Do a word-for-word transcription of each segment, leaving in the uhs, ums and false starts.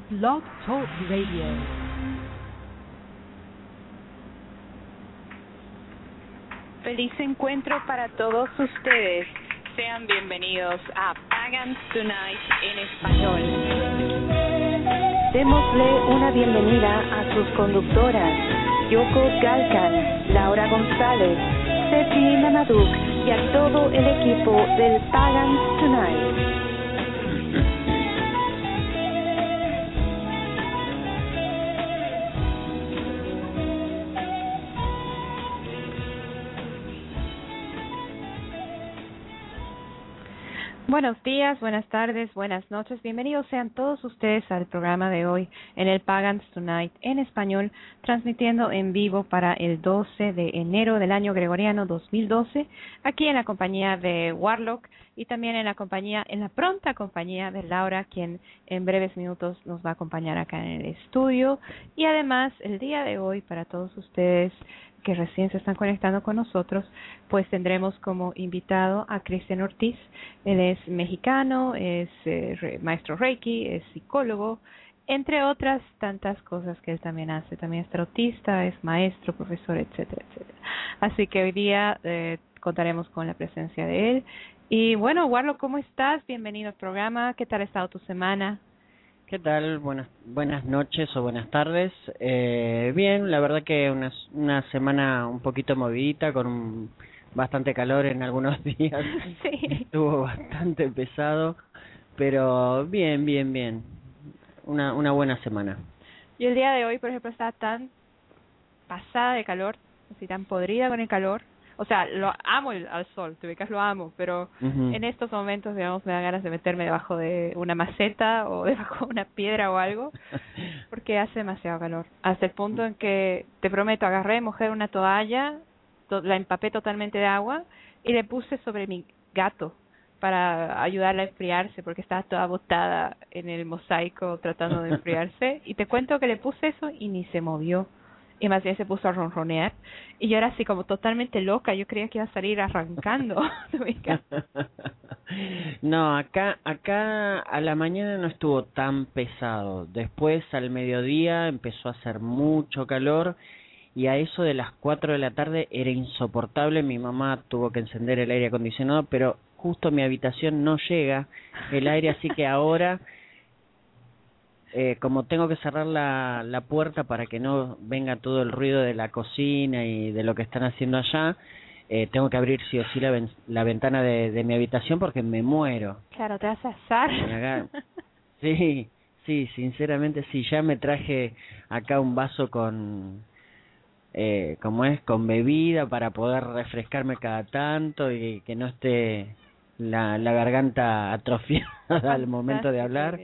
Blog Talk Radio. Feliz encuentro para todos ustedes. Sean bienvenidos a Pagans Tonight en español. Démosle una bienvenida a sus conductoras, Yoko Galkan, Laura González, Sethi Mamadou y a todo el equipo del Pagans Tonight. Buenos días, buenas tardes, buenas noches. Bienvenidos sean todos ustedes al programa de hoy en el Pagans Tonight en español, transmitiendo en vivo para el doce de enero del año gregoriano dos mil doce, aquí en la compañía de Warlock y también en la compañía, en la pronta compañía de Laura, quien en breves minutos nos va a acompañar acá en el estudio. Y además, el día de hoy, para todos ustedes que recién se están conectando con nosotros, pues tendremos como invitado a Cristian Ortiz. Él es mexicano, es eh, re, maestro Reiki, es psicólogo, entre otras tantas cosas que él también hace. También es tarotista, es maestro, profesor, etcétera, etcétera. Así que hoy día eh, contaremos con la presencia de él. Y bueno, Warlock, ¿cómo estás? Bienvenido al programa. ¿Qué tal ha estado tu semana? ¿Qué tal? Buenas buenas noches o buenas tardes. Eh, bien, la verdad que una, una semana un poquito movidita, con un, bastante calor en algunos días. Sí. Estuvo bastante pesado, pero bien, bien, bien. Una, una buena semana. Y el día de hoy, por ejemplo, estaba tan pasada de calor, así tan podrida con el calor. O sea, lo amo el, al sol, te ubicas, lo amo, pero uh-huh. en estos momentos, digamos, me da ganas de meterme debajo de una maceta o debajo de una piedra o algo, porque hace demasiado calor. Hasta el punto en que, te prometo, agarré, mojé una toalla, to- la empapé totalmente de agua y le puse sobre mi gato para ayudarla a enfriarse, porque estaba toda botada en el mosaico tratando de enfriarse. Y te cuento que le puse eso y ni se movió. Y más bien se puso a ronronear. Y yo era así como totalmente loca. Yo creía que iba a salir arrancando. No, acá acá a la mañana no estuvo tan pesado. Después al mediodía empezó a hacer mucho calor. Y a eso de las cuatro de la tarde era insoportable. Mi mamá tuvo que encender el aire acondicionado, pero justo mi habitación no llega el aire. Así que ahora... Eh, como tengo que cerrar la, la puerta para que no venga todo el ruido de la cocina y de lo que están haciendo allá, eh, tengo que abrir sí o sí la, ven, la ventana de, de mi habitación porque me muero. Claro, te vas a asar. Acá, sí, sí, sinceramente sí, ya me traje acá un vaso con, eh, como es, con bebida para poder refrescarme cada tanto y que no esté la, la garganta atrofiada al momento de hablar.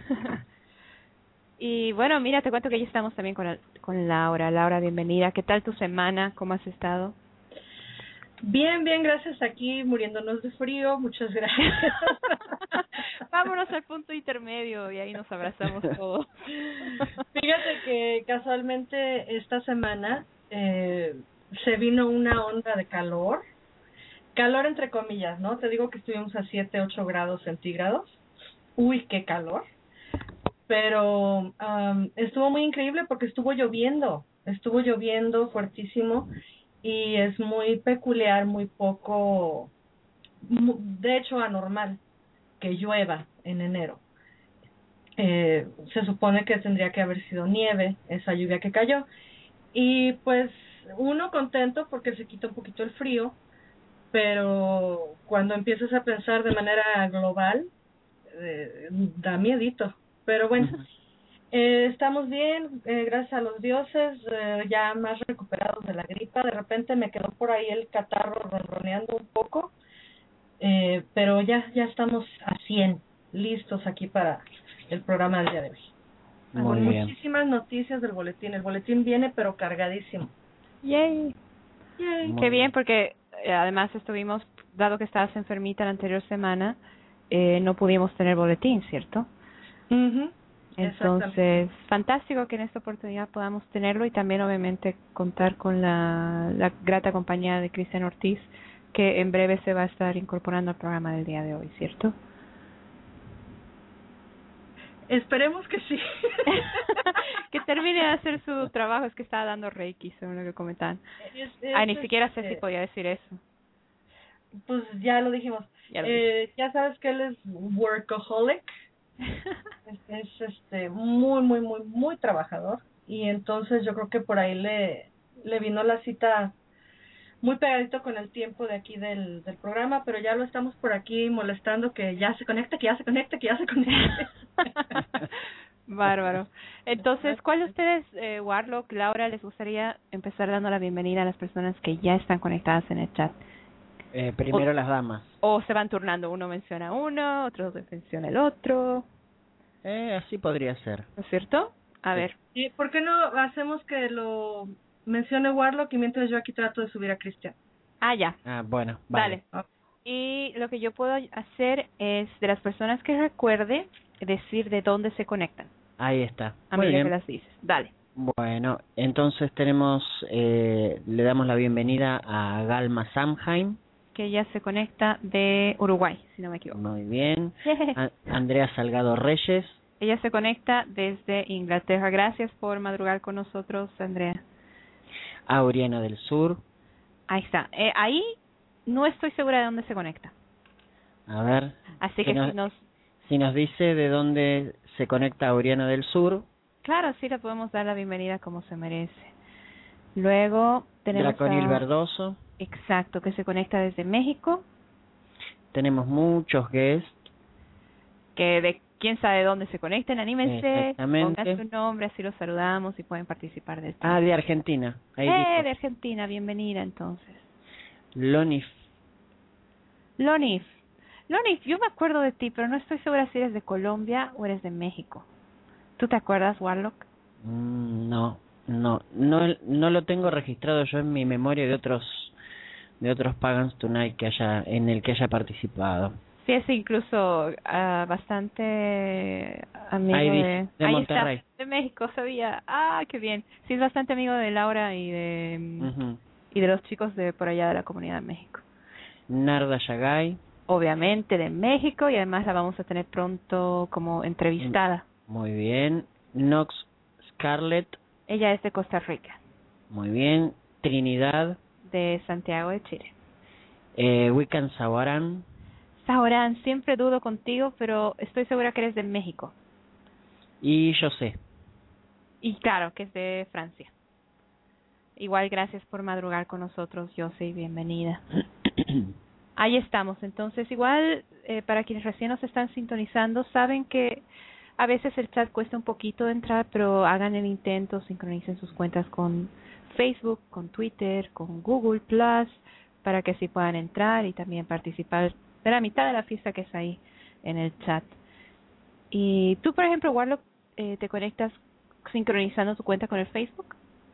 Y bueno, mira, te cuento que ya estamos también con, la, con Laura. Laura, bienvenida. ¿Qué tal tu semana? ¿Cómo has estado? Bien, bien, gracias. Aquí muriéndonos de frío. Muchas gracias. Vámonos al punto intermedio y ahí nos abrazamos todos. Fíjate que casualmente esta semana eh, se vino una onda de calor. Calor entre comillas, ¿no? Te digo que estuvimos a siete, ocho grados centígrados. Uy, qué calor. Pero um, estuvo muy increíble porque estuvo lloviendo, estuvo lloviendo fuertísimo y es muy peculiar, muy poco, de hecho anormal, que llueva en enero. Eh, se supone que tendría que haber sido nieve, esa lluvia que cayó. Y pues uno contento porque se quita un poquito el frío, pero cuando empiezas a pensar de manera global, eh, da miedito. Pero bueno, uh-huh. eh, estamos bien, eh, gracias a los dioses, eh, ya más recuperados de la gripa. De repente me quedó por ahí el catarro ronroneando un poco, eh, pero ya ya estamos a cien, listos aquí para el programa del día de hoy. Muy Con bien. Muchísimas noticias del boletín. El boletín viene, pero cargadísimo. ¡Yay! Yay. Qué bien, porque eh, además estuvimos, dado que estabas enfermita la anterior semana, eh, no pudimos tener boletín, ¿cierto? Uh-huh. Entonces, fantástico que en esta oportunidad podamos tenerlo y también obviamente contar con la, la grata compañía de Cristian Ortiz, que en breve se va a estar incorporando al programa del día de hoy, ¿cierto? Esperemos que sí. Que termine de hacer su trabajo, es que estaba dando Reiki, según lo que comentaban. Es, es, Ay, ni siquiera sé este, si podía decir eso. Pues ya lo dijimos. Ya, lo eh, ya sabes que él es workaholic. es, es este muy, muy, muy, muy trabajador. Y entonces yo creo que por ahí le, le vino la cita muy pegadito con el tiempo de aquí del, del programa, pero ya lo estamos por aquí molestando que ya se conecte, que ya se conecte, que ya se conecte. Bárbaro. Entonces, ¿cuál de ustedes, eh, Warlock, Laura, les gustaría empezar dando la bienvenida a las personas que ya están conectadas en el chat? Eh, primero o, las damas. O se van turnando, uno menciona uno, otro menciona el otro. Eh, así podría ser. ¿No es cierto? A Sí. ver. ¿Y por qué no hacemos que lo mencione Warlock y mientras yo aquí trato de subir a Cristian? Ah, ya. Ah, bueno, vale. Dale. Y lo que yo puedo hacer es, de las personas que recuerde, decir de dónde se conectan. Ahí está. A Muy medida bien. que las dices. Dale. Bueno, entonces tenemos, eh, le damos la bienvenida a Galma Samheim. Que ella se conecta de Uruguay, si no me equivoco. Muy bien. A- Andrea Salgado Reyes. Ella se conecta desde Inglaterra. Gracias por madrugar con nosotros, Andrea. Auriana del Sur. Ahí está. Eh, ahí no estoy segura de dónde se conecta. A ver. Así que nos, si nos... si nos dice de dónde se conecta Auriana del Sur. Claro, sí le podemos dar la bienvenida como se merece. Luego tenemos Draconil a... Verdoso. Exacto, que se conecta desde México. Tenemos muchos guests. Que de quién sabe dónde se conecten, anímense, Exactamente. pongan su nombre, así los saludamos y pueden participar del tema. Ah, de Argentina. Ahí eh, dijo. de Argentina, bienvenida entonces. Lonif. Lonif. Lonif, yo me acuerdo de ti, pero no estoy segura si eres de Colombia o eres de México. ¿Tú te acuerdas, Warlock? Mm, no, no, no, no lo tengo registrado yo en mi memoria de otros, de otros Pagans Tonight que haya, en el que haya participado. Sí, es incluso uh, bastante amigo Ahí de... dice, de Ahí Monterrey. está, de México, sabía. Ah, qué bien. Sí, es bastante amigo de Laura y de Uh-huh. y de los chicos de por allá de la comunidad de México. Narda Yagay. Obviamente de México y además la vamos a tener pronto como entrevistada. Muy bien. Nox Scarlett. Ella es de Costa Rica. Muy bien. Trinidad. De Santiago de Chile. Eh, Wiccan Sawaran. Saorán, siempre dudo contigo, pero estoy segura que eres de México. Y yo sé. Y claro, que es de Francia. Igual gracias por madrugar con nosotros, yo soy bienvenida. Ahí estamos, entonces igual eh, para quienes recién nos están sintonizando, saben que a veces el chat cuesta un poquito de entrar, pero hagan el intento, sincronicen sus cuentas con Facebook, con Twitter, con Google Plus, para que así puedan entrar y también participar de la mitad de la fiesta que es ahí en el chat. Y tú, por ejemplo, Warlock, eh, ¿te conectas sincronizando tu cuenta con el Facebook?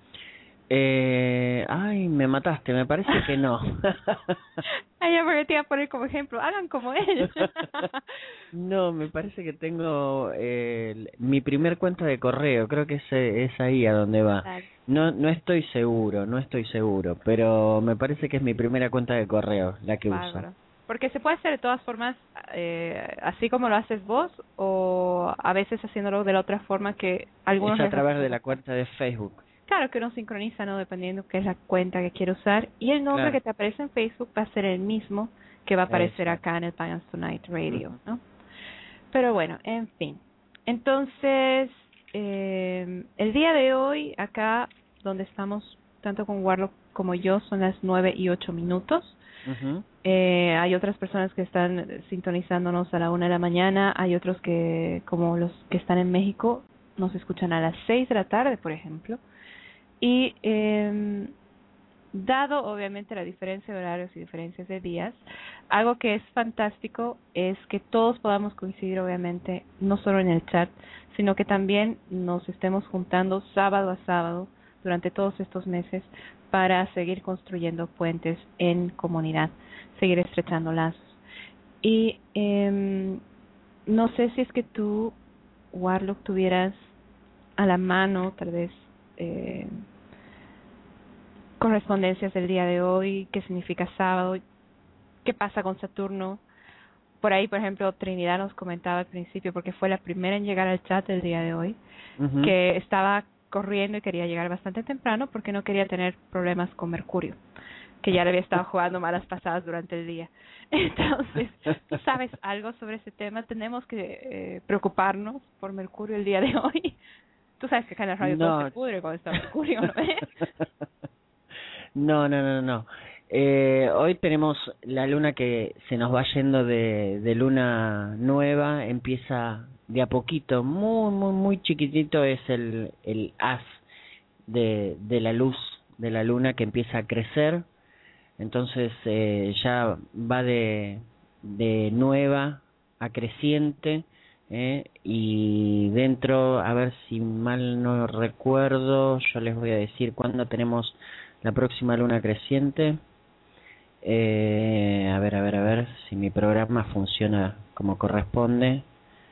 Eh, ay, me mataste, me parece que no. Ay, ya, porque te iba a poner como ejemplo, hagan como él. No, me parece que tengo eh, mi primer cuenta de correo, creo que es, es ahí a donde va. No no estoy seguro, no estoy seguro, pero me parece que es mi primera cuenta de correo, la que Bárbaro. uso. Porque se puede hacer de todas formas, eh, así como lo haces vos, o a veces haciéndolo de la otra forma que algunos... Es a les través resulta. de la cuenta de Facebook. Claro que uno sincroniza, ¿no? Dependiendo qué es la cuenta que quiere usar. Y el nombre Claro. que te aparece en Facebook va a ser el mismo que va a aparecer Exacto. acá en el Pagans Tonight Radio, Uh-huh. ¿no? Pero bueno, en fin. Entonces, eh, el día de hoy, acá donde estamos, tanto con Warlock como yo, son las nueve y ocho minutos. Uh-huh. Eh, hay otras personas que están sintonizándonos a la una de la mañana. Hay otros que, como los que están en México, nos escuchan a las seis de la tarde, por ejemplo. Y eh, dado obviamente la diferencia de horarios y diferencias de días, algo que es fantástico es que todos podamos coincidir obviamente no solo en el chat, sino que también nos estemos juntando sábado a sábado durante todos estos meses para seguir construyendo puentes en comunidad, seguir estrechando lazos. Y eh, no sé si es que tú, Warlock, tuvieras a la mano tal vez eh, correspondencias del día de hoy, qué significa sábado, qué pasa con Saturno, por ahí, por ejemplo, Trinidad nos comentaba al principio, porque fue la primera en llegar al chat el día de hoy, uh-huh. que estaba corriendo y quería llegar bastante temprano porque no quería tener problemas con Mercurio, que ya le había estado jugando malas pasadas durante el día. Entonces, ¿tú sabes algo sobre ese tema? ¿Tenemos que eh, preocuparnos por Mercurio el día de hoy? Tú sabes que acá en la radio no. todo se pudre cuando está Mercurio, ¿no? no, no, no, no. Eh, hoy tenemos la luna que se nos va yendo de, de luna nueva, empieza de a poquito, muy, muy, muy chiquitito es el, el haz de, de la luz de la luna que empieza a crecer, entonces eh, ya va de, de nueva a creciente, eh, y dentro, a ver si mal no recuerdo, yo les voy a decir cuándo tenemos la próxima luna creciente. Eh, a ver, a ver, a ver si mi programa funciona como corresponde.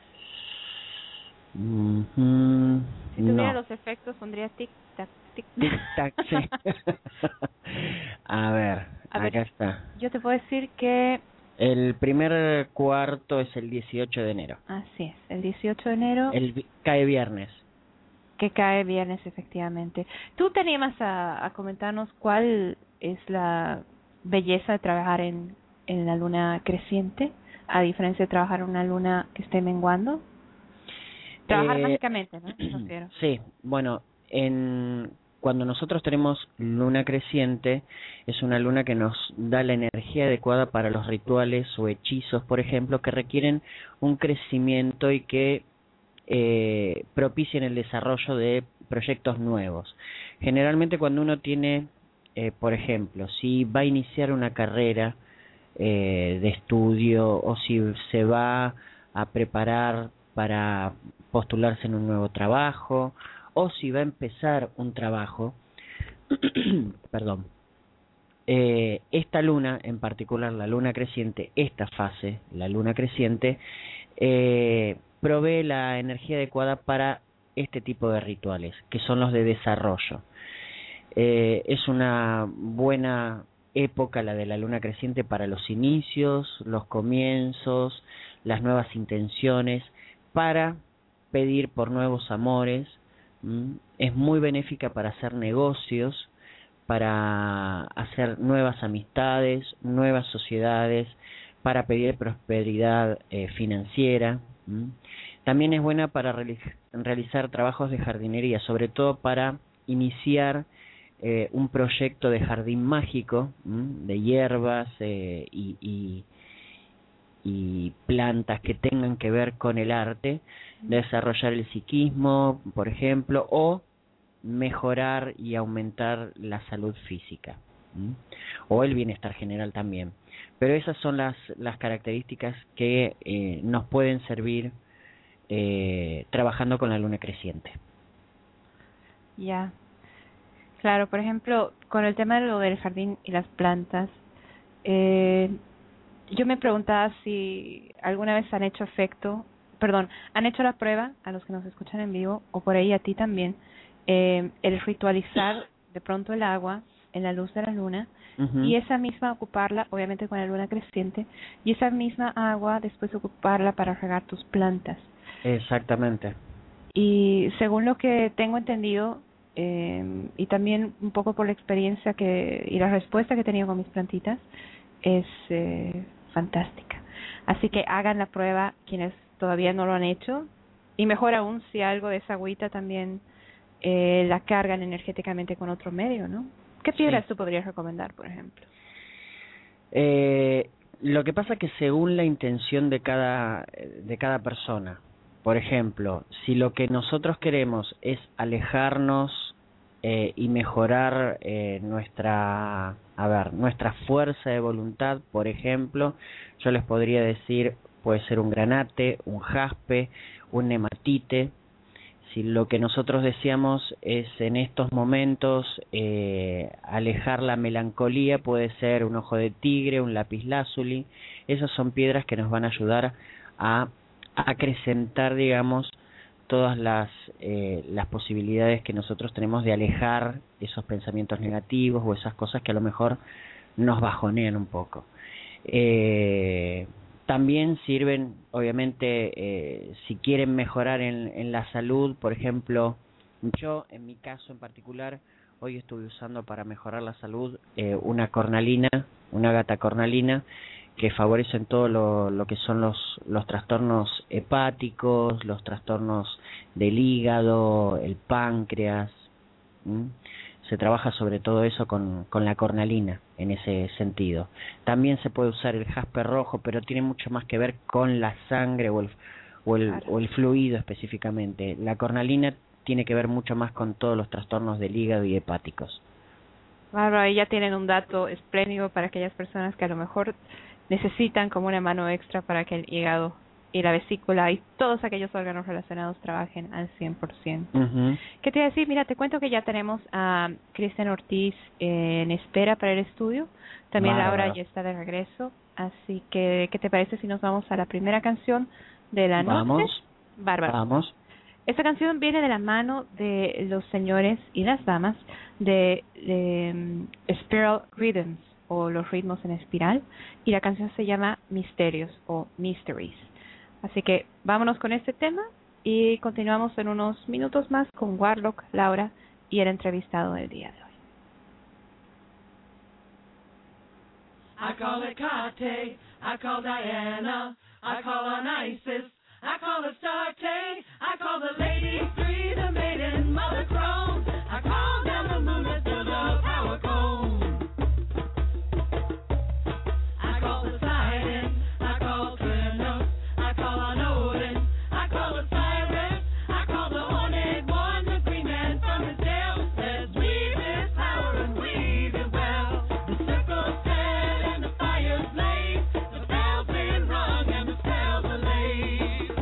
Mm-hmm. Si tuviera no. los efectos pondría tic tac tic tic tac. Sí. A ver, a acá ver, está. Yo te puedo decir que el primer cuarto es el dieciocho de enero. Así es, el dieciocho de enero. El cae viernes. Que cae viernes, efectivamente. ¿Tú te animas a, a comentarnos cuál es la belleza de trabajar en, en la luna creciente, a diferencia de trabajar en una luna que esté menguando? Trabajar eh, mágicamente, ¿no? No quiero. Sí, bueno, en cuando nosotros tenemos luna creciente, es una luna que nos da la energía adecuada para los rituales o hechizos, por ejemplo, que requieren un crecimiento y que eh, propicien el desarrollo de proyectos nuevos. Generalmente cuando uno tiene, eh, por ejemplo, si va a iniciar una carrera eh, de estudio o si se va a preparar para postularse en un nuevo trabajo o si va a empezar un trabajo, perdón, eh, esta luna, en particular la luna creciente, esta fase, la luna creciente, eh, provee la energía adecuada para este tipo de rituales, que son los de desarrollo. Eh, es una buena época la de la luna creciente para los inicios, los comienzos, las nuevas intenciones, para pedir por nuevos amores. ¿Mm? Es muy benéfica para hacer negocios, para hacer nuevas amistades, nuevas sociedades, para pedir prosperidad eh, financiera. ¿Mm? También es buena para reali- realizar trabajos de jardinería, sobre todo para iniciar eh, un proyecto de jardín mágico, ¿m? de hierbas eh, y, y, y plantas que tengan que ver con el arte, desarrollar el psiquismo, por ejemplo, o mejorar y aumentar la salud física, ¿m? o el bienestar general también. Pero esas son las, las características que eh, nos pueden servir eh, trabajando con la luna creciente. Ya. Claro, por ejemplo, con el tema de lo del jardín y las plantas, eh, yo me preguntaba si alguna vez han hecho efecto, perdón, han hecho la prueba, a los que nos escuchan en vivo, o por ahí a ti también, eh, el ritualizar de pronto el agua en la luz de la luna, uh-huh. y esa misma ocuparla, obviamente con la luna creciente, y esa misma agua después ocuparla para regar tus plantas. Exactamente. Y según lo que tengo entendido, eh, y también un poco por la experiencia que y la respuesta que he tenido con mis plantitas, es eh, fantástica. Así que hagan la prueba quienes todavía no lo han hecho, y mejor aún si algo de esa agüita también eh, la cargan energéticamente con otro medio, ¿no? ¿Qué piedras sí. tú podrías recomendar, por ejemplo? Eh, lo que pasa es que según la intención de cada de cada persona. Por ejemplo, si lo que nosotros queremos es alejarnos eh, y mejorar eh, nuestra, a ver, nuestra fuerza de voluntad, por ejemplo, yo les podría decir, puede ser un granate, un jaspe, un hematite. Si lo que nosotros deseamos es en estos momentos eh, alejar la melancolía, puede ser un ojo de tigre, un lapislázuli. Esas son piedras que nos van a ayudar a acrecentar, digamos, todas las eh, las posibilidades que nosotros tenemos de alejar esos pensamientos negativos o esas cosas que a lo mejor nos bajonean un poco. Eh, también sirven, obviamente, eh, si quieren mejorar en, en la salud. Por ejemplo, yo, en mi caso en particular, hoy estuve usando para mejorar la salud eh, una cornalina, una gata cornalina, que favorecen todo lo, lo que son los, los trastornos hepáticos, los trastornos del hígado, el páncreas. ¿Mm? Se trabaja sobre todo eso con, con la cornalina, en ese sentido. También se puede usar el jaspe rojo, pero tiene mucho más que ver con la sangre o el, o el, claro. o el fluido específicamente. La cornalina tiene que ver mucho más con todos los trastornos del hígado y hepáticos. Claro, ahí ya tienen un dato espléndido para aquellas personas que a lo mejor necesitan como una mano extra para que el hígado y la vesícula y todos aquellos órganos relacionados trabajen al cien por ciento. Uh-huh. ¿Qué te iba a decir? Mira, te cuento que ya tenemos a Cristian Ortiz eh, en espera para el estudio. También Bárbara. Laura ya está de regreso. Así que, ¿qué te parece si nos vamos a la primera canción de la noche? Vamos. Bárbara. Vamos. Esta canción viene de la mano de los señores y las damas de, de um, Spiral Rhythms, o los ritmos en espiral, y la canción se llama Misterios o Mysteries. Así que vámonos con este tema y continuamos en unos minutos más con Warlock, Laura y el entrevistado del día de hoy. I call it Kate, I call Diana, I call on Isis, I call Astarte, I call the lady three, the maiden, Mother Crone, I call down the moon to the power cone. I call the Poseidon, I call Kronos, I call on Odin, I call Osiris, I call the Horned One, the green man from his tail. Let's weave this power and weave it well. The circle's set and the fire's blaze, the bell's been rung and the spells are laid.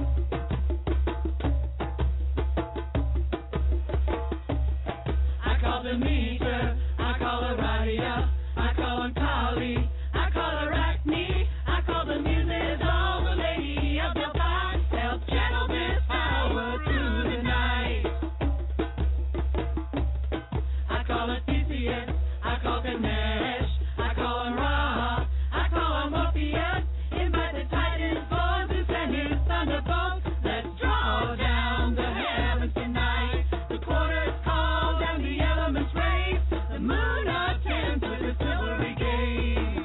I call the meter, I call Aradia, I call on Kali, I call Arachne, I call the muses, all the lady of Delphi, help channel this power through the night. I call it Theseus, I call Ganesh, I call on Ra, I call on Morpheus, invite the Titans for Zeus and his thunderbolts. Let's draw down the heavens tonight. The quarters call down the elements race, the moon attends with a silvery gaze.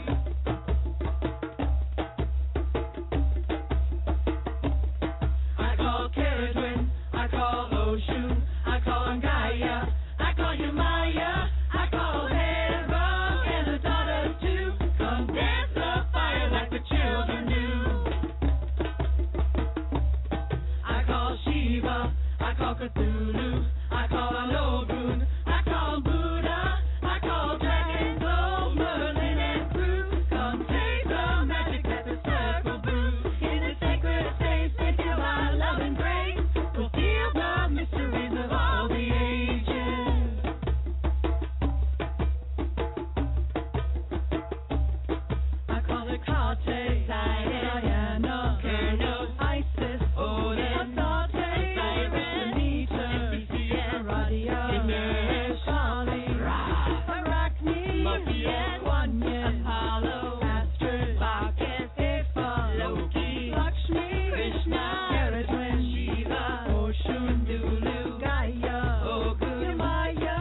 I call Keridwen, I call Oshun, I call on Gaia, I call you Maya, I call Hera and the daughters too. Come dance the fire like the children do. I call Shiva, I call Cthulhu, I call on Ogun, I call Buddha, I call Dragon, Gold, Merlin and crew. Come taste the magic that the circle brews. In the sacred space, they feel our love and grace. We'll feel the mysteries of all the ages. I call it Kate, Diana, Kronos, Isis, Odin, Astarte, Osiris, Demeter, Theseus, Aradia, Ganesh, Kali, Ra, Arachne, Morpheus, Quanya, Apollo, Astrid, Bacchus, Ipha, Loki, Lakshmi, Krishna, Keridwen, Shiva, Oshun, Dulu, Gaia, Ogun, Maya.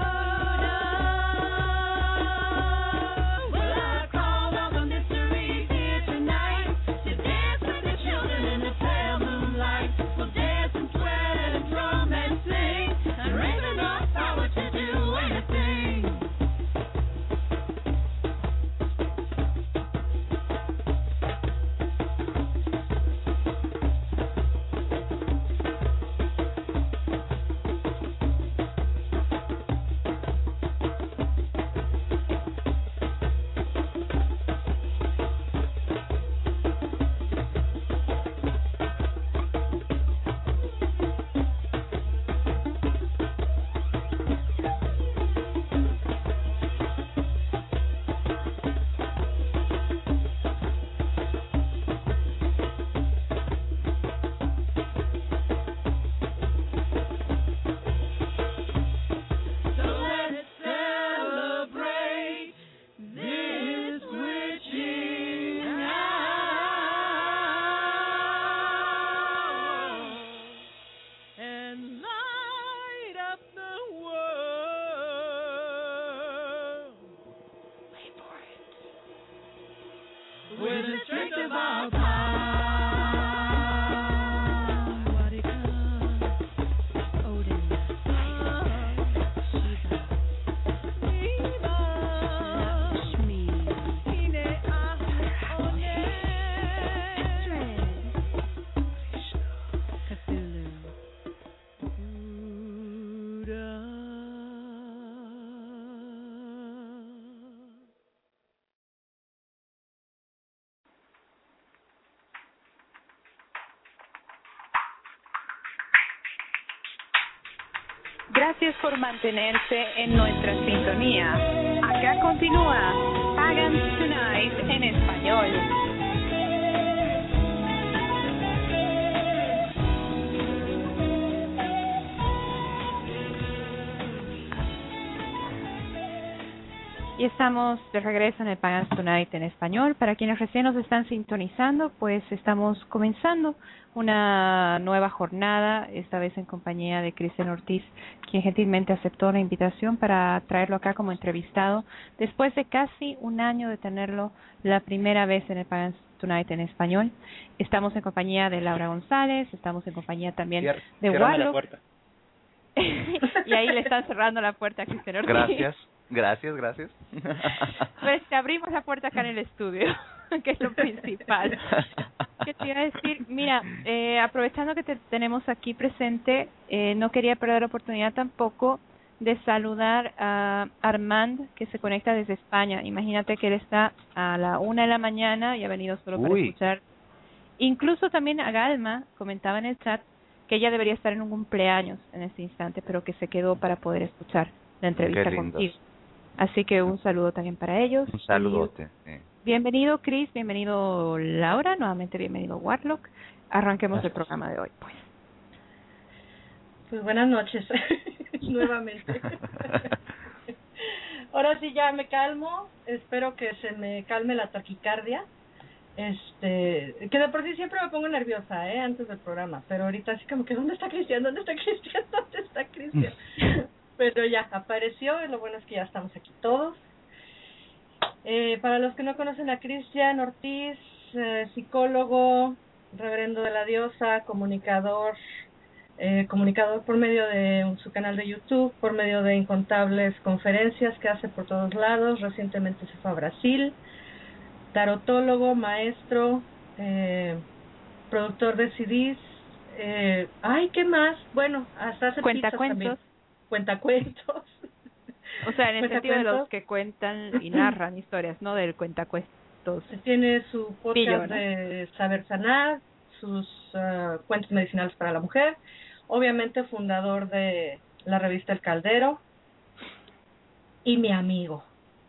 Well, I call all the mysteries here tonight to dance with the children in the pale moonlight. We'll dance and sweat and drum and sing and raise enough power to do anything. and light up the world. Wait for it. With the strength of our power. What it comes. Odin. Shiva. Shiva. Lakshmi. Ine Ahone. Cthulhu. Buddha. Gracias por mantenerse en nuestra sintonía. Acá continúa Pagans Tonight en español. Y estamos de regreso en el Pagans Tonight en español. Para quienes recién nos están sintonizando, pues estamos comenzando una nueva jornada, esta vez en compañía de Cristian Ortiz, quien gentilmente aceptó la invitación para traerlo acá como entrevistado, después de casi un año de tenerlo la primera vez en el Pagans Tonight en español. Estamos en compañía de Laura González, estamos en compañía también Cier- de ciérrame la Warlock. puerta. Y ahí le están cerrando la puerta a Cristian Ortiz. Gracias, gracias, gracias. Pues te abrimos la puerta acá en el estudio, que es lo principal. ¿Qué te iba a decir? Mira, eh, aprovechando que te tenemos aquí presente, eh, no quería perder la oportunidad tampoco de saludar a Armand, que se conecta desde España. Imagínate que él está a la una de la mañana y ha venido solo para Uy. escuchar. Incluso también a Galma comentaba en el chat que ella debería estar en un cumpleaños en este instante, pero que se quedó para poder escuchar la entrevista Qué lindos. contigo. Así que un saludo también para ellos. Un saludote. eh. Y bienvenido Chris, bienvenido Laura, nuevamente bienvenido Warlock. Arranquemos Gracias. el programa de hoy, pues. Pues buenas noches, nuevamente. Ahora sí ya me calmo, espero que se me calme la taquicardia. Este, que de por sí siempre me pongo nerviosa, eh, antes del programa, pero ahorita así como que ¿dónde está Cristian? ¿Dónde está Cristian? ¿Dónde está Cristian? Pero ya apareció y lo bueno es que ya estamos aquí todos. Eh, para los que no conocen a Cristian Ortiz, eh, psicólogo, reverendo de la diosa, comunicador, eh, comunicador por medio de su canal de YouTube, por medio de incontables conferencias que hace por todos lados. Recientemente se fue a Brasil. Tarotólogo, maestro, eh, productor de C Ds. Eh, ay, ¿qué más? Bueno, hasta hace pizzas también. Cuentacuentos. Cuentacuentos. O sea, en el sentido de Cuentacuentos. los que cuentan y narran historias, no del cuentacuentos. Tiene su podcast Pillo, ¿no? de Saber Sanar, sus uh, cuentos medicinales para la mujer, obviamente fundador de la revista El Caldero, y mi amigo.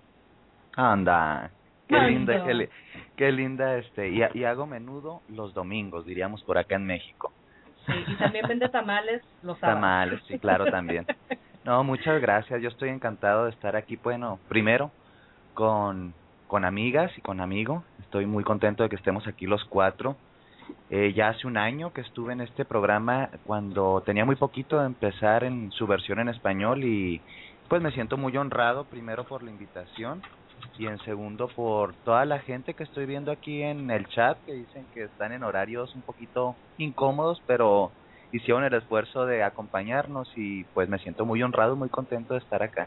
Anda. Qué Anda. linda, qué, li- qué linda, este, y, y hago menudo los domingos, diríamos por acá en México. Sí, y también vende tamales los sábados. Tamales, sí, claro, también. No, muchas gracias, yo estoy encantado de estar aquí, bueno, primero, con, con amigas y con amigo, estoy muy contento de que estemos aquí los cuatro. Eh, ya hace un año que estuve en este programa cuando tenía muy poquito de empezar en su versión en español y pues me siento muy honrado, primero por la invitación y en segundo por toda la gente que estoy viendo aquí en el chat que dicen que están en horarios un poquito incómodos, pero hicieron el esfuerzo de acompañarnos y pues me siento muy honrado, muy contento de estar acá.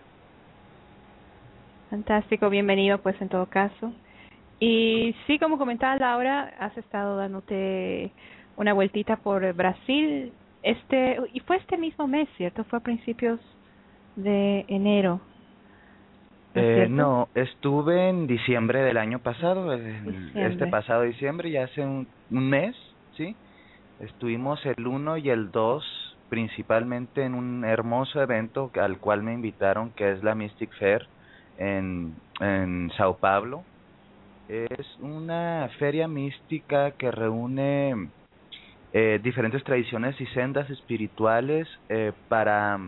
Fantástico, bienvenido pues en todo caso. Y sí, como comentaba Laura, has estado dándote una vueltita por Brasil, este y fue este mismo mes, ¿cierto? Fue a principios de enero. ¿No es Eh, cierto? no, estuve en diciembre del año pasado, el- Diciembre. este pasado diciembre, ya hace un, un mes, ¿sí? Estuvimos el uno y el dos principalmente en un hermoso evento al cual me invitaron, que es la Mystic Fair en, en Sao Paulo. Es una feria mística que reúne eh, diferentes tradiciones y sendas espirituales eh, para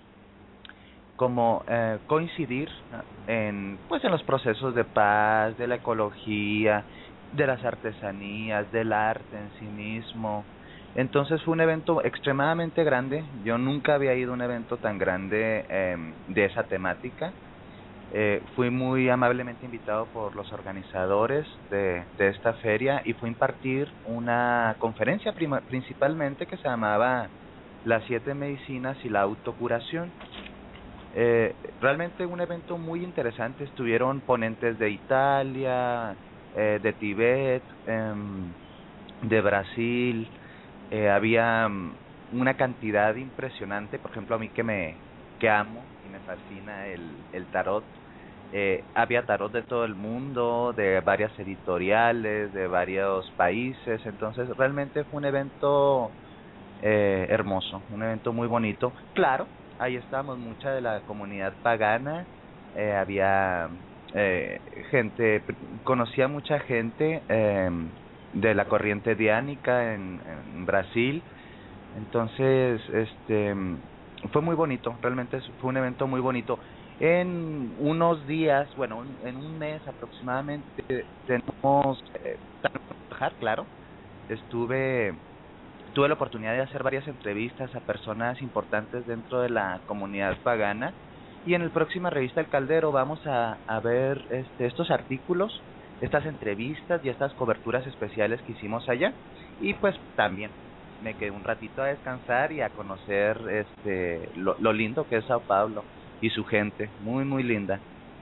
como eh, coincidir en pues en los procesos de paz, de la ecología, de las artesanías, del arte en sí mismo, Entonces fue un evento extremadamente grande. Yo nunca había ido a un evento tan grande eh, de esa temática. Eh, fui muy amablemente invitado por los organizadores de, de esta feria y fui a impartir una conferencia prima, principalmente que se llamaba Las siete medicinas y la autocuración. Eh, realmente un evento muy interesante. Estuvieron ponentes de Italia, eh, de Tibet, eh, de Brasil. Eh, había um, una cantidad impresionante. Por ejemplo, a mí que me que amo y me fascina el, el tarot. Eh, había tarot de todo el mundo, de varias editoriales, de varios países. Entonces realmente fue un evento eh, hermoso, un evento muy bonito. Claro, ahí estábamos mucha de la comunidad pagana. Eh, había eh, gente, conocía mucha gente eh, de la corriente diánica en, en Brasil. Entonces este fue muy bonito, realmente fue un evento muy bonito. En unos días, bueno, en un mes aproximadamente tenemos eh, trabajar, claro. Estuve tuve la oportunidad de hacer varias entrevistas a personas importantes dentro de la comunidad pagana, y en la próxima revista El Caldero vamos a, a ver este, estos artículos, estas entrevistas y estas coberturas especiales que hicimos allá. Y pues también me quedé un ratito a descansar y a conocer este lo, lo lindo que es Sao Paulo y su gente, muy muy linda.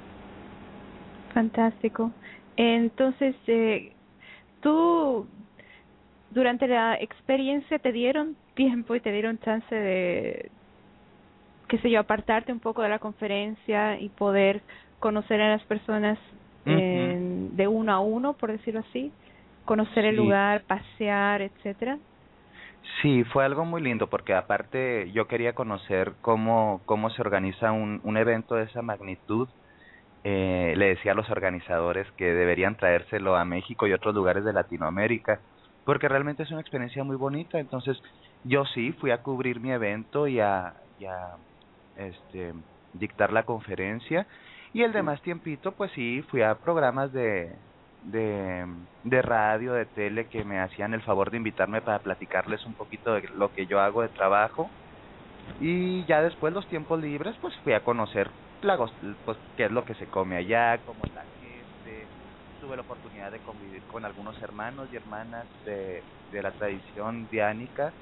Fantástico. Entonces, eh, tú durante la experiencia te dieron tiempo y te dieron chance de, qué sé yo, apartarte un poco de la conferencia y poder conocer a las personas Uh-huh. eh, de uno a uno, por decirlo así, conocer el Sí. lugar, pasear, etcétera. Sí, fue algo muy lindo porque aparte yo quería conocer cómo cómo se organiza un, un evento de esa magnitud. Eh, le decía a los organizadores que deberían traérselo a México y otros lugares de Latinoamérica, porque realmente es una experiencia muy bonita. Entonces yo sí fui a cubrir mi evento y a, y a este, dictar la conferencia, y el demás tiempito pues sí fui a programas de de de radio, de tele, que me hacían el favor de invitarme para platicarles un poquito de lo que yo hago de trabajo. Y ya después, los tiempos libres, pues fui a conocer la, pues qué es lo que se come allá, cómo es la gente. Tuve la oportunidad de convivir con algunos hermanos y hermanas de, de la tradición diánica,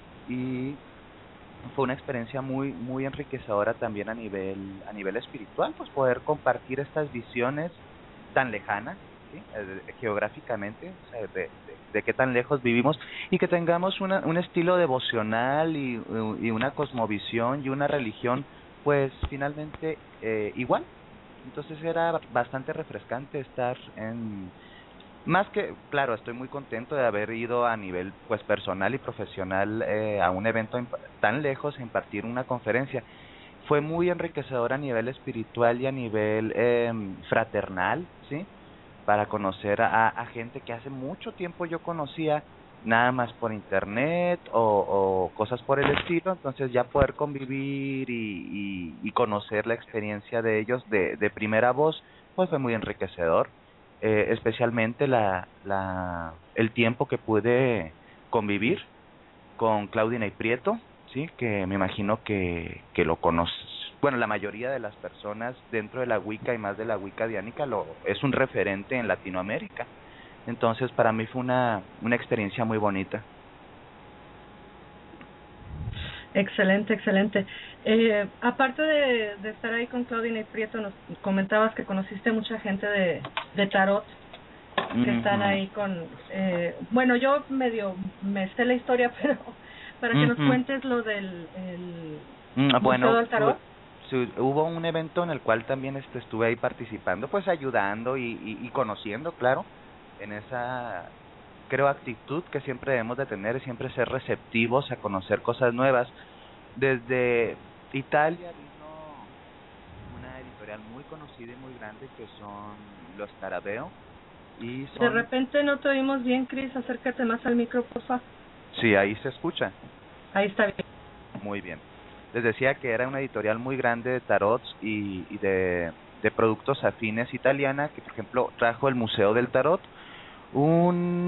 y fue una experiencia muy muy enriquecedora también a nivel a nivel espiritual, pues poder compartir estas visiones tan lejanas, ¿sí? Eh, geográficamente, o sea, de, de, de qué tan lejos vivimos, y que tengamos una, un estilo devocional y, y una cosmovisión y una religión pues finalmente eh, igual. Entonces era bastante refrescante estar en, más que, claro, estoy muy contento de haber ido a nivel pues personal y profesional eh, a un evento imp- tan lejos a impartir una conferencia. Fue muy enriquecedor a nivel espiritual y a nivel eh, fraternal, ¿sí? Para conocer a, a gente que hace mucho tiempo yo conocía nada más por internet o, o cosas por el estilo. Entonces ya poder convivir y, y, y conocer la experiencia de ellos de, de primera voz, pues fue muy enriquecedor. Eh, especialmente la, la el tiempo que pude convivir con Claudia Ney Prieto, sí, que me imagino que, que lo conoces. Bueno, la mayoría de las personas dentro de la Wicca y más de la Wicca diánica lo es un referente en Latinoamérica. Entonces, para mí fue una una experiencia muy bonita. Excelente, excelente. Eh, aparte de, de estar ahí con Claudia Ney Prieto, nos comentabas que conociste mucha gente de, de tarot que Uh-huh. están ahí con... Eh, bueno, yo medio me sé la historia, pero para que nos Uh-huh. cuentes lo del el Mm, Museo bueno, del Tarot. su- su- hubo un evento en el cual también este, estuve ahí participando, pues ayudando y, y, y conociendo, claro, en esa, creo, actitud que siempre debemos de tener, siempre ser receptivos a conocer cosas nuevas. Desde Italia vino una editorial muy conocida y muy grande que son los Tarabeo, y son... De repente no te oímos bien, Cris, acércate más al micro, por favor. Sí, ahí se escucha. Ahí está bien. Muy bien. Les decía que era una editorial muy grande de tarots y, y de, de productos afines italiana, que por ejemplo trajo el Museo del Tarot, un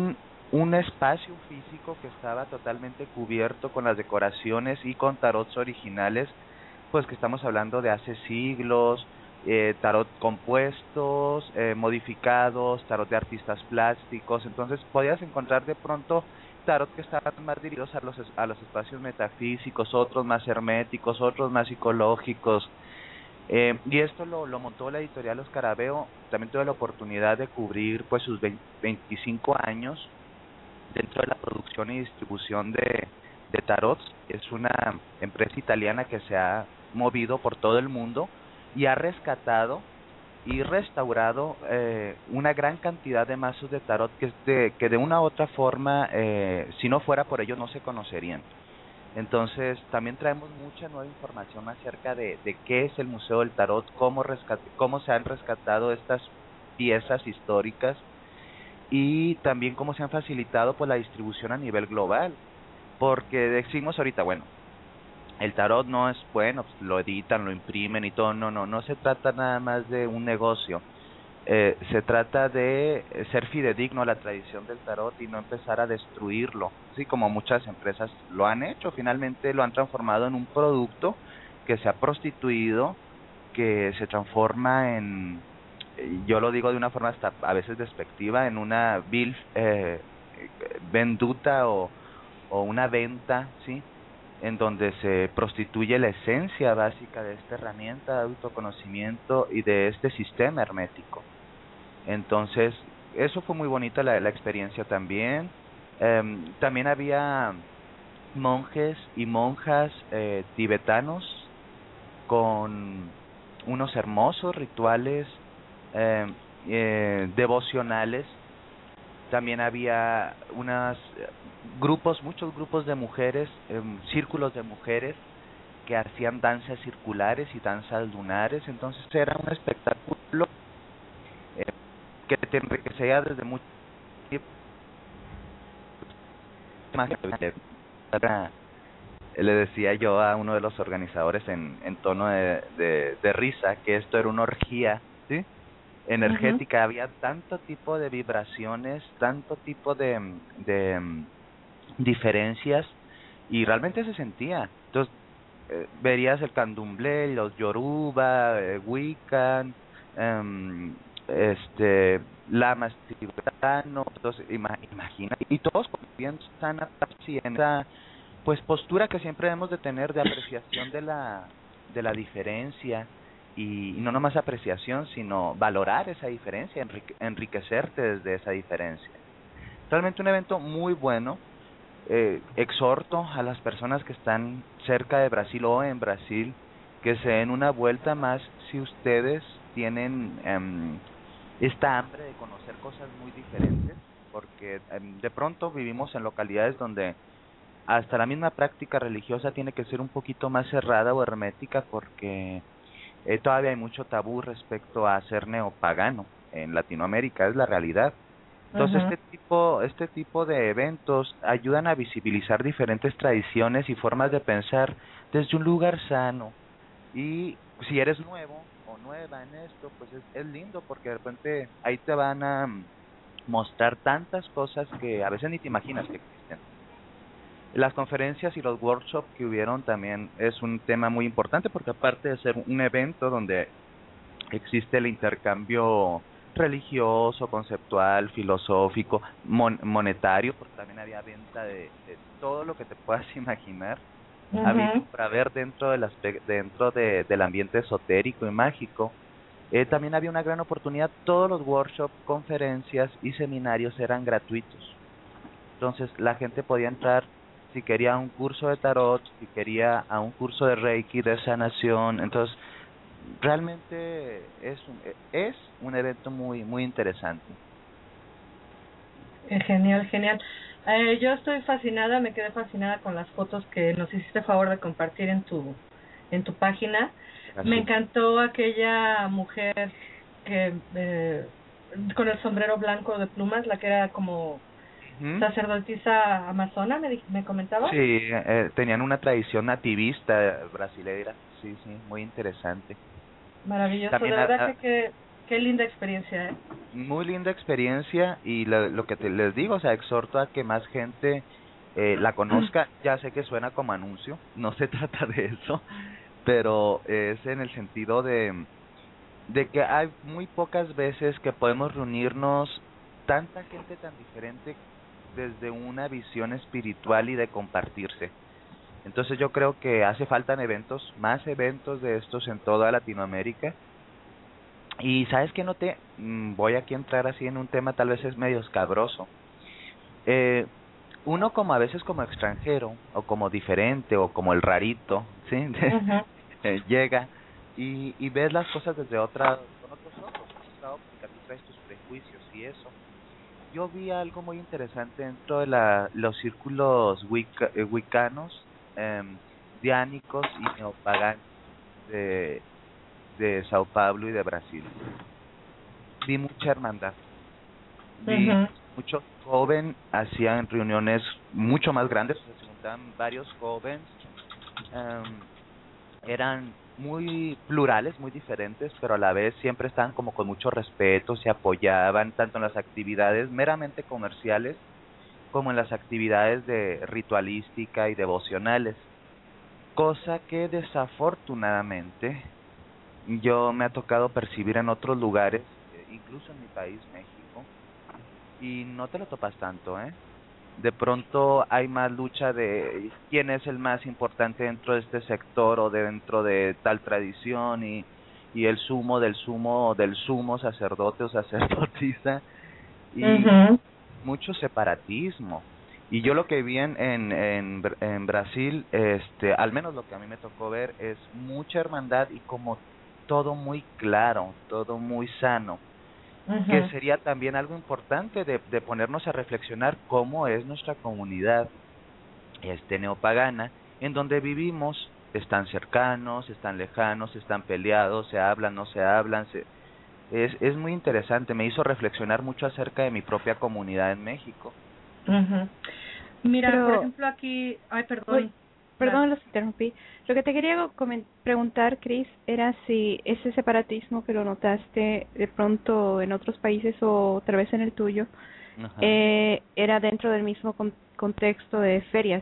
un espacio físico que estaba totalmente cubierto con las decoraciones y con tarots originales, pues que estamos hablando de hace siglos, eh, tarot compuestos, eh, modificados, tarot de artistas plásticos. Entonces podías encontrar de pronto tarot que estaban más dirigidos a los a los espacios metafísicos, otros más herméticos, otros más psicológicos. Eh, y esto lo, lo montó la editorial Los Carabeo. También tuve la oportunidad de cubrir pues sus veinticinco años dentro de la producción y distribución de, de tarots. Es una empresa italiana que se ha movido por todo el mundo y ha rescatado y restaurado eh, una gran cantidad de mazos de tarot que, de, que de una u otra forma, eh, si no fuera por ello, no se conocerían. Entonces, también traemos mucha nueva información acerca de, de qué es el Museo del Tarot, cómo, rescat, cómo se han rescatado estas piezas históricas y también cómo se han facilitado pues la distribución a nivel global. Porque decimos ahorita, bueno, el tarot no es bueno, pues lo editan, lo imprimen y todo, no, no, no se trata nada más de un negocio. Eh, se trata de ser fidedigno a la tradición del tarot y no empezar a destruirlo, así como muchas empresas lo han hecho. Finalmente lo han transformado en un producto que se ha prostituido, que se transforma en, yo lo digo de una forma hasta a veces despectiva, en una vil eh, venduta o, o una venta, ¿sí?, en donde se prostituye la esencia básica de esta herramienta de autoconocimiento y de este sistema hermético. Entonces, eso fue muy bonita la, la experiencia también. Eh, también había monjes y monjas eh, tibetanos con unos hermosos rituales eh, eh, devocionales. También había unos grupos, muchos grupos de mujeres, eh, círculos de mujeres que hacían danzas circulares y danzas lunares. Entonces era un espectáculo eh, que te enriquecía desde mucho tiempo. Le decía yo a uno de los organizadores en, en tono de, de, de risa que esto era una orgía, ¿sí?, energética. Uh-huh. Había tanto tipo de vibraciones, tanto tipo de, de um, diferencias y realmente se sentía. Entonces eh, verías el candomblé, los yoruba, eh, wiccan, um, este, lamas tibetanos. Entonces ima, imagina, y todos bien sana y en esa pues postura que siempre debemos de tener de apreciación de la de la diferencia. Y no nomás apreciación, sino valorar esa diferencia, enrique, enriquecerte desde esa diferencia. Realmente un evento muy bueno. Eh, exhorto a las personas que están cerca de Brasil o en Brasil que se den una vuelta más si ustedes tienen um, esta hambre de conocer cosas muy diferentes, porque um, de pronto vivimos en localidades donde hasta la misma práctica religiosa tiene que ser un poquito más cerrada o hermética, porque Eh, todavía hay mucho tabú respecto a ser neopagano en Latinoamérica, es la realidad. Entonces, uh-huh. este tipo este tipo de eventos ayudan a visibilizar diferentes tradiciones y formas de pensar desde un lugar sano. Y si eres nuevo o nueva en esto, pues es, es lindo, porque de repente ahí te van a mostrar tantas cosas que a veces ni te imaginas que existen. Las conferencias y los workshops que hubieron también es un tema muy importante, porque aparte de ser un evento donde existe el intercambio religioso, conceptual, filosófico, mon monetario, porque también había venta de, de todo lo que te puedas imaginar, uh-huh. había para ver dentro del dentro de, del ambiente esotérico y mágico. Eh, también había una gran oportunidad. Todos los workshops, conferencias y seminarios eran gratuitos. Entonces la gente podía entrar si quería un curso de tarot, si quería a un curso de Reiki, de sanación. Entonces, realmente es un, es un evento muy muy interesante. Genial, genial. Eh, yo estoy fascinada, me quedé fascinada con las fotos que nos hiciste favor de compartir en tu en tu página. Así. Me encantó aquella mujer que eh, con el sombrero blanco de plumas, la que era como ¿Mm? sacerdotisa amazona, me, me comentaba. Sí, eh, tenían una tradición nativista brasileira, sí, sí, muy interesante. Maravilloso, también de verdad a, que, que Qué linda experiencia, ¿eh? Muy linda experiencia y lo, lo que te, les digo, o sea, exhorto a que más gente eh, la conozca. Ya sé que suena como anuncio, no se trata de eso, pero es en el sentido de, de que hay muy pocas veces que podemos reunirnos tanta gente tan diferente desde una visión espiritual y de compartirse. Entonces yo creo que hace falta eventos, más eventos de estos en toda Latinoamérica. Y ¿sabes qué noté? Mm, Voy aquí a entrar así en un tema tal vez es medio escabroso. Eh, uno como a veces como extranjero, o como diferente, o como el rarito, ¿sí? Ujú. eh, llega y, y ves las cosas desde otra, con otros ojos, claro, porque tú traes tus prejuicios y eso. Yo vi algo muy interesante dentro de la, los círculos wicca, eh, wiccanos, eh, diánicos y neopaganos de, de Sao Paulo y de Brasil. Vi mucha hermandad, vi Ujú. muchos jóvenes, hacían reuniones mucho más grandes, o sea, se juntaban varios jóvenes, um, eran muy plurales, muy diferentes, pero a la vez siempre estaban como con mucho respeto, se apoyaban tanto en las actividades meramente comerciales como en las actividades de ritualística y devocionales, cosa que desafortunadamente yo me ha tocado percibir en otros lugares, eh, incluso en mi país, México, y no te lo topas tanto, ¿eh? De pronto hay más lucha de quién es el más importante dentro de este sector o dentro de tal tradición y, y el sumo del sumo del sumo sacerdote o sacerdotisa y Ujú. mucho separatismo. Y yo lo que vi en, en, en, Br- en Brasil, este, al menos lo que a mí me tocó ver, es mucha hermandad y como todo muy claro, todo muy sano, que Ujú. sería también algo importante de, de ponernos a reflexionar cómo es nuestra comunidad este neopagana, en donde vivimos, están cercanos, están lejanos, están peleados, se hablan, no se hablan, se, es, es muy interesante, me hizo reflexionar mucho acerca de mi propia comunidad en México. Ujú. Mira, por Pero, ejemplo, aquí... Ay, uy, perdón. perdón, los interrumpí. Lo que te quería comen- preguntar, Chris, era si ese separatismo que lo notaste de pronto en otros países o tal vez en el tuyo, Ajá. eh, era dentro del mismo con- contexto de ferias,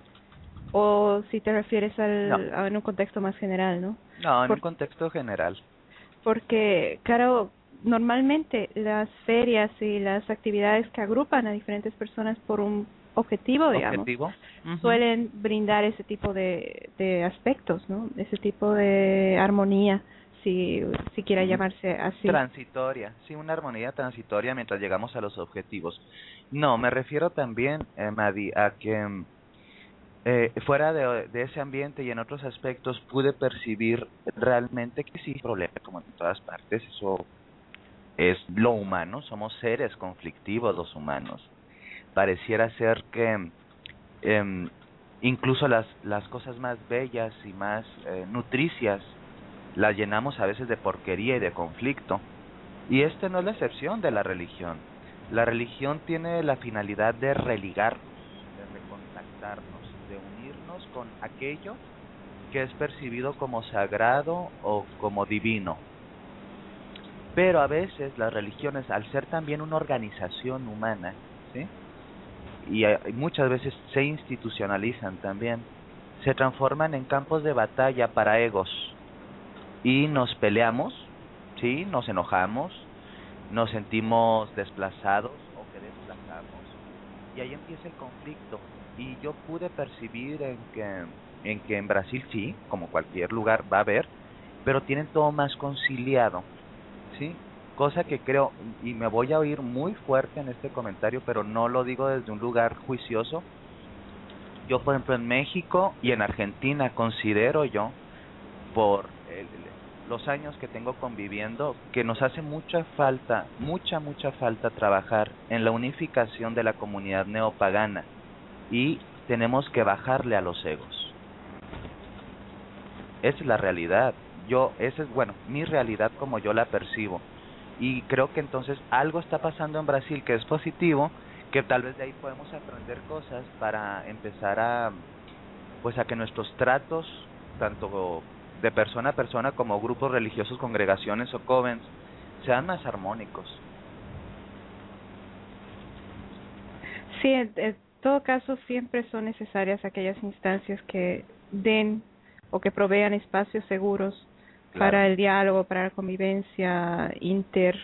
o si te refieres No, al, a en un contexto más general, ¿no? no, en un Por- contexto general. porque, claro, normalmente las ferias y las actividades que agrupan a diferentes personas por un objetivo, digamos, ¿Objetivo? Ujú. suelen brindar ese tipo de, de aspectos, ¿no? Ese tipo de armonía, si, si quiera Ujú. llamarse así. Transitoria, sí, una armonía transitoria mientras llegamos a los objetivos. No, me refiero también, eh, Madi, a que mm, eh, fuera de, de ese ambiente y en otros aspectos pude percibir realmente que sí, problema como en todas partes, eso es lo humano, somos seres conflictivos los humanos. Pareciera ser que eh, incluso las, las cosas más bellas y más eh, nutricias las llenamos a veces de porquería y de conflicto. Y este no es la excepción de la religión. La religión tiene la finalidad de religarnos, de recontactarnos, de unirnos con aquello que es percibido como sagrado o como divino. Pero a veces las religiones, al ser también una organización humana, ¿sí? y eh, muchas veces se institucionalizan también, se transforman en campos de batalla para egos y nos peleamos, sí, nos enojamos, nos sentimos desplazados o que desplazamos y ahí empieza el conflicto. Y yo pude percibir en que en que en Brasil sí, como cualquier lugar va a haber, pero tienen todo más conciliado, sí, cosa que creo, y me voy a oír muy fuerte en este comentario, pero no lo digo desde un lugar juicioso. Yo, por ejemplo, en México y en Argentina considero yo, por el, los años que tengo conviviendo, que nos hace mucha falta, mucha, mucha falta trabajar en la unificación de la comunidad neopagana y tenemos que bajarle a los egos. Esa es la realidad. Yo, esa es, bueno, mi realidad como yo la percibo. Y creo que entonces algo está pasando en Brasil que es positivo, que tal vez de ahí podemos aprender cosas para empezar a, pues a que nuestros tratos, tanto de persona a persona como grupos religiosos, congregaciones o covens, sean más armónicos. Sí, en, en todo caso siempre son necesarias aquellas instancias que den o que provean espacios seguros Claro. para el diálogo, para la convivencia inter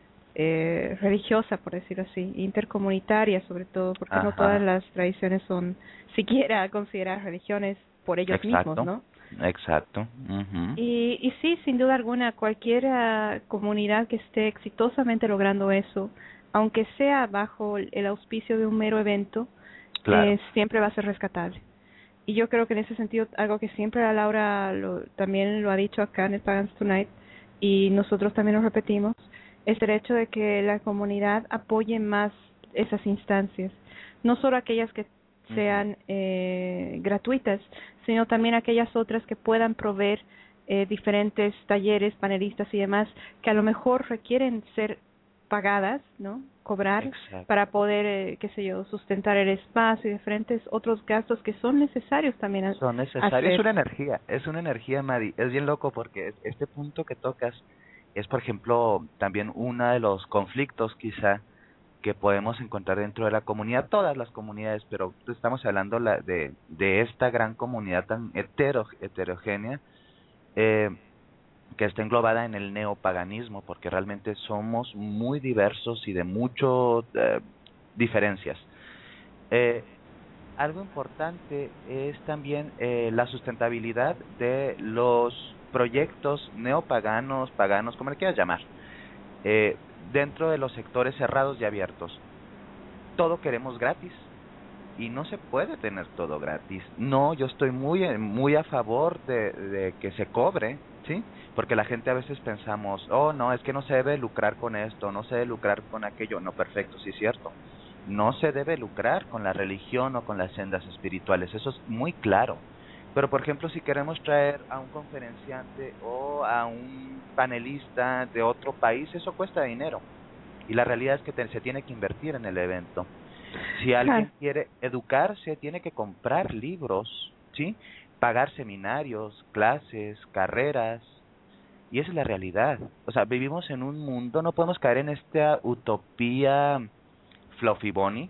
eh, religiosa, por decirlo así, intercomunitaria sobre todo, porque no Ajá. todas las tradiciones son siquiera consideradas religiones por ellos Exacto. mismos, ¿no? Exacto. Ujú. Y, y sí, sin duda alguna, cualquier ah, comunidad que esté exitosamente logrando eso, aunque sea bajo el auspicio de un mero evento, Claro. eh, siempre va a ser rescatable. Y yo creo que en ese sentido, algo que siempre la Laura lo, también lo ha dicho acá en el Pagans Tonight, y nosotros también lo repetimos, es el hecho de que la comunidad apoye más esas instancias, no solo aquellas que sean eh, gratuitas, sino también aquellas otras que puedan proveer eh, diferentes talleres, panelistas y demás, que a lo mejor requieren ser pagadas, ¿no? Cobrar Exacto. para poder, eh, qué sé yo, sustentar el espacio y diferentes otros gastos que son necesarios también a- Son necesarios. hacer. Es una energía, es una energía, Mari. Es bien loco porque es- este punto que tocas es, por ejemplo, también uno de los conflictos quizá que podemos encontrar dentro de la comunidad, todas las comunidades, pero estamos hablando la, de, de esta gran comunidad tan hetero, heterogénea, eh, que está englobada en el neopaganismo, porque realmente somos muy diversos y de mucho eh, diferencias. Eh, algo importante es también eh, la sustentabilidad de los proyectos neopaganos, paganos, como le quieras llamar, eh, dentro de los sectores cerrados y abiertos. Todo queremos gratis y no se puede tener todo gratis. No, yo estoy muy muy a favor de, de que se cobre, ¿sí? Porque la gente a veces pensamos, oh, no, es que no se debe lucrar con esto, no se debe lucrar con aquello. No, perfecto, sí es cierto. No se debe lucrar con la religión o con las sendas espirituales, eso es muy claro. Pero, por ejemplo, si queremos traer a un conferenciante o a un panelista de otro país, eso cuesta dinero. Y la realidad es que te, se tiene que invertir en el evento. Si alguien Claro. quiere educarse, tiene que comprar libros, ¿sí? Pagar seminarios, clases, carreras. Y esa es la realidad. O sea, vivimos en un mundo, no podemos caer en esta utopía fluffy bunny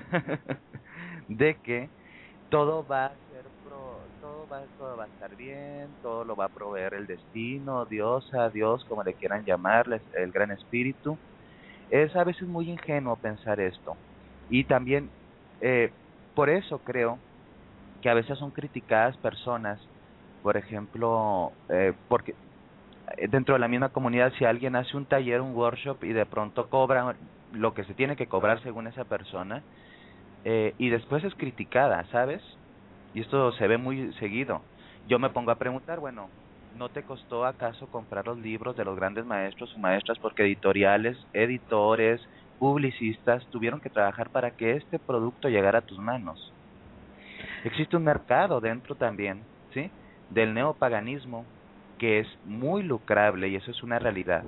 de que todo va a ser pro, todo va, todo va a estar bien, todo lo va a proveer el destino, Dios, a Dios, como le quieran llamarles, el gran espíritu. Es a veces muy ingenuo pensar esto. Y también, eh, por eso creo que a veces son criticadas personas, por ejemplo, eh, porque dentro de la misma comunidad, si alguien hace un taller, un workshop y de pronto cobra lo que se tiene que cobrar según esa persona, eh, y después es criticada, ¿sabes? Y esto se ve muy seguido. Yo me pongo a preguntar, bueno, ¿no te costó acaso comprar los libros de los grandes maestros o maestras? Porque editoriales, editores, publicistas tuvieron que trabajar para que este producto llegara a tus manos. Existe un mercado dentro también, ¿sí?, del neopaganismo que es muy lucrable, y eso es una realidad.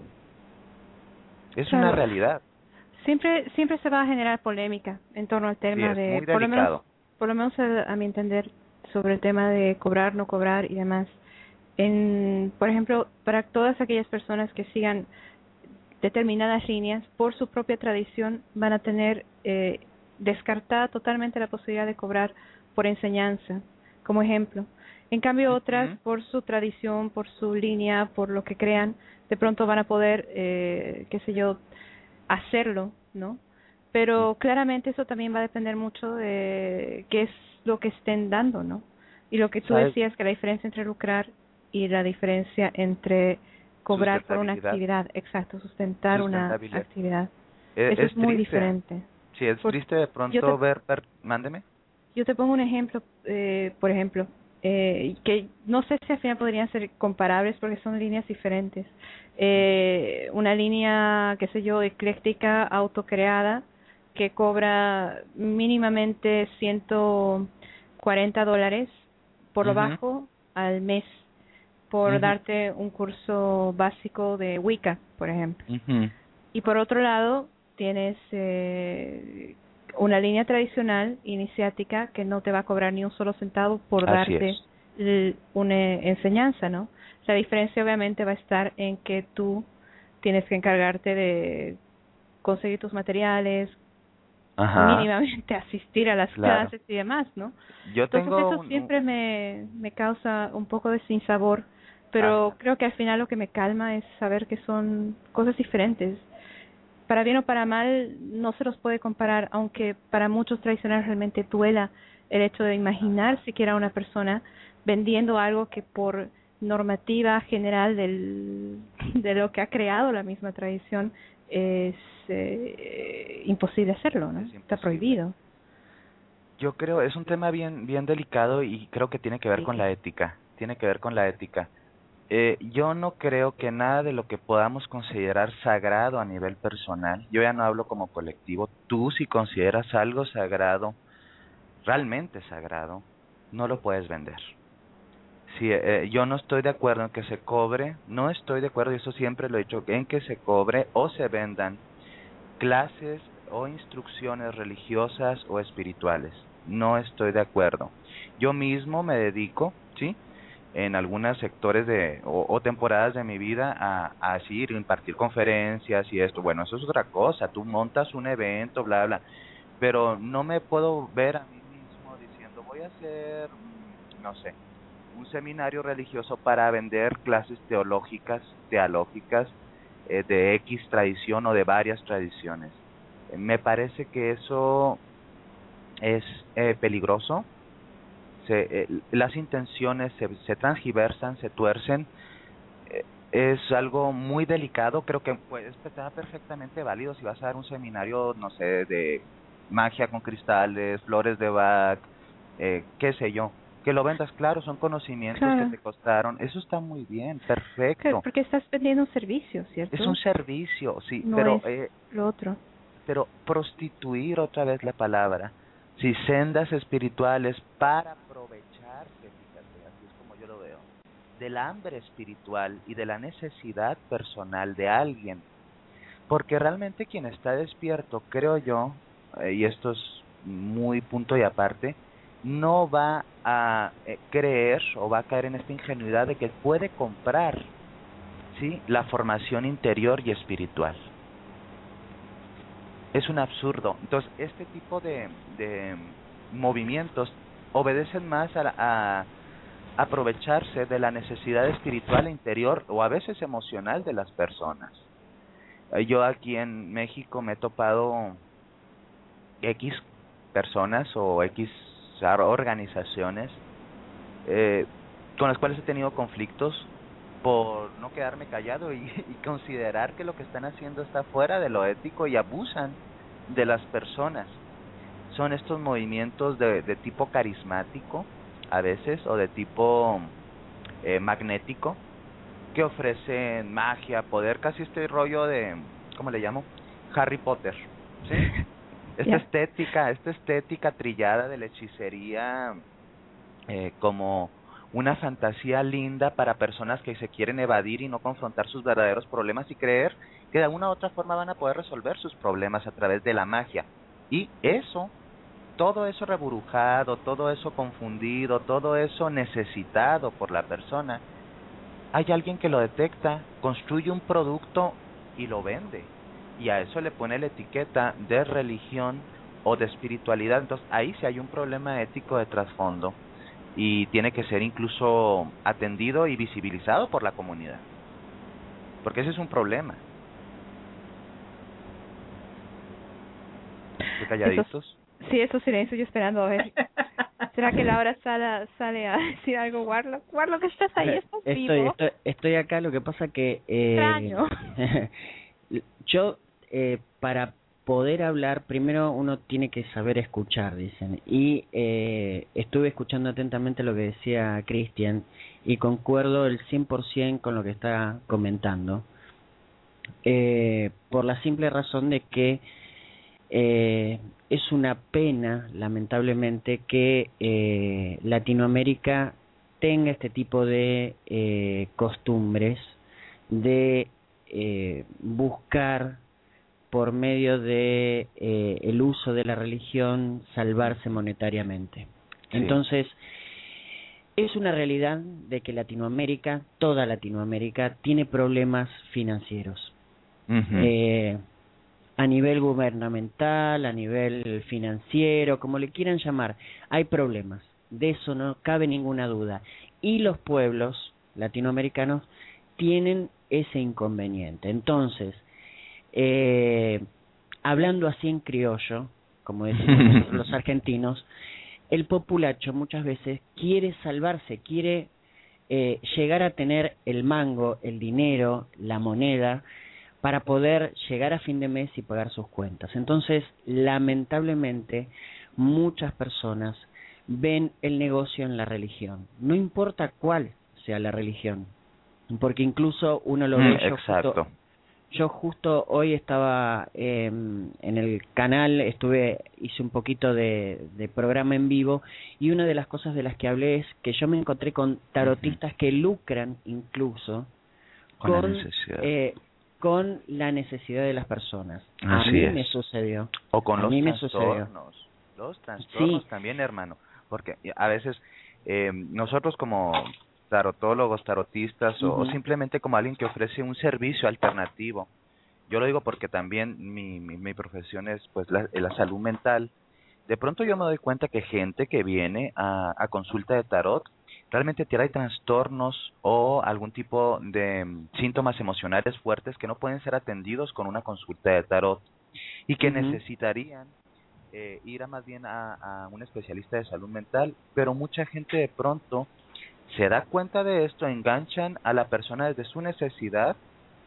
Es Claro. una realidad. Siempre siempre se va a generar polémica en torno al tema Sí, es de, muy por lo menos, delicado. por lo menos a, a mi entender, sobre el tema de cobrar, no cobrar y demás. En, por ejemplo, para todas aquellas personas que sigan determinadas líneas, por su propia tradición, van a tener eh, descartada totalmente la posibilidad de cobrar por enseñanza, como ejemplo. En cambio, otras, Ujú. por su tradición, por su línea, por lo que crean, de pronto van a poder, eh, qué sé yo, hacerlo, ¿no? Pero claramente eso también va a depender mucho de qué es lo que estén dando, ¿no? Y lo que tú ¿Sabes? decías, que la diferencia entre lucrar y la diferencia entre cobrar por una Sustentabilidad. actividad, exacto, sustentar una Sustentabilidad. actividad, Eh, eso es es muy triste. diferente. Sí, es Por- triste de yo pronto te- ver, ver... Mándeme. Yo te pongo un ejemplo, eh, por ejemplo, eh, que no sé si al final podrían ser comparables porque son líneas diferentes. Eh, una línea, qué sé yo, ecléctica, autocreada, que cobra mínimamente ciento cuarenta dólares por lo Ujú. bajo al mes por Ujú. darte un curso básico de Wicca, por ejemplo. Ujú. Y por otro lado, tienes eh, una línea tradicional iniciática que no te va a cobrar ni un solo centavo por Así darte es. l- una enseñanza, ¿no? La diferencia obviamente va a estar en que tú tienes que encargarte de conseguir tus materiales, Ajá. mínimamente asistir a las Claro. clases y demás, ¿no? Yo Entonces tengo eso un- siempre me, me causa un poco de sinsabor, pero Ajá. creo que al final lo que me calma es saber que son cosas diferentes. Para bien o para mal no se los puede comparar, aunque para muchos tradicionales realmente duela el hecho de imaginar siquiera a una persona vendiendo algo que por normativa general del, de lo que ha creado la misma tradición es eh, imposible hacerlo, ¿no? Es Está imposible. prohibido. Yo creo, es un tema bien bien delicado y creo que tiene que ver Sí. con la ética, tiene que ver con la ética. Eh, yo no creo que nada de lo que podamos considerar sagrado a nivel personal, yo ya no hablo como colectivo, tú si consideras algo sagrado, realmente sagrado, no lo puedes vender. Si eh, yo no estoy de acuerdo en que se cobre, no estoy de acuerdo, y eso siempre lo he dicho, en que se cobre o se vendan clases o instrucciones religiosas o espirituales. No estoy de acuerdo. Yo mismo me dedico, ¿sí?, en algunos sectores de o, o temporadas de mi vida a, a así ir, impartir conferencias y esto. Bueno, eso es otra cosa. Tú montas un evento, bla, bla. Pero no me puedo ver a mí mismo diciendo, voy a hacer, mm, no sé, un seminario religioso para vender clases teológicas, teológicas, eh, de X tradición o de varias tradiciones. Eh, me parece que eso es eh, peligroso. Se, eh, las intenciones se, se transgiversan, se tuercen. Eh, es algo muy delicado. Creo que pues, está perfectamente válido si vas a dar un seminario, no sé, de magia con cristales, flores de Bach, eh, qué sé yo. Que lo vendas, claro, son conocimientos Claro. que te costaron. Eso está muy bien, Claro, perfecto. porque estás vendiendo un servicio, ¿cierto? Es un servicio, sí, no pero es eh, lo otro. pero prostituir otra vez la palabra, si sendas espirituales para aprovecharse, fíjate, así es como yo lo veo, del hambre espiritual y de la necesidad personal de alguien, porque realmente quien está despierto, creo yo, eh, y esto es muy punto y aparte, no va a eh, creer o va a caer en esta ingenuidad de que puede comprar, ¿sí?, la formación interior y espiritual. Es un absurdo. Entonces, este tipo de, de movimientos obedecen más a, a aprovecharse de la necesidad espiritual interior o a veces emocional de las personas. Yo aquí en México me he topado X personas o X organizaciones eh, con las cuales he tenido conflictos por no quedarme callado y, y considerar que lo que están haciendo está fuera de lo ético y abusan de las personas. Son estos movimientos de, de tipo carismático a veces o de tipo eh, magnético que ofrecen magia, poder, casi este rollo de, ¿cómo le llamo? Harry Potter, ¿sí? Esta Yeah. estética, esta estética trillada de la hechicería eh, como una fantasía linda para personas que se quieren evadir y no confrontar sus verdaderos problemas y creer que de alguna u otra forma van a poder resolver sus problemas a través de la magia. Y eso, todo eso reburujado, todo eso confundido, todo eso necesitado por la persona, hay alguien que lo detecta, construye un producto y lo vende. Y a eso le pone la etiqueta de religión o de espiritualidad. Entonces ahí sí hay un problema ético de trasfondo y tiene que ser incluso atendido y visibilizado por la comunidad, porque ese es un problema. ¿Qué calladitos? Esos, sí, esos silencios yo esperando a ver. ¿Será que Laura sale, sale a decir algo, Warlock? Warlock, ¿estás ahí? ¿Estás Estoy, vivo? estoy, estoy acá, lo que pasa que... Eh, Extraño. yo, eh, para poder hablar, primero uno tiene que saber escuchar, dicen. Y eh, estuve escuchando atentamente lo que decía Cristian y concuerdo el cien por ciento con lo que está comentando. Eh, por la simple razón de que eh, es una pena, lamentablemente, que eh, Latinoamérica tenga este tipo de eh, costumbres de eh, buscar por medio de eh, el uso de la religión salvarse monetariamente. Sí. Entonces, es una realidad de que Latinoamérica, toda Latinoamérica, tiene problemas financieros. Uh-huh. eh, a nivel gubernamental, a nivel financiero, como le quieran llamar, hay problemas, de eso no cabe ninguna duda. Y los pueblos latinoamericanos tienen ese inconveniente. Entonces, eh, hablando así en criollo, como decimos nosotros los argentinos, el populacho muchas veces quiere salvarse, quiere eh, llegar a tener el mango, el dinero, la moneda, para poder llegar a fin de mes y pagar sus cuentas. Entonces, lamentablemente, muchas personas ven el negocio en la religión. No importa cuál sea la religión, porque incluso uno lo ve. Mm, yo exacto. Justo, yo justo hoy estaba eh, en el canal, estuve hice un poquito de, de programa en vivo, y una de las cosas de las que hablé es que yo me encontré con tarotistas uh-huh. que lucran incluso con, con la necesidad. Eh, con la necesidad de las personas. Así a mí es. me sucedió. O con a los mí trastornos. Los trastornos sí. también, hermano. Porque a veces eh, nosotros como tarotólogos, tarotistas, uh-huh. o, o simplemente como alguien que ofrece un servicio alternativo. Yo lo digo porque también mi, mi, mi profesión es pues la, la salud mental. De pronto yo me doy cuenta que gente que viene a, a consulta de tarot realmente tiene trastornos o algún tipo de síntomas emocionales fuertes que no pueden ser atendidos con una consulta de tarot y que uh-huh. necesitarían eh, ir a más bien a, a un especialista de salud mental, pero mucha gente de pronto se da cuenta de esto, enganchan a la persona desde su necesidad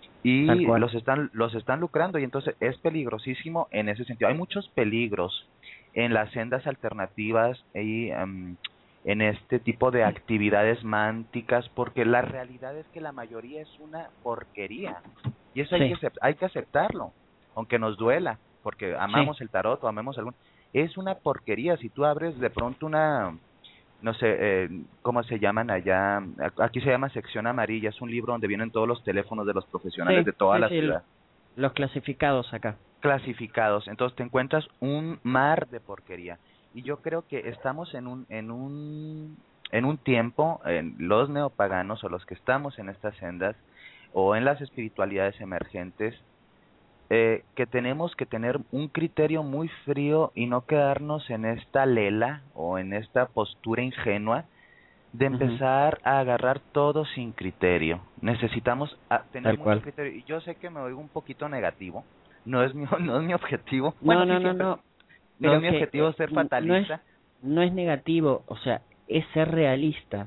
y los están los están lucrando, y entonces es peligrosísimo en ese sentido. Hay muchos peligros en las sendas alternativas y um, en este tipo de actividades mánticas, porque la realidad es que la mayoría es una porquería, y eso sí. hay que hay que aceptarlo, aunque nos duela, porque amamos sí. el tarot o amemos algún, es una porquería. Si tú abres de pronto una, no sé, eh, ¿cómo se llaman allá? Aquí se llama sección amarilla, es un libro donde vienen todos los teléfonos de los profesionales sí, de toda sí, la sí, ciudad. Los clasificados acá. Clasificados, entonces te encuentras un mar de porquería. Y yo creo que estamos en un en un en un tiempo, en los neopaganos o los que estamos en estas sendas o en las espiritualidades emergentes, eh, que tenemos que tener un criterio muy frío y no quedarnos en esta lela o en esta postura ingenua de empezar uh-huh. a agarrar todo sin criterio. Necesitamos a, tener Tal mucho cual. criterio. Y yo sé que me oigo un poquito negativo, no es mi, no es mi objetivo. No, bueno, no, sí, no, siempre, no. no es mi objetivo ser fatalista. No es, no es negativo, o sea, es ser realista.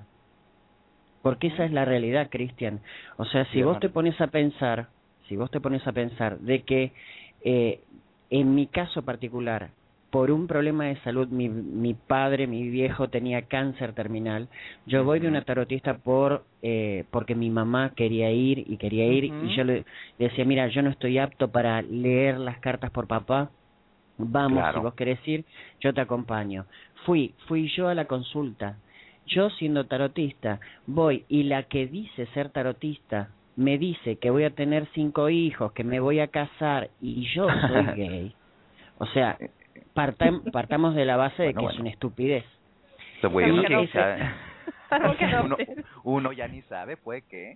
Porque esa es la realidad, Cristian. O sea, si sí, vos hermano. te pones a pensar, si vos te pones a pensar de que eh, en mi caso particular, por un problema de salud, mi, mi padre, mi viejo tenía cáncer terminal, yo uh-huh. voy de una tarotista por eh, porque mi mamá quería ir y quería ir uh-huh. y yo le, le decía, mira, yo no estoy apto para leer las cartas por papá, vamos, claro. si vos querés ir, yo te acompaño. Fui, fui yo a la consulta. Yo siendo tarotista, voy y la que dice ser tarotista me dice que voy a tener cinco hijos, que me voy a casar y yo soy gay. O sea, partam, partamos de la base de bueno, que bueno. es una estupidez. Te voy a no que sabe. uno, uno ya ni sabe, ¿puede qué?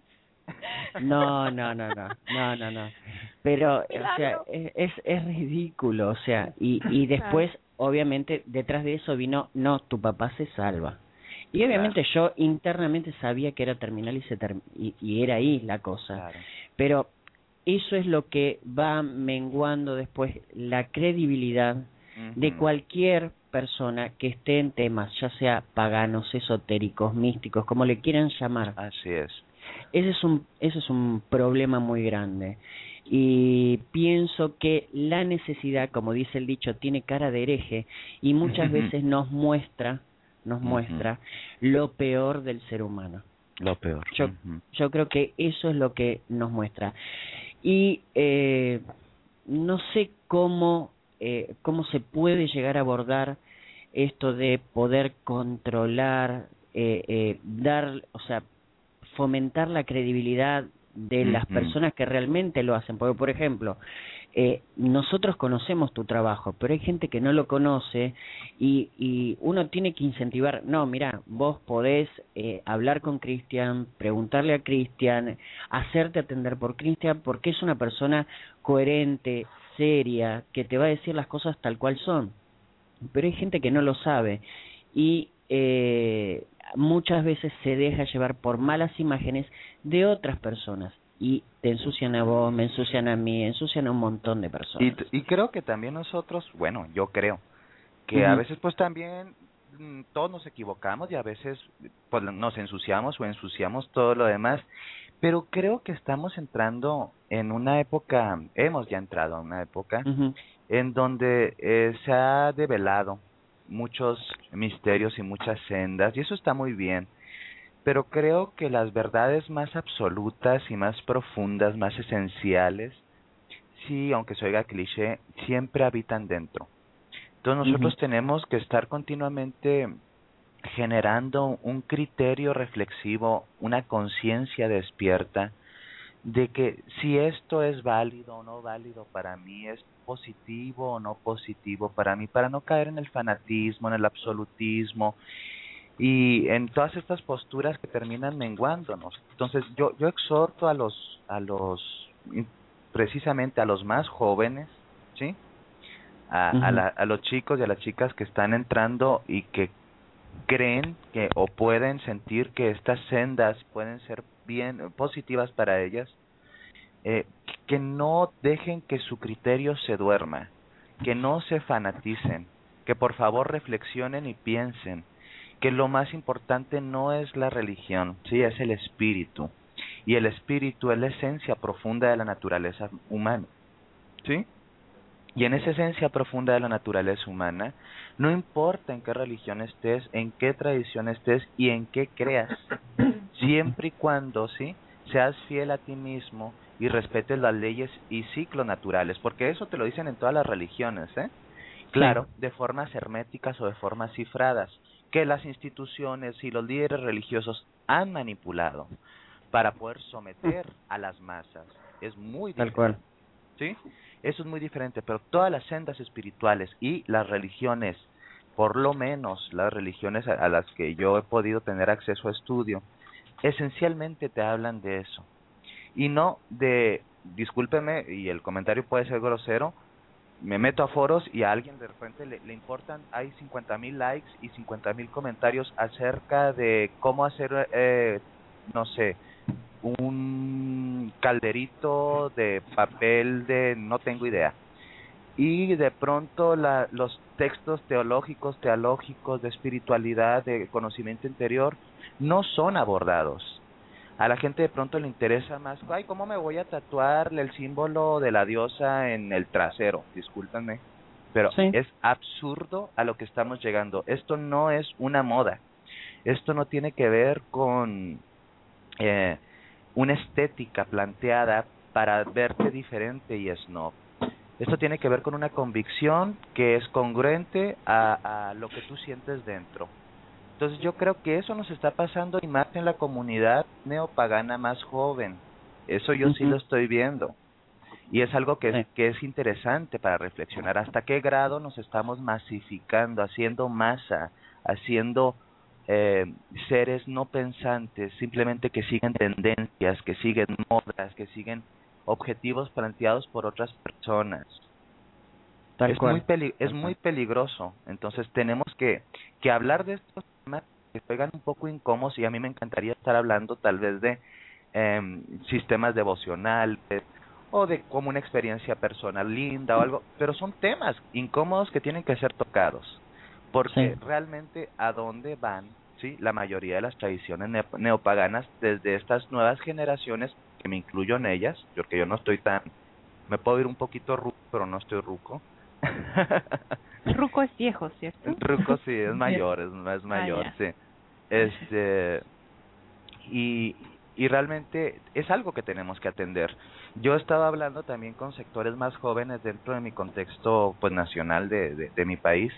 No, no, no, no, no, no, no. Pero, claro. o sea, es, es ridículo, o sea, y, y después, claro. obviamente, detrás de eso vino, no, tu papá se salva. Y obviamente claro. yo internamente sabía que era terminal y, se term y, y era ahí la cosa. Claro. Pero eso es lo que va menguando después la credibilidad uh-huh. de cualquier persona que esté en temas, ya sea paganos, esotéricos, místicos, como le quieran llamar. Así es. Ese es un, ese es un problema muy grande. Y pienso que la necesidad, como dice el dicho, tiene cara de hereje y muchas veces nos muestra nos muestra uh-huh. lo peor del ser humano. Lo peor. Yo, uh-huh. yo creo que eso es lo que nos muestra. Y eh, no sé cómo, eh, cómo se puede llegar a abordar esto de poder controlar, eh, eh, dar, o sea, fomentar la credibilidad de uh-huh. las personas que realmente lo hacen. Porque, por ejemplo, eh, nosotros conocemos tu trabajo, pero hay gente que no lo conoce y, y uno tiene que incentivar, no, mira, vos podés eh, hablar con Cristian, preguntarle a Cristian, hacerte atender por Cristian, porque es una persona coherente, seria, que te va a decir las cosas tal cual son. Pero hay gente que no lo sabe y eh, muchas veces se deja llevar por malas imágenes de otras personas. Y te ensucian a vos, me ensucian a mí, ensucian a un montón de personas. Y, y creo que también nosotros, bueno, yo creo que uh-huh. a veces pues también mm, todos nos equivocamos y a veces pues nos ensuciamos o ensuciamos todo lo demás, pero creo que estamos entrando en una época, hemos ya entrado en una época uh-huh. en donde eh, se ha develado muchos misterios y muchas sendas, y eso está muy bien. Pero creo que las verdades más absolutas y más profundas, más esenciales, sí, aunque se oiga cliché, siempre habitan dentro. Entonces nosotros uh-huh. tenemos que estar continuamente generando un criterio reflexivo, una conciencia despierta de que si esto es válido o no válido para mí, es positivo o no positivo para mí, para no caer en el fanatismo, en el absolutismo, y en todas estas posturas que terminan menguándonos. Entonces yo yo exhorto a los a los precisamente a los más jóvenes, ¿sí? A, uh-huh. a, la, a los chicos y a las chicas que están entrando y que creen que o pueden sentir que estas sendas pueden ser bien positivas para ellas, eh, que no dejen que su criterio se duerma, que no se fanaticen, que por favor reflexionen y piensen que lo más importante no es la religión, sí, es el espíritu. Y el espíritu es la esencia profunda de la naturaleza humana, ¿sí? Y en esa esencia profunda de la naturaleza humana, no importa en qué religión estés, en qué tradición estés y en qué creas, siempre y cuando, sí, seas fiel a ti mismo y respetes las leyes y ciclos naturales, porque eso te lo dicen en todas las religiones, ¿eh? Claro, sí. De formas herméticas o de formas cifradas, que las instituciones y los líderes religiosos han manipulado para poder someter a las masas. Es muy diferente. Tal cual. ¿Sí? Eso es muy diferente, pero todas las sendas espirituales y las religiones, por lo menos las religiones a las que yo he podido tener acceso a estudio, esencialmente te hablan de eso. Y no de, discúlpeme, y el comentario puede ser grosero, me meto a foros y a alguien de repente le, le importan, hay cincuenta mil likes y cincuenta mil comentarios acerca de cómo hacer, eh, no sé, un calderito de papel de no tengo idea. Y de pronto la, los textos teológicos, teológicos, de espiritualidad, de conocimiento interior, no son abordados. A la gente de pronto le interesa más, ay, ¿cómo me voy a tatuar el símbolo de la diosa en el trasero? Discúlpenme, pero sí. Es absurdo a lo que estamos llegando. Esto no es una moda. Esto no tiene que ver con eh, una estética planteada para verte diferente y snob. Esto tiene que ver con una convicción que es congruente a, a lo que tú sientes dentro. Entonces yo creo que eso nos está pasando y más en la comunidad neopagana más joven. Eso yo uh-huh. sí lo estoy viendo. Y es algo que, sí. que es interesante para reflexionar. ¿Hasta qué grado nos estamos masificando, haciendo masa, haciendo eh, seres no pensantes, simplemente que siguen tendencias, que siguen modas, que siguen objetivos planteados por otras personas? Tal es cual. muy peli es muy peligroso. Entonces tenemos que que hablar de estos temas que pegan un poco incómodos, y a mí me encantaría estar hablando tal vez de eh, sistemas devocionales o de como una experiencia personal linda o algo, pero son temas incómodos que tienen que ser tocados, porque sí. realmente a dónde van, sí, la mayoría de las tradiciones ne neopaganas desde estas nuevas generaciones, que me incluyo en ellas, porque yo no estoy tan, me puedo ir un poquito ruco, pero no estoy ruco. Ruco es viejo, ¿cierto? Ruco sí, es mayor, es, es mayor, ah, sí. Este, y, y realmente es algo que tenemos que atender. Yo estaba hablando también con sectores más jóvenes dentro de mi contexto pues nacional de, de, de mi país,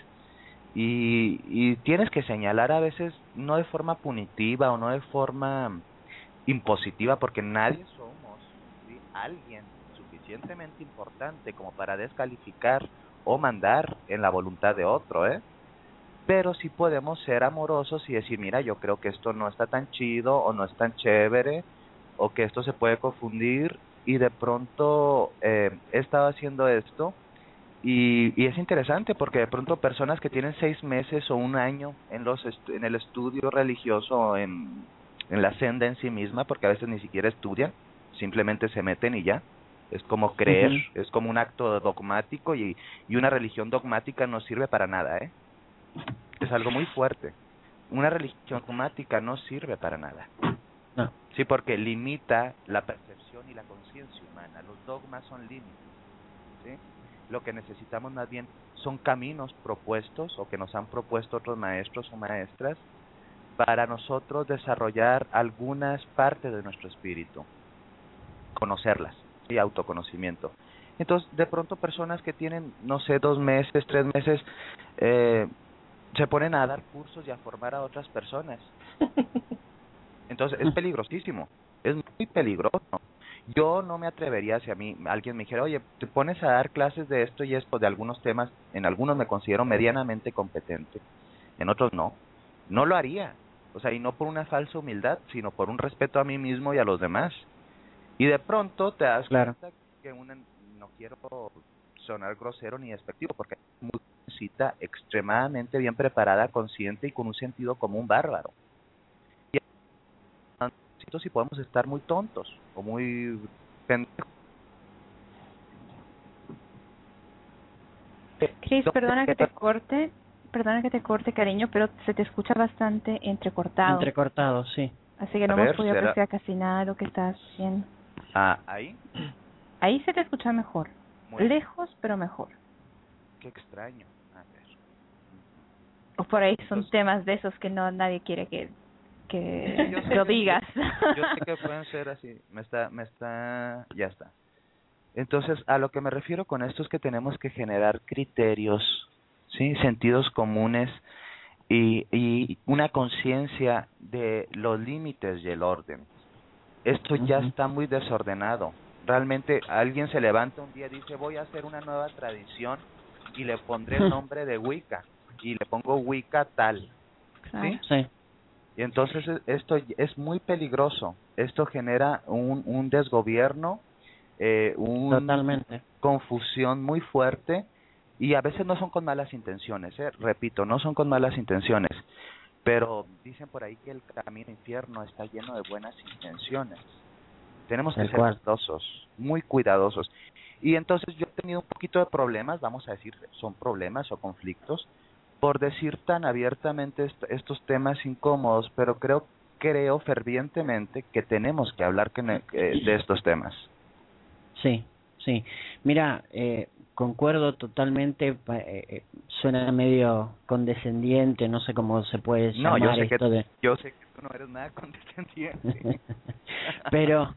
y, y tienes que señalar a veces, no de forma punitiva o no de forma impositiva, porque nadie somos, ¿sí? alguien suficiente suficientemente importante como para descalificar o mandar en la voluntad de otro, ¿eh? Pero sí podemos ser amorosos y decir, mira, yo creo que esto no está tan chido o no es tan chévere o que esto se puede confundir y de pronto eh, he estado haciendo esto y, y es interesante porque de pronto personas que tienen seis meses o un año en los estu- en el estudio religioso, en, en la senda en sí misma, porque a veces ni siquiera estudian, simplemente se meten y ya, es como creer, uh-huh. es como un acto dogmático y, y una religión dogmática no sirve para nada, ¿eh? Es algo muy fuerte. Una religión dogmática no sirve para nada. No. Sí, porque limita la percepción y la conciencia humana. Los dogmas son límites. ¿Sí? Lo que necesitamos más bien son caminos propuestos o que nos han propuesto otros maestros o maestras para nosotros desarrollar algunas partes de nuestro espíritu, conocerlas y autoconocimiento. Entonces, de pronto personas que tienen, no sé, dos meses, tres meses, eh, se ponen a dar cursos y a formar a otras personas. Entonces, es peligrosísimo, es muy peligroso. Yo no me atrevería, si a mí alguien me dijera, oye, te pones a dar clases de esto y esto, de algunos temas, en algunos me considero medianamente competente, en otros no. No lo haría. O sea, y no por una falsa humildad, sino por un respeto a mí mismo y a los demás. Y de pronto te das claro. cuenta que una, no quiero sonar grosero ni despectivo, porque es una cita extremadamente bien preparada, consciente y con un sentido común bárbaro. Y si podemos estar muy tontos o muy pendejos. Cris, perdona que te corte, perdona que te corte, cariño, pero se te escucha bastante entrecortado. Entrecortado, sí. Así que no a hemos ver, podido ¿será? apreciar casi nada de lo que estás haciendo. Ah, ¿ahí? Ahí se te escucha mejor. Muy Lejos, pero mejor. Qué extraño. A ver. O por ahí son Entonces, temas de esos que no nadie quiere que que yo sé, lo digas. Yo, yo sé que pueden ser así. Me está, me está, ya está. Entonces, a lo que me refiero con esto es que tenemos que generar criterios, sí, sentidos comunes y, y una conciencia de los límites y el orden. Esto ya uh-huh. está muy desordenado. Realmente alguien se levanta un día y dice, voy a hacer una nueva tradición y le pondré el nombre de Wicca y le pongo Wicca tal. Claro. ¿Sí? Sí. Y entonces esto es muy peligroso. Esto genera un, un desgobierno, eh, una Totalmente. confusión muy fuerte y a veces no son con malas intenciones, ¿eh? Repito, no son con malas intenciones, pero dicen por ahí que el camino al infierno está lleno de buenas intenciones. Tenemos que ser cuidadosos, muy cuidadosos. Y entonces yo he tenido un poquito de problemas, vamos a decir, son problemas o conflictos, por decir tan abiertamente est- estos temas incómodos, pero creo creo fervientemente que tenemos que hablar que ne- eh, de estos temas. Sí, sí. Mira, eh, concuerdo totalmente, eh, suena medio condescendiente, no sé cómo se puede llamar no, yo sé esto que, de... yo sé que tú no eres nada condescendiente. pero,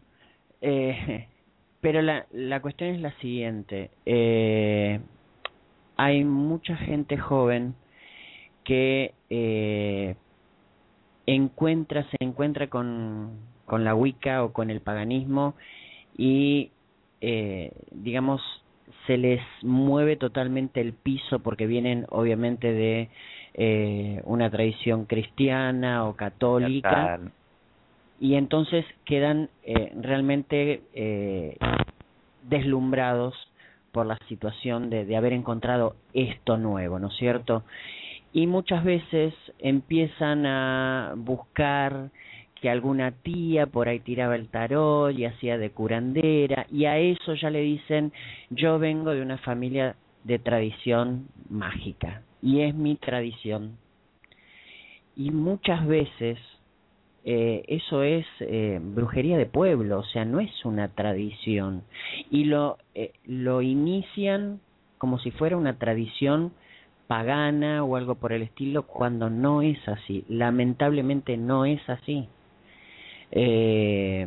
eh, pero la, la cuestión es la siguiente. Eh, hay mucha gente joven que eh, encuentra, se encuentra con, con la Wicca o con el paganismo y eh, digamos se les mueve totalmente el piso porque vienen obviamente de eh, una tradición cristiana o católica y entonces quedan eh, realmente eh, deslumbrados por la situación de, de haber encontrado esto nuevo, ¿no es cierto? Y muchas veces empiezan a buscar que alguna tía por ahí tiraba el tarot y hacía de curandera, y a eso ya le dicen, yo vengo de una familia de tradición mágica, y es mi tradición. Y muchas veces eh, eso es eh, brujería de pueblo, o sea, no es una tradición. Y lo, eh, lo inician como si fuera una tradición pagana o algo por el estilo, cuando no es así, lamentablemente no es así. Eh,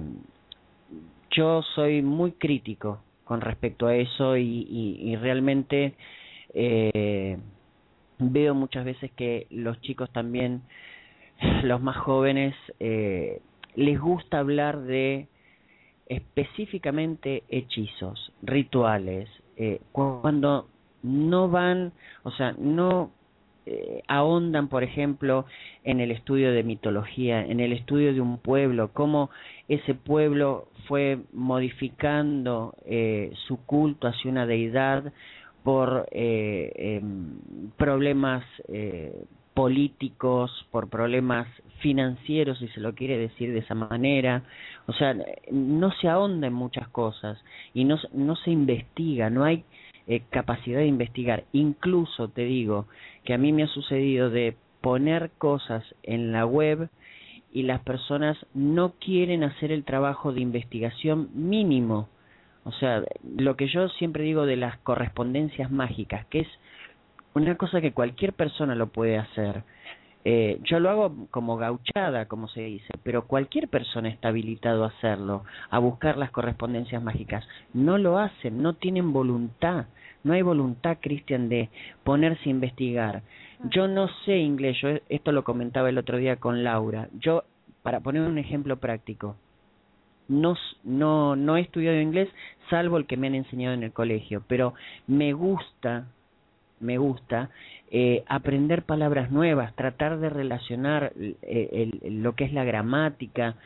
yo soy muy crítico con respecto a eso y, y, y realmente eh, veo muchas veces que los chicos también, los más jóvenes, eh, les gusta hablar de específicamente hechizos, rituales, eh, cuando no van, o sea, no eh, ahondan, por ejemplo, en el estudio de mitología, en el estudio de un pueblo, cómo ese pueblo fue modificando eh, su culto hacia una deidad por eh, eh, problemas eh, políticos, por problemas financieros, si se lo quiere decir de esa manera. O sea, no se ahonda en muchas cosas y no, no se investiga, no hay eh, capacidad de investigar. Incluso te digo que a mí me ha sucedido de poner cosas en la web y las personas no quieren hacer el trabajo de investigación mínimo. O sea, lo que yo siempre digo de las correspondencias mágicas, que es una cosa que cualquier persona lo puede hacer. Eh, yo lo hago como gauchada, como se dice, pero cualquier persona está habilitado a hacerlo, a buscar las correspondencias mágicas. No lo hacen, no tienen voluntad. No hay voluntad, Cristian, de ponerse a investigar. Yo no sé inglés, yo esto lo comentaba el otro día con Laura. Yo, para poner un ejemplo práctico, no, no, no he estudiado inglés, salvo el que me han enseñado en el colegio, pero me gusta... me gusta eh, aprender palabras nuevas, tratar de relacionar eh, el, lo que es la gramática,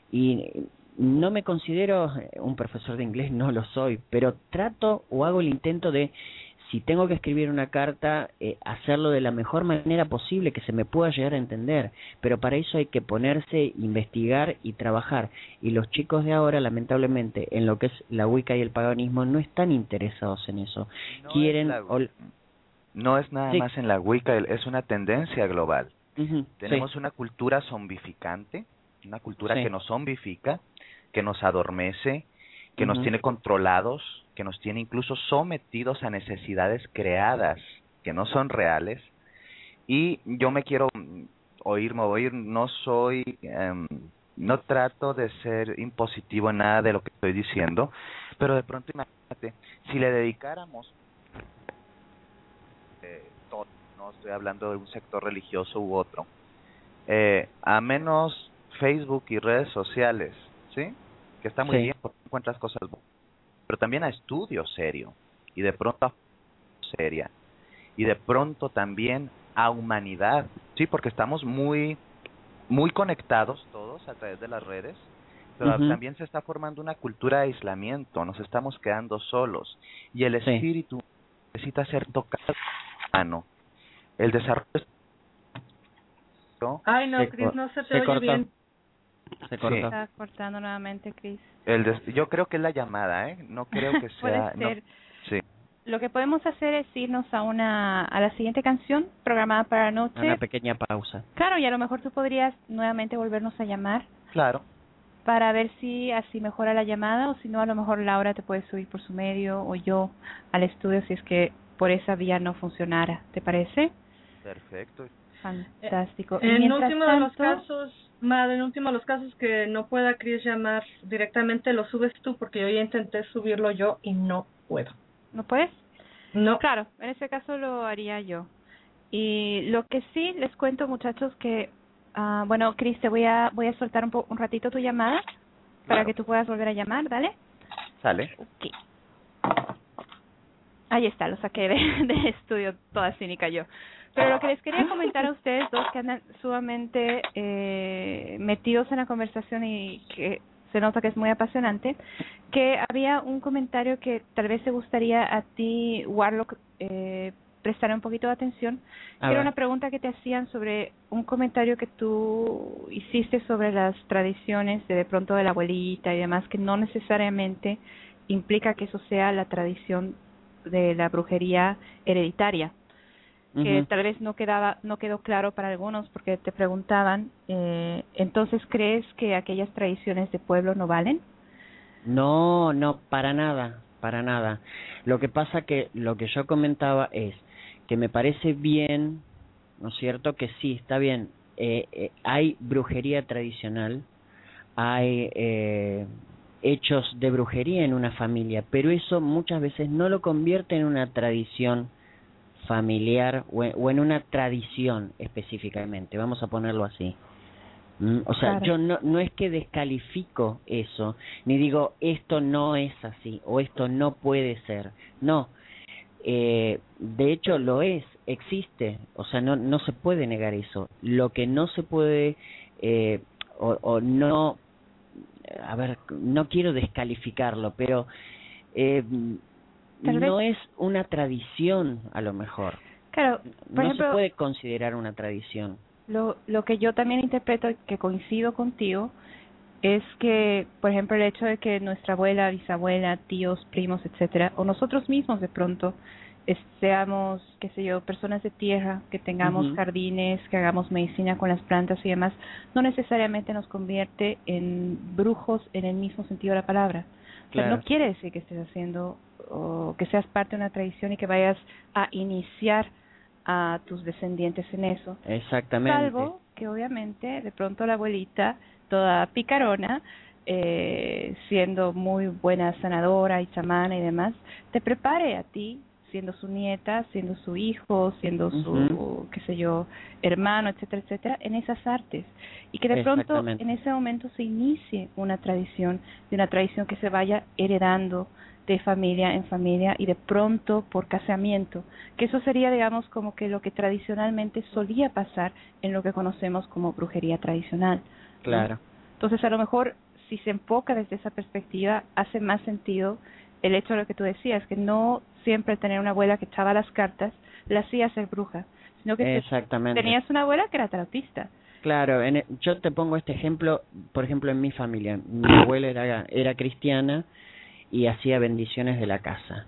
y no me considero un profesor de inglés, no lo soy, pero trato o hago el intento de, si tengo que escribir una carta, eh, hacerlo de la mejor manera posible, que se me pueda llegar a entender, pero para eso hay que ponerse, investigar y trabajar, y los chicos de ahora, lamentablemente, en lo que es la Wicca y el paganismo, no están interesados en eso. No Quieren... es la... No es nada sí. más en la Wicca, es una tendencia global. Uh-huh, Tenemos sí. una cultura zombificante, una cultura Sí. que nos zombifica, que nos adormece, que uh-huh. nos tiene controlados, que nos tiene incluso sometidos a necesidades creadas que no son reales. Y yo me quiero oír, oír, no soy, um, no trato de ser impositivo en nada de lo que estoy diciendo, pero de pronto imagínate, si le dedicáramos Eh, todo, no estoy hablando de un sector religioso u otro, eh, a menos Facebook y redes sociales, ¿sí? Que está muy sí. bien porque encuentras cosas buenas, pero también a estudio serio, y de pronto a seria, y de pronto también a humanidad, ¿sí? Porque estamos muy, muy conectados todos a través de las redes, pero uh-huh. también se está formando una cultura de aislamiento, nos estamos quedando solos, y el sí. espíritu necesita ser tocado. Mano. El desarrollo. Ay, no, se Cris, no se te se oye cortó. bien. Se cortó. Sí. Está cortando nuevamente, Cris. El des... Yo creo que es la llamada, ¿eh? No creo que sea. Puede ser. No. Sí. Lo que podemos hacer es irnos a una a la siguiente canción programada para la noche. Una pequeña pausa. Claro, y a lo mejor tú podrías nuevamente volvernos a llamar. Claro. Para ver si así mejora la llamada, o si no, a lo mejor Laura te puede subir por su medio, o yo al estudio si es que por esa vía no funcionara. ¿Te parece? Perfecto. Fantástico. Eh, en Mientras último tanto, de los casos, Mad, en último de los casos que no pueda Chris llamar directamente, lo subes tú, porque yo ya intenté subirlo yo y no puedo. ¿no puedes? No. Claro, en ese caso lo haría yo. Y lo que sí les cuento, muchachos, que uh, bueno, Chris, te voy a voy a soltar un, po un ratito tu llamada para Claro. que tú puedas volver a llamar, ¿dale? Sale. Okay. Ahí está, lo saqué de, de estudio, toda cínica yo. Pero lo que les quería comentar a ustedes dos que andan sumamente eh, metidos en la conversación y que se nota que es muy apasionante, que había un comentario que tal vez te gustaría a ti, Warlock, eh, prestar un poquito de atención. A Era ver. una pregunta que te hacían sobre un comentario que tú hiciste sobre las tradiciones de de pronto de la abuelita y demás, que no necesariamente implica que eso sea la tradición de la brujería hereditaria, que Uh-huh. tal vez no quedaba no quedó claro para algunos porque te preguntaban, eh, entonces ¿crees que aquellas tradiciones de pueblo no valen? No, no, para nada, para nada. Lo que pasa que lo que yo comentaba es que me parece bien, ¿no es cierto? Que sí, está bien, eh, eh, hay brujería tradicional, hay eh, hechos de brujería en una familia, pero eso muchas veces no lo convierte en una tradición familiar o en, o en una tradición específicamente, vamos a ponerlo así. Mm, O sea, Claro. yo no, no es que descalifico eso, ni digo esto no es así o esto no puede ser. No, eh, de hecho lo es, existe. O sea, no, no se puede negar eso. Lo que no se puede eh, o, o no, a ver, no quiero descalificarlo, pero eh, Tal no vez- es una tradición a lo mejor. Claro, por No se ejemplo, puede considerar una tradición. Lo, lo que yo también interpreto, que coincido contigo, es que, por ejemplo, el hecho de que nuestra abuela, bisabuela, tíos, primos, etcétera, o nosotros mismos de pronto es- seamos, qué sé yo, personas de tierra, que tengamos Ujú. jardines, que hagamos medicina con las plantas y demás, no necesariamente nos convierte en brujos en el mismo sentido de la palabra. O sea, Claro. no quiere decir que estés haciendo o que seas parte de una tradición y que vayas a iniciar a tus descendientes en eso. Exactamente. Salvo que obviamente de pronto la abuelita, toda picarona, eh, siendo muy buena sanadora y chamana y demás, te prepare a ti, siendo su nieta, siendo su hijo, siendo su, Ujú. qué sé yo, hermano, etcétera, etcétera, en esas artes. Y que de pronto Exactamente. en ese momento se inicie una tradición, de una tradición que se vaya heredando de familia en familia y de pronto por casamiento, que eso sería, digamos, como que lo que tradicionalmente solía pasar en lo que conocemos como brujería tradicional, ¿no? Claro. Entonces, a lo mejor, si se enfoca desde esa perspectiva, hace más sentido el hecho de lo que tú decías, que no siempre tener una abuela que echaba las cartas la hacía ser bruja, sino que te- Exactamente. tenías una abuela que era tarotista. Claro, en e- yo te pongo este ejemplo, por ejemplo, en mi familia. Mi abuela era, era cristiana y hacía bendiciones de la casa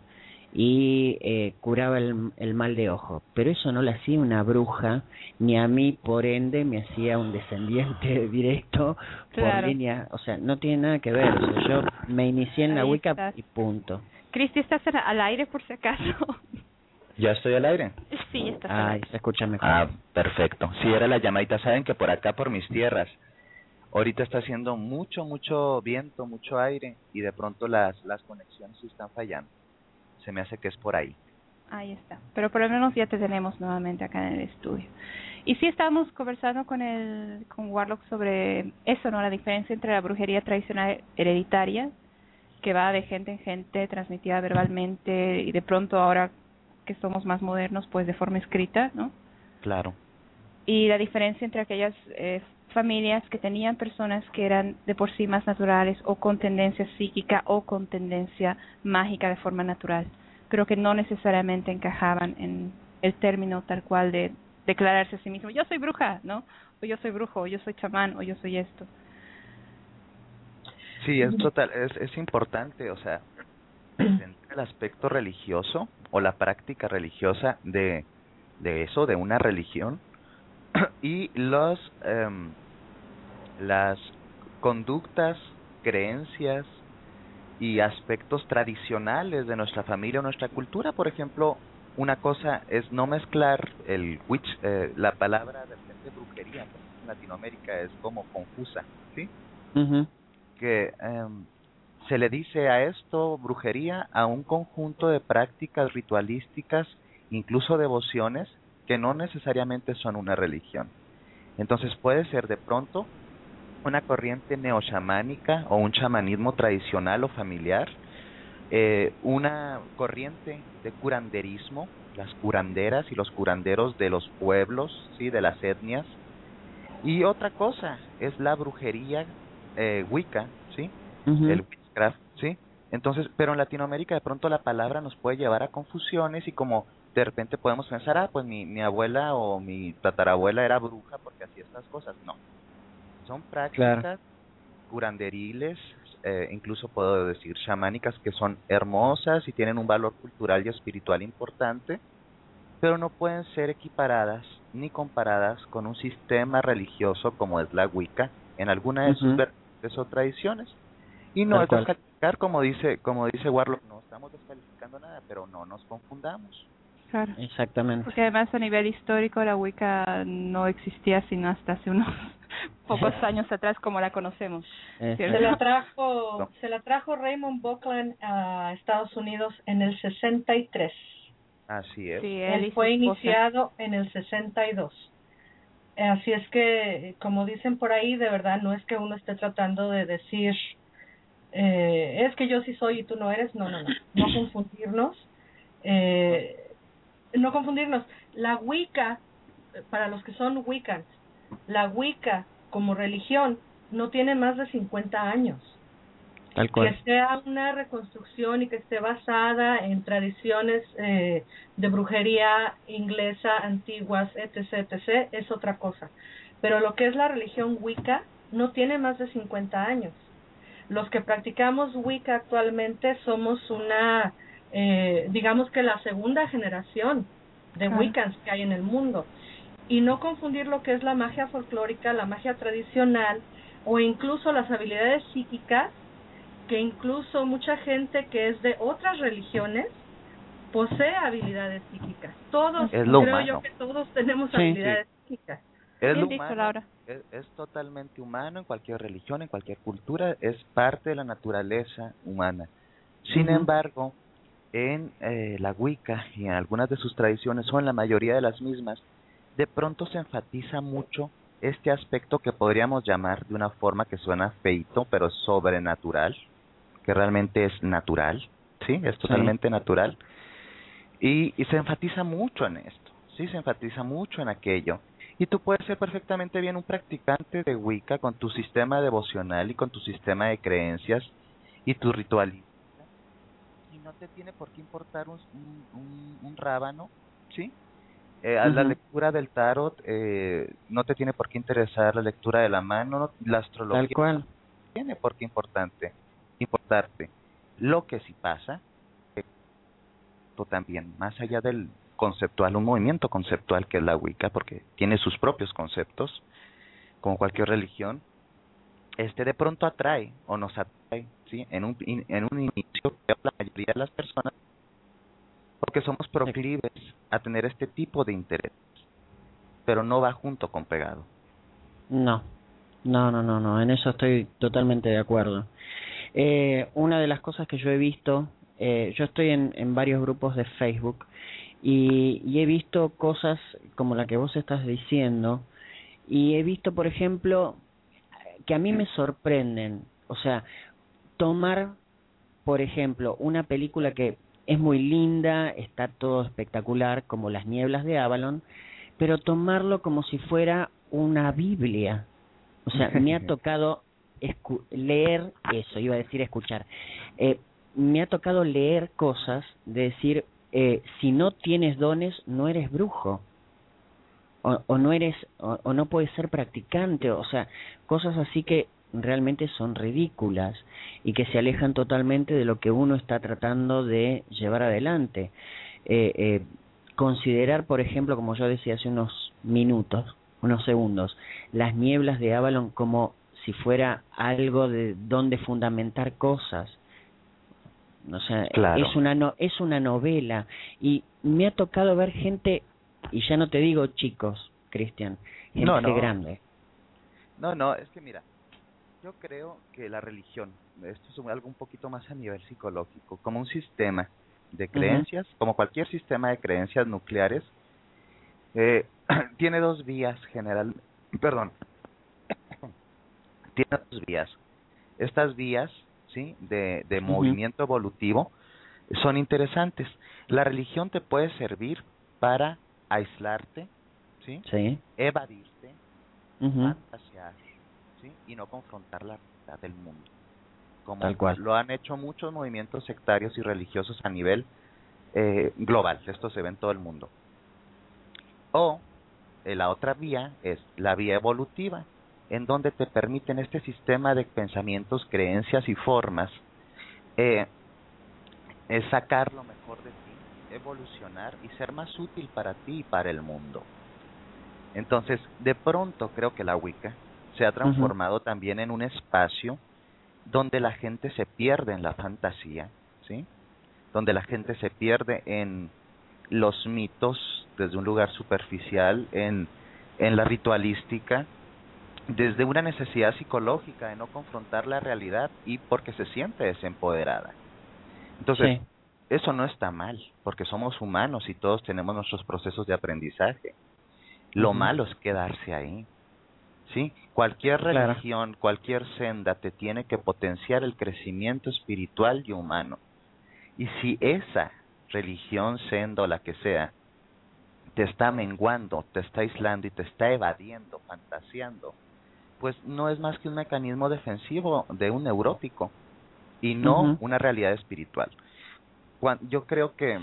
y eh, curaba el, el mal de ojo, pero eso no le hacía una bruja, ni a mí, por ende, me hacía un descendiente directo Claro. por línea, o sea, no tiene nada que ver. O sea, yo me inicié en la Ahí Wicca estás. y punto. Cristi, ¿estás al- al aire por si acaso? ¿Ya estoy al aire? Sí, estás al Ay, aire. se escucha mejor. Ah, perfecto. Sí, era la llamadita. Saben que por acá, por mis tierras, ahorita está haciendo mucho, mucho viento, mucho aire, y de pronto las, las conexiones sí están fallando. Se me hace que es por ahí. Ahí está. Pero por lo menos ya te tenemos nuevamente acá en el estudio. Y sí estábamos conversando con el con Warlock sobre eso, ¿no? La diferencia entre la brujería tradicional hereditaria, que va de gente en gente, transmitida verbalmente, y de pronto ahora que somos más modernos, pues de forma escrita, ¿no? Claro. Y la diferencia entre aquellas eh, familias que tenían personas que eran de por sí más naturales o con tendencia psíquica o con tendencia mágica de forma natural, pero que no necesariamente encajaban en el término tal cual de declararse a sí mismo, yo soy bruja, ¿no? O yo soy brujo, o yo soy chamán, o yo soy esto. Sí, es total, es, es importante, o sea, entender el aspecto religioso o la práctica religiosa de, de eso, de una religión, y los em, las conductas, creencias y aspectos tradicionales de nuestra familia o nuestra cultura. Por ejemplo, una cosa es no mezclar el witch, eh, la palabra de repente brujería, por ejemplo, en Latinoamérica es como confusa, ¿sí? Ujú. Que eh, se le dice a esto brujería a un conjunto de prácticas ritualísticas, incluso devociones, que no necesariamente son una religión. Entonces puede ser de pronto una corriente neochamánica o un chamanismo tradicional o familiar, eh, una corriente de curanderismo, las curanderas y los curanderos de los pueblos, sí, de las etnias, y otra cosa es la brujería eh, Wicca, sí, Ujú. el witchcraft, sí. Entonces, pero en Latinoamérica de pronto la palabra nos puede llevar a confusiones y como de repente podemos pensar, ah, pues mi, mi abuela o mi tatarabuela era bruja porque hacía estas cosas. No, son prácticas Claro. curanderiles, eh, incluso puedo decir chamánicas, que son hermosas y tienen un valor cultural y espiritual importante, pero no pueden ser equiparadas ni comparadas con un sistema religioso como es la Wicca en alguna de sus Ujú. vertientes o tradiciones. Y no Tal es cual. descalificar, como dice como dice Warlock, no estamos descalificando nada, pero no nos confundamos. Claro. Exactamente. Porque además a nivel histórico la Wicca no existía sino hasta hace unos pocos años atrás como la conocemos. Exacto. Se la trajo, se la trajo Raymond Buckland a Estados Unidos en el sesenta y tres. Así es. Sí, él, y Él su fue esposa. iniciado en el sesenta y dos. Así es que, como dicen por ahí, de verdad no es que uno esté tratando de decir, eh, es que yo sí soy y tú no eres. No, no, no. No confundirnos. Eh, no confundirnos. La Wicca, para los que son Wiccans, la Wicca como religión no tiene más de cincuenta años. Tal cual. Que sea una reconstrucción y que esté basada en tradiciones eh, de brujería inglesa, antiguas, etcétera, etcétera, es otra cosa. Pero lo que es la religión Wicca no tiene más de cincuenta años. Los que practicamos Wicca actualmente somos una, eh, digamos que la segunda generación de Claro. Wiccans que hay en el mundo. Y no confundir lo que es la magia folclórica, la magia tradicional o incluso las habilidades psíquicas, que incluso mucha gente que es de otras religiones posee habilidades psíquicas. Todos, Es lo creo humano. yo que todos tenemos Sí. habilidades psíquicas. Es Bien lo dicho, humano, Laura. es, es totalmente humano en cualquier religión, en cualquier cultura, es parte de la naturaleza humana. Sin Ujú. embargo, en eh, la Wicca y en algunas de sus tradiciones, o en la mayoría de las mismas, de pronto se enfatiza mucho este aspecto que podríamos llamar de una forma que suena feito, pero sobrenatural, que realmente es natural, ¿sí? Es totalmente natural. Y, y se enfatiza mucho en esto, ¿sí? Se enfatiza mucho en aquello. Y tú puedes ser perfectamente bien un practicante de Wicca con tu sistema devocional y con tu sistema de creencias y tu ritualidad. Y no te tiene por qué importar un, un, un, un rábano, ¿sí? Eh, a la Ujú. lectura del tarot, eh, no te tiene por qué interesar la lectura de la mano, no- la Tal astrología cual. no tiene por qué importante, importarte. Lo que sí pasa, eh, tú también, más allá del conceptual, un movimiento conceptual que es la Wicca, porque tiene sus propios conceptos, como cualquier religión, este de pronto atrae o nos atrae, ¿sí? En un, in- en un inicio, la mayoría de las personas, porque somos proclives a tener este tipo de interés, pero no va junto con pegado. No, no, no, no, no, en eso estoy totalmente de acuerdo. Eh, una de las cosas que yo he visto, eh, yo estoy en, en varios grupos de Facebook y, y he visto cosas como la que vos estás diciendo y he visto, por ejemplo, que a mí me sorprenden, o sea, tomar, por ejemplo, una película que es muy linda, está todo espectacular, como Las Nieblas de Avalon, pero tomarlo como si fuera una Biblia. O sea, me ha tocado escu- leer eso, iba a decir escuchar. Eh, me ha tocado leer cosas de decir, eh, si no tienes dones, no eres brujo. O, o no eres, o, o no puedes ser practicante, o sea, cosas así que realmente son ridículas y que se alejan totalmente de lo que uno está tratando de llevar adelante. Eh, eh, considerar, por ejemplo, como yo decía hace unos minutos, unos segundos, Las Nieblas de Avalon como si fuera algo de donde fundamentar cosas. O sea, Claro. es una no, es una novela y me ha tocado ver gente, y ya no te digo chicos, Cristian, gente No, no. grande. No, no, es que mira, yo creo que la religión, esto es un- algo un poquito más a nivel psicológico, como un sistema de creencias, como cualquier sistema de creencias nucleares, eh, tiene dos vías general, perdón, tiene dos vías. Estas vías, ¿sí? De, de Ujú. movimiento evolutivo son interesantes. La religión te puede servir para aislarte, ¿sí? Sí. Evadirte, Ujú. fantasear, ¿sí? Y no confrontar la realidad del mundo, como Tal cual. lo han hecho muchos movimientos sectarios y religiosos a nivel eh, global. Esto se ve en todo el mundo. O eh, la otra vía es la vía evolutiva, en donde te permiten este sistema de pensamientos, creencias y formas eh, es sacar lo mejor de ti, evolucionar y ser más útil para ti y para el mundo. Entonces, de pronto creo que la Wicca se ha transformado uh-huh. también en un espacio donde la gente se pierde en la fantasía, ¿sí? Donde la gente se pierde en los mitos desde un lugar superficial, en, en la ritualística, desde una necesidad psicológica de no confrontar la realidad y porque se siente desempoderada. Entonces, sí. Eso no está mal, porque somos humanos y todos tenemos nuestros procesos de aprendizaje. Lo Ujú. malo es quedarse ahí. ¿Sí? Cualquier Claro. religión, cualquier senda te tiene que potenciar el crecimiento espiritual y humano. Y si esa religión, senda o la que sea, te está menguando, te está aislando y te está evadiendo, fantaseando, pues no es más que un mecanismo defensivo de un neurótico y no Ujú. una realidad espiritual. Cuan- Yo creo que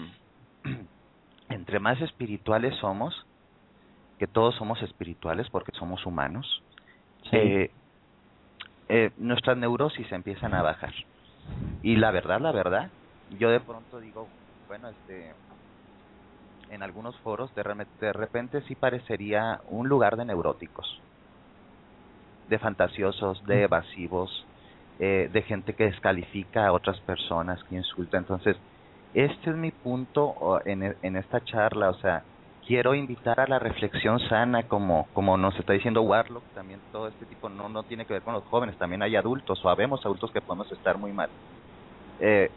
entre más espirituales somos, que todos somos espirituales porque somos humanos, Sí. eh, eh, nuestras neurosis empiezan a bajar. Y la verdad, la verdad, yo de pronto digo, bueno, este, en algunos foros de, reme- de repente sí parecería un lugar de neuróticos, de fantasiosos, de evasivos, eh, de gente que descalifica a otras personas, que insulta. Entonces, este es mi punto o, en, e- en esta charla, o sea, quiero invitar a la reflexión sana, como como nos está diciendo Warlock, también todo este tipo no no tiene que ver con los jóvenes, también hay adultos o habemos adultos que podemos estar muy mal. Eh,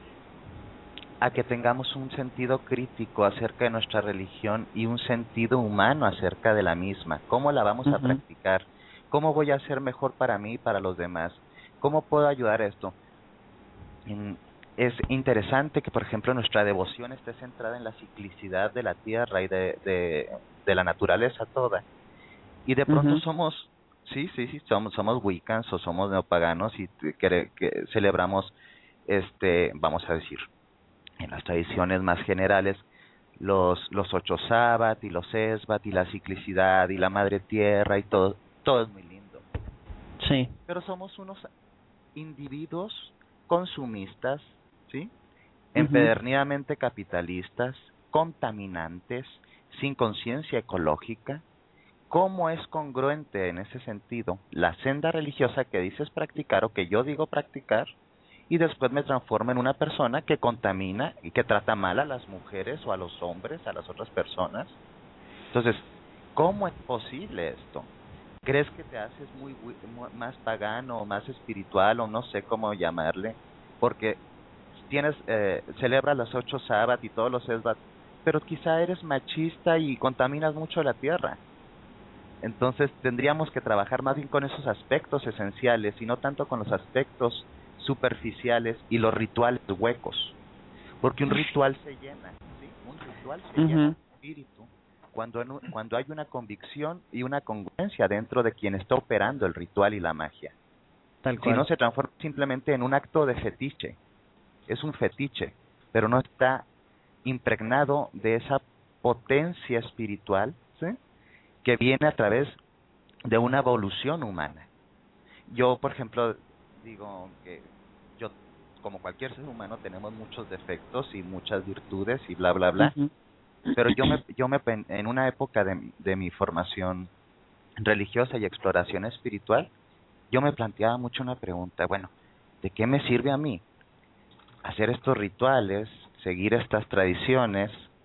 a que tengamos un sentido crítico acerca de nuestra religión y un sentido humano acerca de la misma. ¿Cómo la vamos a Ujú. practicar? ¿Cómo voy a ser mejor para mí y para los demás? ¿Cómo puedo ayudar a esto? Mm, Es interesante que, por ejemplo, nuestra devoción esté centrada en la ciclicidad de la tierra y de, de, de la naturaleza toda. Y de pronto Ujú. somos, sí, sí, sí, somos, somos wiccans o somos neopaganos y que, que celebramos, este, vamos a decir, en las tradiciones más generales, los los ocho sábat y los esbat y la ciclicidad y la madre tierra y todo, todo es muy lindo. Sí. Pero somos unos individuos consumistas, ¿sí? Ujú. Empedernidamente capitalistas, contaminantes, sin conciencia ecológica. ¿Cómo es congruente en ese sentido la senda religiosa que dices practicar o que yo digo practicar y después me transformo en una persona que contamina y que trata mal a las mujeres o a los hombres, a las otras personas? Entonces, ¿cómo es posible esto? ¿Crees que te haces muy, muy más pagano o más espiritual o no sé cómo llamarle? Porque tienes eh, celebras los ocho sábados y todos los esbat, pero quizá eres machista y contaminas mucho la tierra. Entonces tendríamos que trabajar más bien con esos aspectos esenciales y no tanto con los aspectos superficiales y los rituales huecos. Porque un ritual se llena, ¿sí? Un ritual se Ujú. llena de espíritu cuando, en un- cuando hay una convicción y una congruencia dentro de quien está operando el ritual y la magia. Tal Si cual. no, se transforma simplemente en un acto de fetiche. Es un fetiche, pero no está impregnado de esa potencia espiritual, ¿sí? Que viene a través de una evolución humana. Yo, por ejemplo, digo que yo, como cualquier ser humano, tenemos muchos defectos y muchas virtudes y bla, bla, bla, Ujú. pero yo me, yo me, pen- en una época de, de mi formación religiosa y exploración espiritual, yo me planteaba mucho una pregunta, bueno, ¿de qué me sirve a mí hacer estos rituales, seguir estas tradiciones,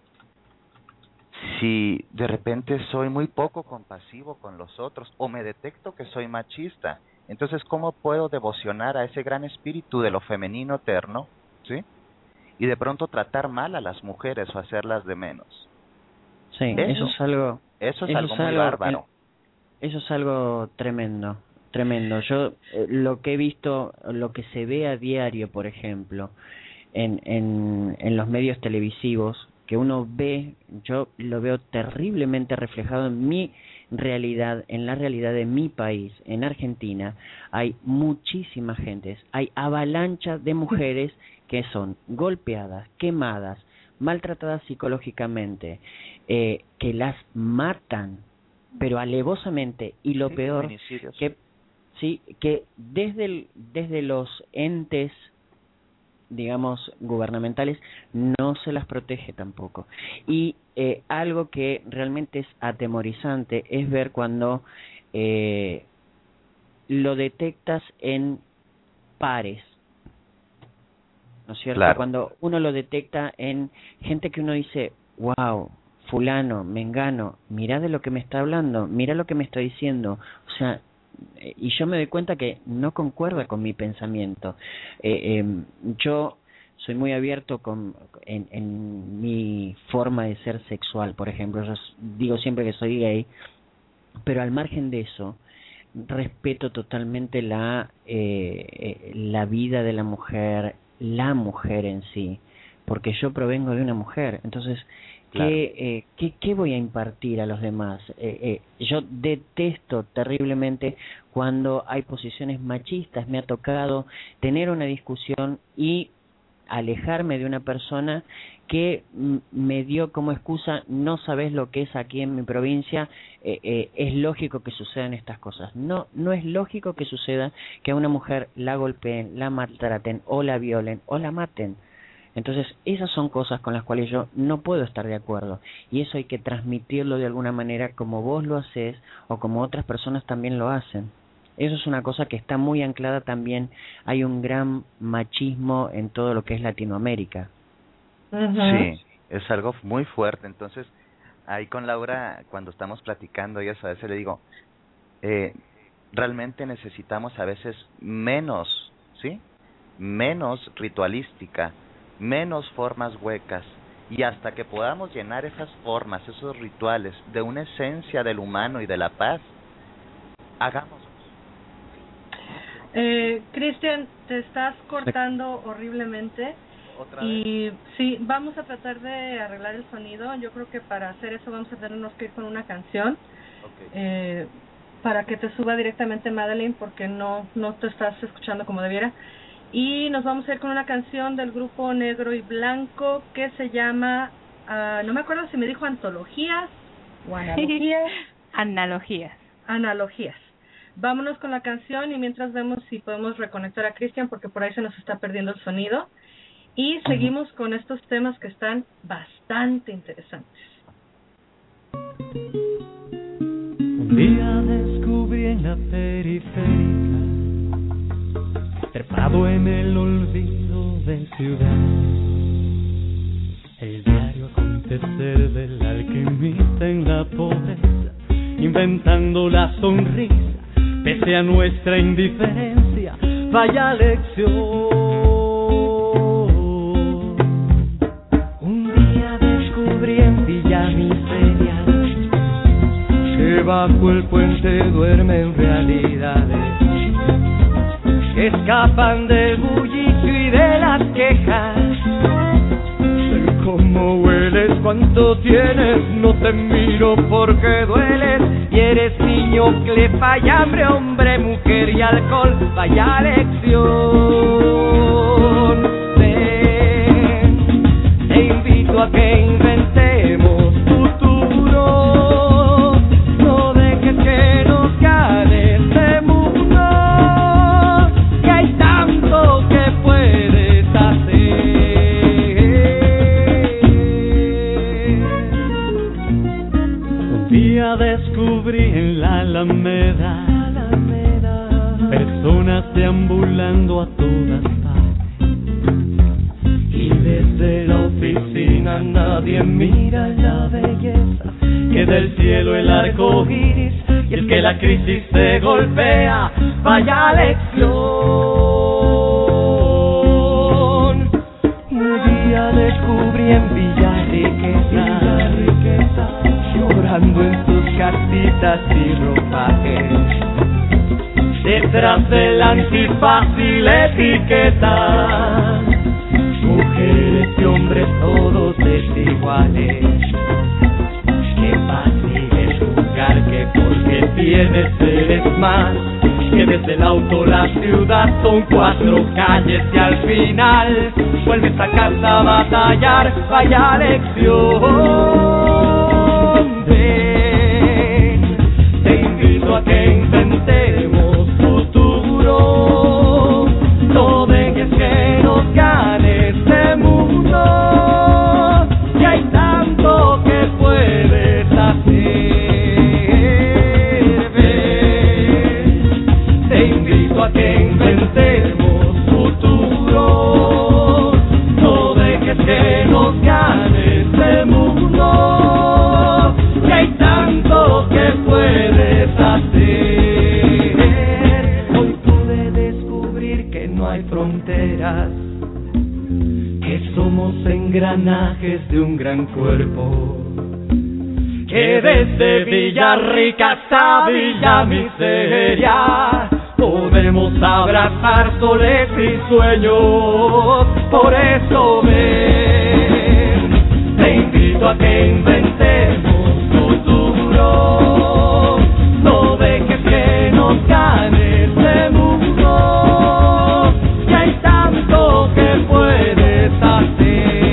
si de repente soy muy poco compasivo con los otros o me detecto que soy machista? Entonces, ¿cómo puedo devocionar a ese gran espíritu de lo femenino eterno, ¿sí? Y de pronto tratar mal a las mujeres o hacerlas de menos. Sí, eso Eso, es algo, eso es eso algo es muy algo, bárbaro. eso es algo tremendo, tremendo. Yo eh, lo que he visto, lo que se ve a diario, por ejemplo, en, en, en los medios televisivos, que uno ve, yo lo veo terriblemente reflejado en mi realidad, en la realidad de mi país, en Argentina. Hay muchísima gente, hay avalanchas de mujeres que son golpeadas, quemadas, maltratadas psicológicamente, eh, que las matan, pero alevosamente, y lo Sí, peor, feminicidios. que sí, que desde el, desde los entes, digamos, gubernamentales, no se las protege tampoco. Y eh, algo que realmente es atemorizante es ver cuando eh, lo detectas en pares, ¿no es cierto? Claro. Cuando uno lo detecta en gente que uno dice, wow, fulano, mengano, mira de lo que me está hablando, mira lo que me está diciendo, o sea, eh, y yo me doy cuenta que no concuerda con mi pensamiento. Eh, eh, yo soy muy abierto con, en, en mi forma de ser sexual, por ejemplo, yo digo siempre que soy gay, pero al margen de eso, respeto totalmente la, eh, la vida de la mujer, la mujer en sí, porque yo provengo de una mujer, entonces, Claro. ¿qué, eh, ¿qué, qué voy a impartir a los demás? Eh, eh, yo detesto terriblemente cuando hay posiciones machistas, me ha tocado tener una discusión y alejarme de una persona que m- me dio como excusa, no sabes lo que es aquí en mi provincia, eh, eh, es lógico que sucedan estas cosas. No, no es lógico que suceda que a una mujer la golpeen, la maltraten, o la violen, o la maten. Entonces, esas son cosas con las cuales yo no puedo estar de acuerdo, y eso hay que transmitirlo de alguna manera como vos lo haces, o como otras personas también lo hacen. Eso es una cosa que está muy anclada también. Hay un gran machismo en todo lo que es Latinoamérica. Ujú. Sí, es algo muy fuerte. Entonces, ahí con Laura, cuando estamos platicando, y eso a veces le digo, eh, realmente necesitamos a veces menos, ¿sí? Menos ritualística, menos formas huecas, y hasta que podamos llenar esas formas, esos rituales, de una esencia del humano y de la paz, hagamos. Eh, Cristian, te estás cortando horriblemente. Otra vez. Y sí, vamos a tratar de arreglar el sonido. Yo creo que para hacer eso vamos a tenernos que ir con una canción, Okay. eh, para que te suba directamente Madeline, porque no no te estás escuchando como debiera. Y nos vamos a ir con una canción del grupo Negro y Blanco que se llama, ah, no me acuerdo si me dijo antologías o analogías. Analogías. Analogías. Vámonos con la canción y mientras vemos si podemos reconectar a Cristian, porque por ahí se nos está perdiendo el sonido. Y seguimos con estos temas que están bastante interesantes. Un día descubrí en la periférica, trepado en el olvido de ciudad, el diario acontecer del alquimista en la pobreza, inventando la sonrisa, pese a nuestra indiferencia. Vaya lección. En Villa Miseria, que bajo el puente duermen realidades que escapan del bullicio y de las quejas. Pero cómo hueles, cuánto tienes, no te miro porque dueles. Y eres niño que le falla hambre, hombre, mujer y alcohol. Vaya lección. Te invito a que inventemos futuro. No dejes que nos gane este mundo, que hay tanto que puedes hacer. Un día descubrí en la Alameda personas deambulando a todas partes. Desde la oficina nadie mira la belleza que del cielo el arco iris, y el que la crisis se golpea. Vaya lección. Un día descubrí en Villa Riqueza, riqueza llorando en sus casitas y ropajes, detrás del antifaz y la etiqueta. Mujeres y hombres todos desiguales, qué fácil es juzgar que porque tienes eres más, que desde el auto la ciudad son cuatro calles y al final vuelves a casa a batallar. Vaya lección. Ven, te invito a que inventemos futuro. No dejes que nos gane este mundo, que hay tanto que puedes hacer. Ven, te invito a que inventemos futuro. No dejes que nos gane este mundo, que hay tanto que puedes hacer. Hoy pude descubrir que no hay fronteras, que somos engranajes de un gran cuerpo, que que desde Villarrica hasta Villa Miseria podemos abrazar soles y sueños. Por eso ven, te invito a que inventemos futuro. No dejes que nos gane este mundo, que hay tanto que puedes hacer.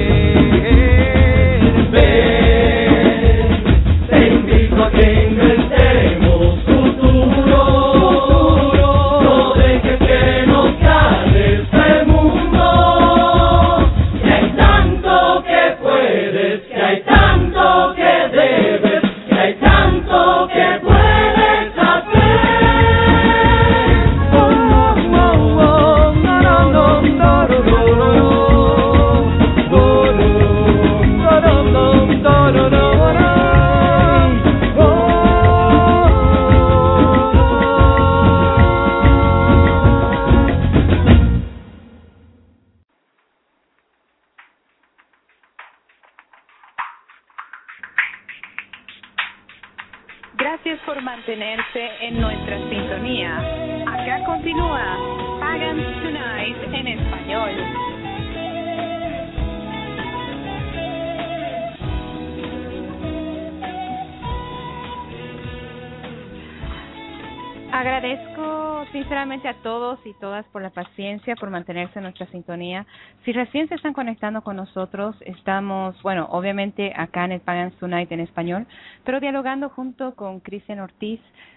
Ven, te invito a que inventemos futuro. No dejes que nos gane este mundo, que hay tanto que puedes, que hay tanto que debes, que hay tanto que puedes hacer. Oh, oh, oh, oh, no, no, no, no, no, no, no, no, no, no, no. Gracias por mantenerse en nuestra sintonía. Acá continúa Pagans Tonight en español. Agradezco sinceramente a todos y todas por la paciencia, por mantenerse en nuestra sintonía. Si recién se están conectando con nosotros, estamos, bueno, obviamente acá en el Pagans Tonight en español, pero dialogando junto con Cristian Ortiz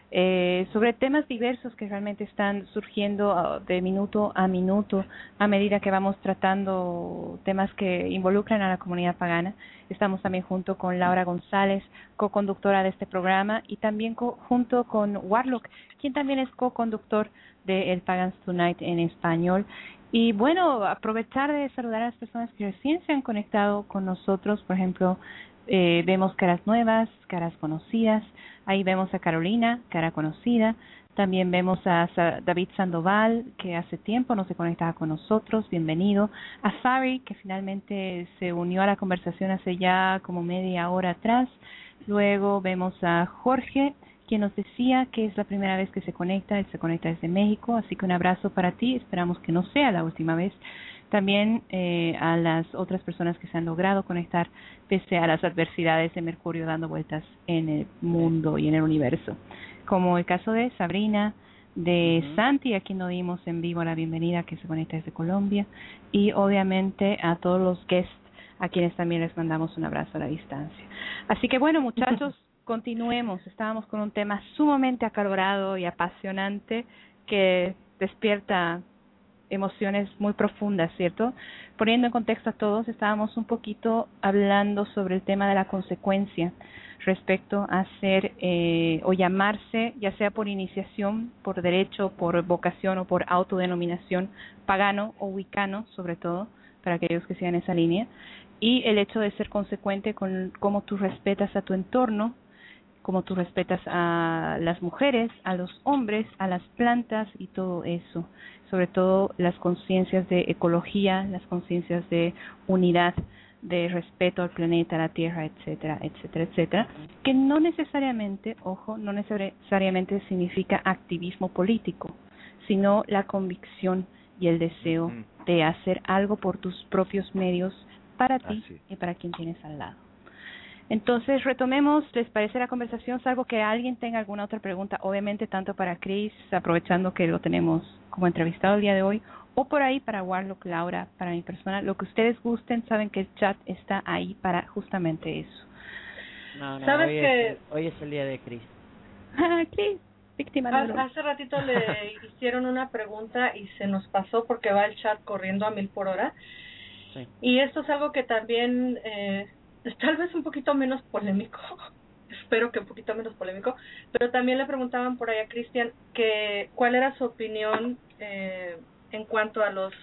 eh, sobre temas diversos que realmente están surgiendo uh, de minuto a minuto a medida que vamos tratando temas que involucran a la comunidad pagana. Estamos también junto con Laura González, co-conductora de este programa, y también co- junto con Warlock, quien también es co-conductor de el Pagans Tonight en español. Y bueno, aprovechar de saludar a las personas que recién se han conectado con nosotros. Por ejemplo, eh, vemos caras nuevas, caras conocidas. Ahí vemos a Carolina, cara conocida. También vemos a Sa- David Sandoval, que hace tiempo no se conectaba con nosotros. Bienvenido. A Sari, que finalmente se unió a la conversación hace ya como media hora atrás. Luego vemos a Jorge, quien nos decía que es la primera vez que se conecta. Él se conecta desde México, así que un abrazo para ti. Esperamos que no sea la última vez. También eh, a las otras personas que se han logrado conectar pese a las adversidades de Mercurio dando vueltas en el mundo y en el universo, como el caso de Sabrina, de uh-huh. Santi, a quien nos dimos en vivo la bienvenida, que se conecta desde Colombia, y obviamente a todos los guests, a quienes también les mandamos un abrazo a la distancia. Así que bueno, muchachos, continuemos. Estábamos con un tema sumamente acalorado y apasionante que despierta emociones muy profundas, ¿cierto? Poniendo en contexto a todos, estábamos un poquito hablando sobre el tema de la consecuencia respecto a ser eh, o llamarse, ya sea por iniciación, por derecho, por vocación o por autodenominación, pagano o wicano, sobre todo, para aquellos que sigan esa línea, y el hecho de ser consecuente con cómo tú respetas a tu entorno, cómo tú respetas a las mujeres, a los hombres, a las plantas y todo eso. Sobre todo las conciencias de ecología, las conciencias de unidad, de respeto al planeta, a la tierra, etcétera, etcétera, etcétera, que no necesariamente, ojo, no necesariamente significa activismo político, sino la convicción y el deseo de hacer algo por tus propios medios para ti y para quien tienes al lado. Entonces, retomemos, ¿les parece la conversación? Salvo que alguien tenga alguna otra pregunta, obviamente tanto para Chris, aprovechando que lo tenemos como entrevistado el día de hoy, o por ahí para Warlock, Laura, para mi persona, lo que ustedes gusten, saben que el chat está ahí para justamente eso. No, no, ¿Sabes hoy, que... es, hoy es el día de Chris. Chris, víctima de Hace, hace ratito le hicieron una pregunta y se nos pasó porque va el chat corriendo a mil por hora. Sí. Y esto es algo que también... Eh, tal vez un poquito menos polémico, espero que un poquito menos polémico, pero también le preguntaban por ahí a Cristian que cuál era su opinión eh, en cuanto a los,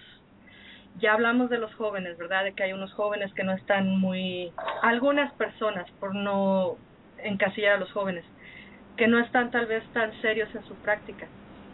ya hablamos de los jóvenes, ¿verdad? De que hay unos jóvenes que no están muy, algunas personas, por no encasillar a los jóvenes, que no están tal vez tan serios en su práctica.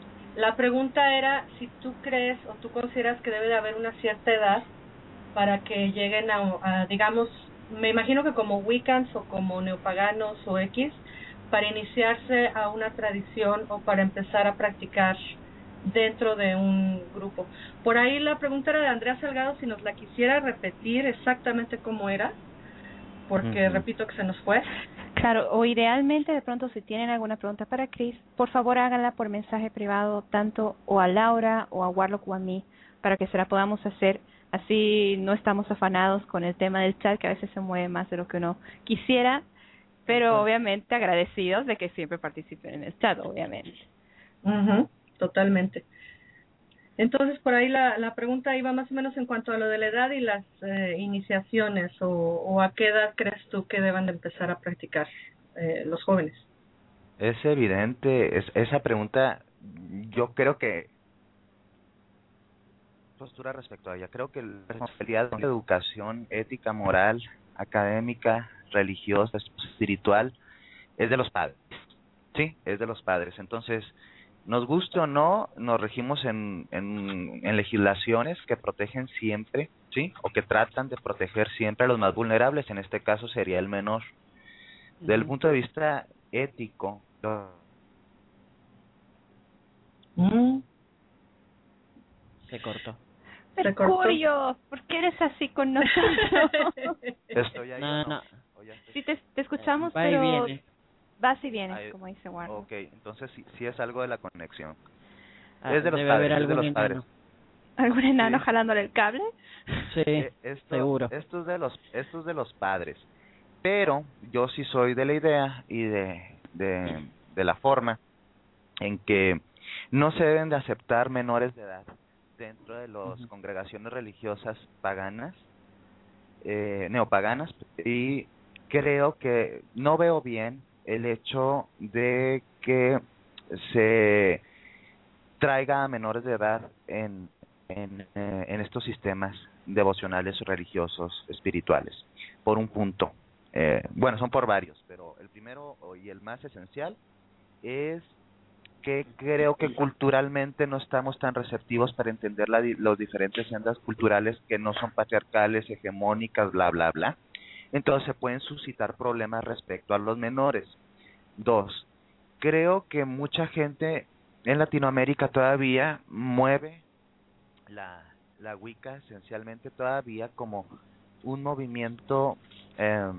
La pregunta era si tú crees o tú consideras que debe de haber una cierta edad para que lleguen a, a digamos, me imagino que como Wiccans o como neopaganos o X, para iniciarse a una tradición o para empezar a practicar dentro de un grupo. Por ahí la pregunta era de Andrea Salgado, si nos la quisiera repetir exactamente cómo era, porque uh-huh. repito que se nos fue. Claro, o idealmente de pronto si tienen alguna pregunta para Chris, por favor háganla por mensaje privado, tanto o a Laura o a Warlock o a mí, para que se la podamos hacer. Así no estamos afanados con el tema del chat, que a veces se mueve más de lo que uno quisiera, pero uh-huh. obviamente agradecidos de que siempre participen en el chat, obviamente. Uh-huh. Totalmente. Entonces, por ahí la, la pregunta iba más o menos en cuanto a lo de la edad y las eh, iniciaciones, o, o a qué edad crees tú que deban de empezar a practicar eh, los jóvenes. Es evidente, es, esa pregunta, yo creo que postura respecto a ella, creo que la responsabilidad de educación ética, moral, académica, religiosa, espiritual, es de los padres, sí, es de los padres. Entonces, nos guste o no, nos regimos en, en, en legislaciones que protegen siempre, ¿sí? O que tratan de proteger siempre a los más vulnerables, en este caso sería el menor. Uh-huh. Desde el punto de vista ético... Uh-huh. Se cortó. Mercurio, ¿por qué eres así con nosotros? Estoy ahí. No, no. no. Sí, te, te escuchamos, Va pero... y viene. Vas y vienes, Ahí, como dice Warlock. Ok, entonces sí, sí es algo de la conexión. Ah, es de los debe padres, haber es de algún los padres. enano. ¿Algún enano Sí. jalándole el cable? Sí, eh, esto, seguro. Esto es de los, esto es de los padres. Pero yo sí soy de la idea y de, de, de la forma en que no se deben de aceptar menores de edad dentro de las uh-huh. congregaciones religiosas paganas, eh, neopaganas, y creo que no veo bien el hecho de que se traiga a menores de edad en, en, eh, en estos sistemas devocionales, religiosos, espirituales, por un punto. Eh, bueno, son por varios, pero el primero y el más esencial es que creo que culturalmente no estamos tan receptivos para entender la, los diferentes sendas culturales que no son patriarcales, hegemónicas, bla, bla, bla. Entonces se pueden suscitar problemas respecto a los menores. Dos, creo que mucha gente en Latinoamérica todavía mueve la, la Wicca esencialmente todavía como un movimiento eh,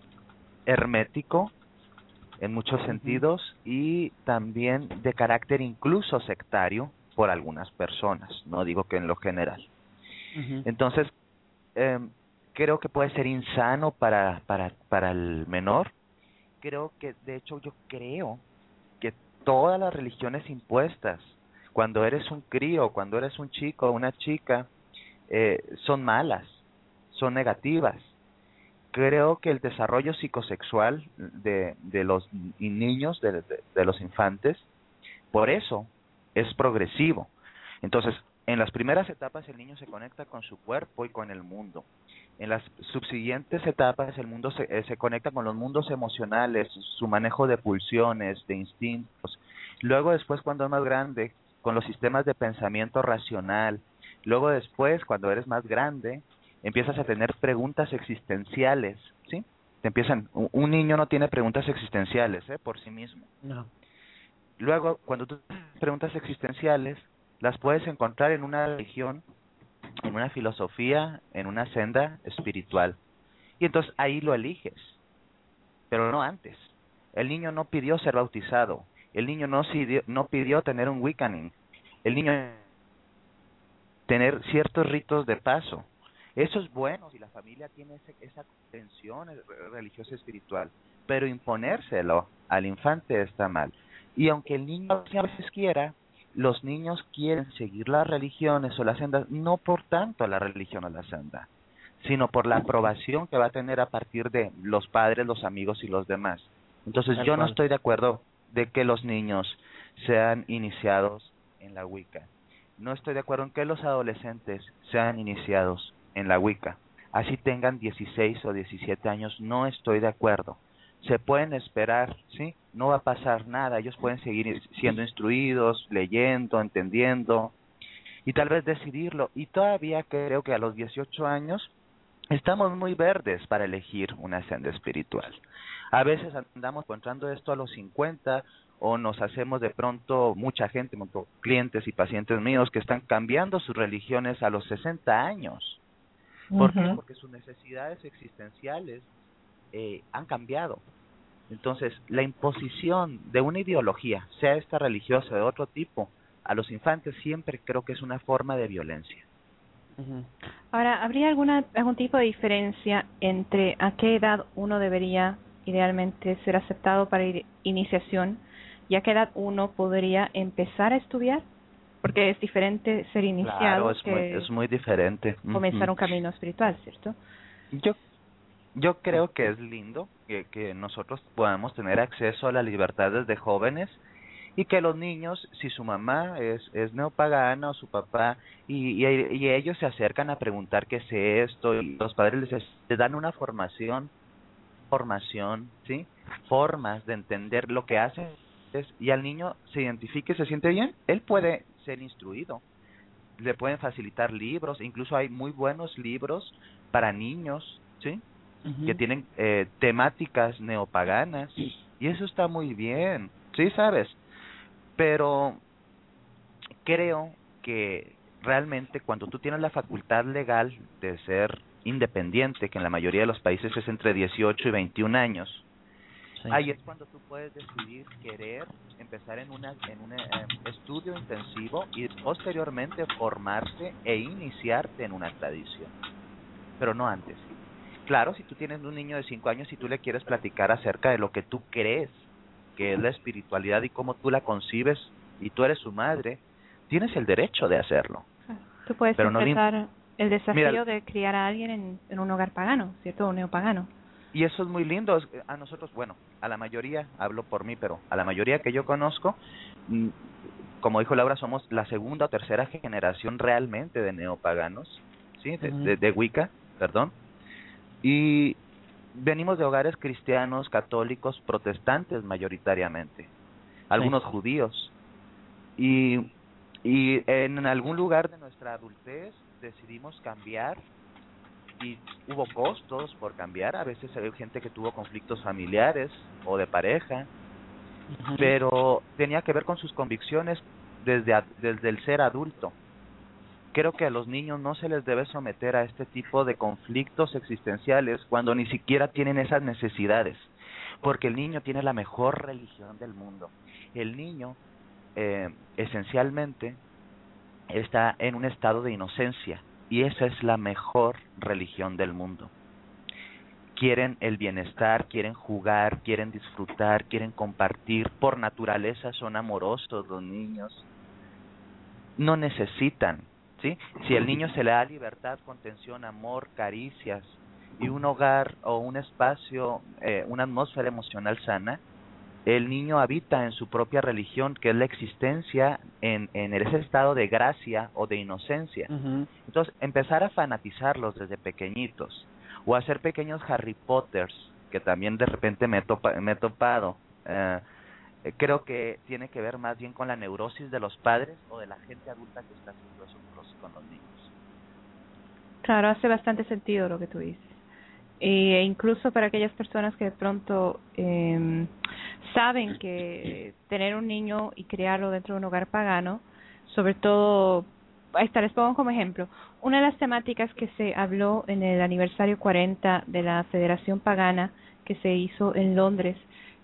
hermético en muchos uh-huh. sentidos y también de carácter incluso sectario por algunas personas, no digo que en lo general. Uh-huh. Entonces, eh, creo que puede ser insano para, para, para el menor. Creo que, de hecho, yo creo que todas las religiones impuestas, cuando eres un crío, cuando eres un chico o una chica, eh, son malas, son negativas. Creo que el desarrollo psicosexual de, de los niños, de, de, de los infantes, por eso es progresivo. Entonces, en las primeras etapas el niño se conecta con su cuerpo y con el mundo. En las subsiguientes etapas el mundo se, eh, se conecta con los mundos emocionales, su manejo de pulsiones, de instintos. Luego después, cuando es más grande, con los sistemas de pensamiento racional. Luego después, cuando eres más grande, empiezas a tener preguntas existenciales, ¿sí? Te empiezan, un niño no tiene preguntas existenciales, ¿eh? Por sí mismo. No. Luego, cuando tú tienes preguntas existenciales, las puedes encontrar en una religión, en una filosofía, en una senda espiritual. Y entonces ahí lo eliges, pero no antes. El niño no pidió ser bautizado, el niño no pidió, no pidió tener un Wiccaning, el niño tener ciertos ritos de paso. Eso es bueno si la familia tiene ese, esa comprensión religiosa espiritual, pero imponérselo al infante está mal. Y aunque el niño a veces quiera, los niños quieren seguir las religiones o las sendas, no por tanto la religión o la senda, sino por la aprobación que va a tener a partir de los padres, los amigos y los demás. Entonces yo no estoy de acuerdo de que los niños sean iniciados en la Wicca. No estoy de acuerdo en que los adolescentes sean iniciados en la Wicca. Así tengan dieciséis o diecisiete años, no estoy de acuerdo. Se pueden esperar, ¿sí? No va a pasar nada, ellos pueden seguir siendo instruidos, leyendo, entendiendo y tal vez decidirlo. Y todavía creo que a los dieciocho años estamos muy verdes para elegir una senda espiritual. A veces andamos encontrando esto a los cincuenta o nos hacemos de pronto, mucha gente, muchos clientes y pacientes míos que están cambiando sus religiones a los sesenta años. ¿Por qué? Porque sus necesidades existenciales eh, han cambiado. Entonces, la imposición de una ideología, sea esta religiosa o de otro tipo, a los infantes siempre creo que es una forma de violencia. Uh-huh. Ahora, ¿habría alguna algún tipo de diferencia entre a qué edad uno debería idealmente ser aceptado para iniciación y a qué edad uno podría empezar a estudiar? Porque es diferente ser iniciado claro, es que muy, es muy diferente. comenzar uh-huh. un camino espiritual, ¿cierto? Yo yo creo que es lindo que, que nosotros podamos tener acceso a la libertad desde jóvenes y que los niños, si su mamá es, es neopagana o su papá, y, y, y ellos se acercan a preguntar qué es esto, y los padres les, les dan una formación, formación, ¿sí? Formas de entender lo que hacen, y al niño se identifique, se siente bien, él puede ser instruido. Le pueden facilitar libros, incluso hay muy buenos libros para niños, ¿sí? Uh-huh. Que tienen eh, temáticas neopaganas, y eso está muy bien, ¿sí sabes? Pero creo que realmente cuando tú tienes la facultad legal de ser independiente, que en la mayoría de los países es entre dieciocho y veintiún años, sí. Ahí es cuando tú puedes decidir querer empezar en una en un eh, estudio intensivo y posteriormente formarte e iniciarte en una tradición, pero no antes. Claro, si tú tienes un niño de cinco años y tú le quieres platicar acerca de lo que tú crees que es la espiritualidad y cómo tú la concibes y tú eres su madre, tienes el derecho de hacerlo. Tú puedes pero empezar no, el desafío mira, de criar a alguien en, en un hogar pagano, ¿cierto? O neopagano. Y eso es muy lindo. A nosotros, bueno, a la mayoría, hablo por mí, pero a la mayoría que yo conozco, como dijo Laura, somos la segunda o tercera generación realmente de neopaganos, ¿sí? De, uh-huh. de, de Wicca, perdón. Y venimos de hogares cristianos, católicos, protestantes mayoritariamente, algunos sí. judíos. Y, y en algún lugar de nuestra adultez decidimos cambiar y hubo costos por cambiar. A veces hay gente que tuvo conflictos familiares o de pareja, uh-huh. pero tenía que ver con sus convicciones desde, desde el ser adulto. Creo que a los niños no se les debe someter a este tipo de conflictos existenciales cuando ni siquiera tienen esas necesidades, porque el niño tiene la mejor religión del mundo. El niño, eh, esencialmente, está en un estado de inocencia, y esa es la mejor religión del mundo. Quieren el bienestar, quieren jugar, quieren disfrutar, quieren compartir. Por naturaleza son amorosos los niños. No necesitan, ¿sí? Si el niño se le da libertad, contención, amor, caricias y un hogar o un espacio, eh, una atmósfera emocional sana, el niño habita en su propia religión, que es la existencia en, en ese estado de gracia o de inocencia. Uh-huh. Entonces, empezar a fanatizarlos desde pequeñitos, o hacer pequeños Harry Potters, que también de repente me, topa, me he topado, eh, creo que tiene que ver más bien con la neurosis de los padres o de la gente adulta que está haciendo eso con los niños. Claro, hace bastante sentido lo que tú dices. E incluso para aquellas personas que de pronto eh, saben que tener un niño y criarlo dentro de un hogar pagano, sobre todo, ahí está, les pongo como ejemplo, una de las temáticas que se habló en el aniversario cuarenta de la Federación Pagana que se hizo en Londres,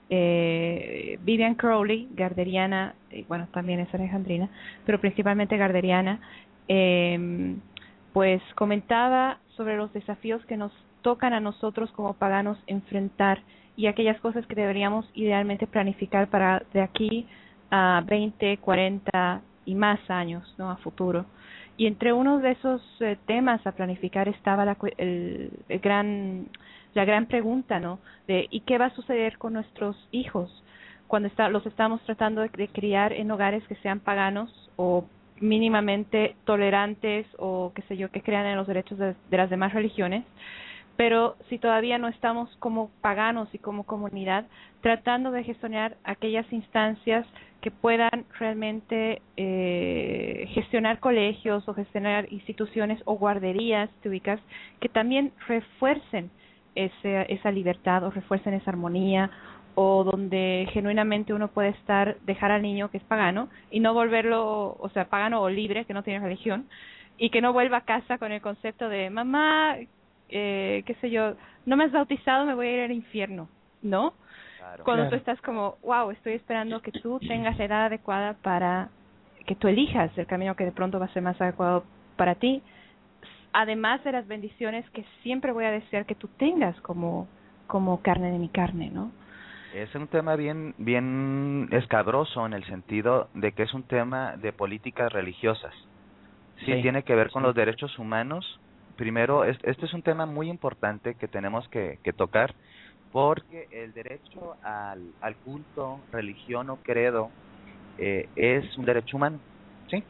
eh, Vivian Crowley, garderiana, y bueno, también es alejandrina, pero principalmente garderiana, eh, pues comentaba sobre los desafíos que nos tocan a nosotros como paganos enfrentar y aquellas cosas que deberíamos idealmente planificar para de aquí a veinte, cuarenta y más años, ¿no? A futuro. Y entre uno de esos eh, temas a planificar estaba la, el, el gran, la gran pregunta, ¿no? De ¿y qué va a suceder con nuestros hijos cuando está, los estamos tratando de, de criar en hogares que sean paganos o mínimamente tolerantes o qué sé yo, que crean en los derechos de, de las demás religiones? Pero si todavía no estamos como paganos y como comunidad tratando de gestionar aquellas instancias que puedan realmente eh, gestionar colegios o gestionar instituciones o guarderías, te ubicas, que también refuercen ese, esa libertad o refuercen esa armonía, o donde genuinamente uno puede estar, dejar al niño que es pagano y no volverlo, o sea, pagano o libre, que no tiene religión, y que no vuelva a casa con el concepto de mamá, eh, qué sé yo, no me has bautizado, me voy a ir al infierno, ¿no? Claro. Cuando Claro. tú estás como, wow, estoy esperando que tú tengas la edad adecuada para que tú elijas el camino que de pronto va a ser más adecuado para ti, además de las bendiciones que siempre voy a desear que tú tengas como, como carne de mi carne, ¿no? Es un tema bien bien escabroso en el sentido de que es un tema de políticas religiosas. Sí, Sí, tiene que ver con sí. los derechos humanos. Primero, es- este es un tema muy importante que tenemos que, que tocar, porque el derecho al, al culto, religión o credo eh, es un derecho humano, ¿sí?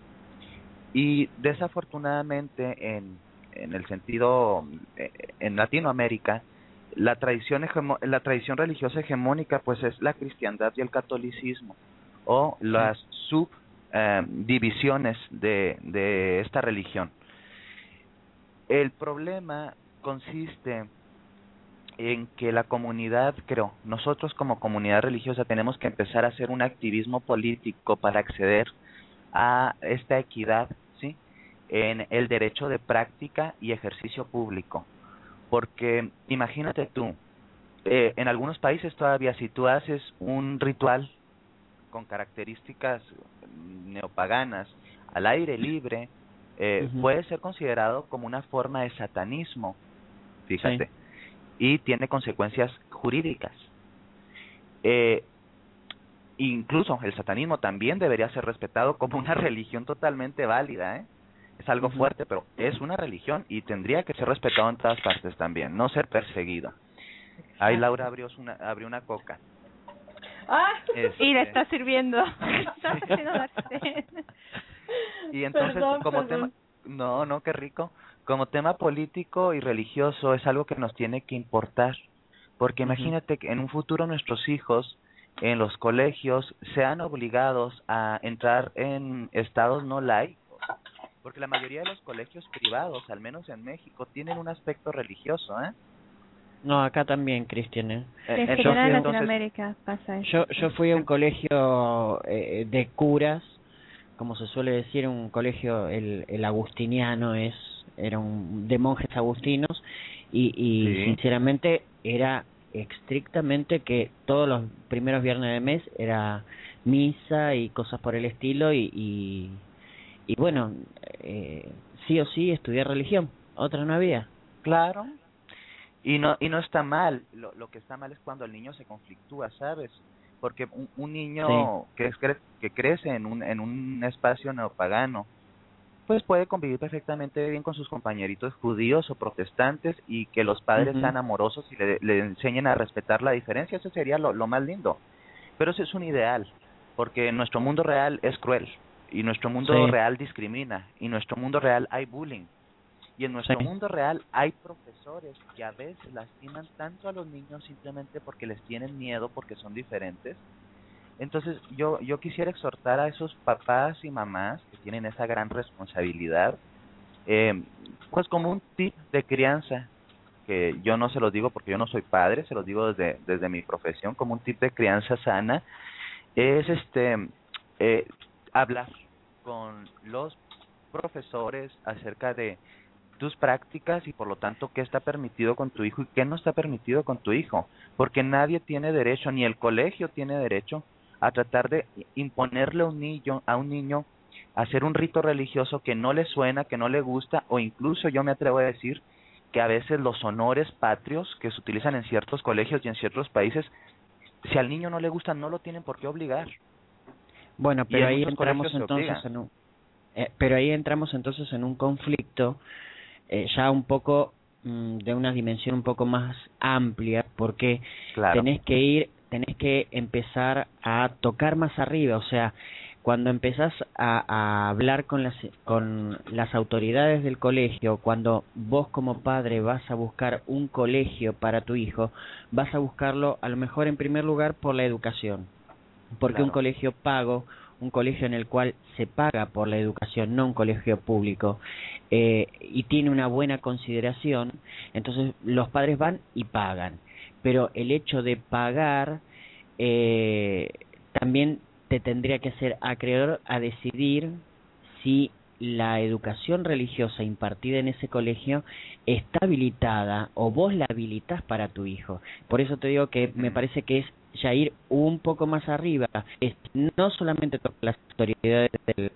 Y desafortunadamente en, en el sentido, eh, en Latinoamérica, la tradición hegemo- la tradición religiosa hegemónica pues es la cristiandad y el catolicismo, o las sub eh, divisiones de, de esta religión. El problema consiste en que la comunidad, creo, nosotros como comunidad religiosa tenemos que empezar a hacer un activismo político para acceder a esta equidad, ¿sí? En el derecho de práctica y ejercicio público. Porque imagínate tú, eh, en algunos países todavía si tú haces un ritual con características neopaganas al aire libre, eh, Ujú. puede ser considerado como una forma de satanismo, fíjate, sí. Y tiene consecuencias jurídicas. Eh, incluso el satanismo también debería ser respetado como una religión totalmente válida, ¿eh? Es algo Ujú. fuerte, pero es una religión y tendría que ser respetado en todas partes también, no ser perseguido. Ahí Laura abrió una, abrió una coca. Ah, Este, Y le está sirviendo. Está haciendo la sed. Y entonces, perdón, como perdón. tema, no, no, qué rico, como tema político y religioso es algo que nos tiene que importar, porque Ujú. imagínate que en un futuro nuestros hijos en los colegios sean obligados a entrar en estados no laicos, porque la mayoría de los colegios privados, al menos en México, tienen un aspecto religioso, ¿eh? No, acá también, Cristian. ¿eh? Eh, En Entonces, general en entonces, Latinoamérica pasa eso. Yo, sí. yo fui a un colegio eh, de curas, como se suele decir, un colegio, el, el agustiniano es, era un de monjes agustinos, y, y Sí. sinceramente era estrictamente que todos los primeros viernes de mes era misa y cosas por el estilo, y, y, y bueno, eh, sí o sí estudiar religión, otra no había. claro. Y no y no está mal, lo, lo que está mal es cuando el niño se conflictúa, ¿sabes? Porque un, un niño Sí. que es cre- que crece en un en un espacio neopagano, pues puede convivir perfectamente bien con sus compañeritos judíos o protestantes y que los padres Ujú. sean amorosos y le, le enseñen a respetar la diferencia, eso sería lo, lo más lindo. Pero eso es un ideal, porque nuestro mundo real es cruel y nuestro mundo Sí, real discrimina y nuestro mundo real hay bullying. Y en nuestro sí. mundo real hay profesores que a veces lastiman tanto a los niños simplemente porque les tienen miedo, porque son diferentes. Entonces yo yo quisiera exhortar a esos papás y mamás que tienen esa gran responsabilidad, eh, pues como un tip de crianza, que yo no se los digo porque yo no soy padre, se los digo desde desde mi profesión, como un tip de crianza sana, es este eh, hablar con los profesores acerca de tus prácticas y por lo tanto qué está permitido con tu hijo y qué no está permitido con tu hijo, porque nadie tiene derecho, ni el colegio tiene derecho a tratar de imponerle a un niño, a un niño a hacer un rito religioso que no le suena, que no le gusta, o incluso yo me atrevo a decir que a veces los honores patrios que se utilizan en ciertos colegios y en ciertos países, si al niño no le gusta, no lo tienen por qué obligar. Bueno, Y pero en ahí muchos entramos colegios se entonces obliga. en un, eh, pero ahí entramos entonces en un conflicto eh, ya un poco mm, de una dimensión un poco más amplia, porque Claro. tenés que ir, tenés que empezar a tocar más arriba, o sea, cuando empezás a, a hablar con las con las autoridades del colegio, cuando vos como padre vas a buscar un colegio para tu hijo, vas a buscarlo a lo mejor en primer lugar por la educación. porque Claro. un colegio pago, un colegio en el cual se paga por la educación, no un colegio público, eh, y tiene una buena consideración, entonces los padres van y pagan. Pero el hecho de pagar eh, también te tendría que hacer acreedor a decidir si la educación religiosa impartida en ese colegio está habilitada o vos la habilitás para tu hijo. Por eso te digo que me parece que es ya ir un poco más arriba, es no solamente tocar las autoridades del,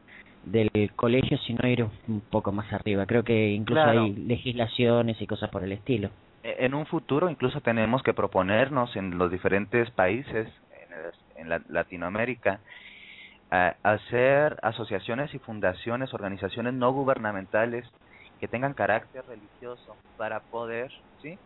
del colegio, sino ir un poco más arriba. Creo que incluso Claro. hay legislaciones y cosas por el estilo. En un futuro incluso tenemos que proponernos en los diferentes países en, en la, Latinoamérica a hacer asociaciones y fundaciones, organizaciones no gubernamentales que tengan carácter religioso para poder, sí,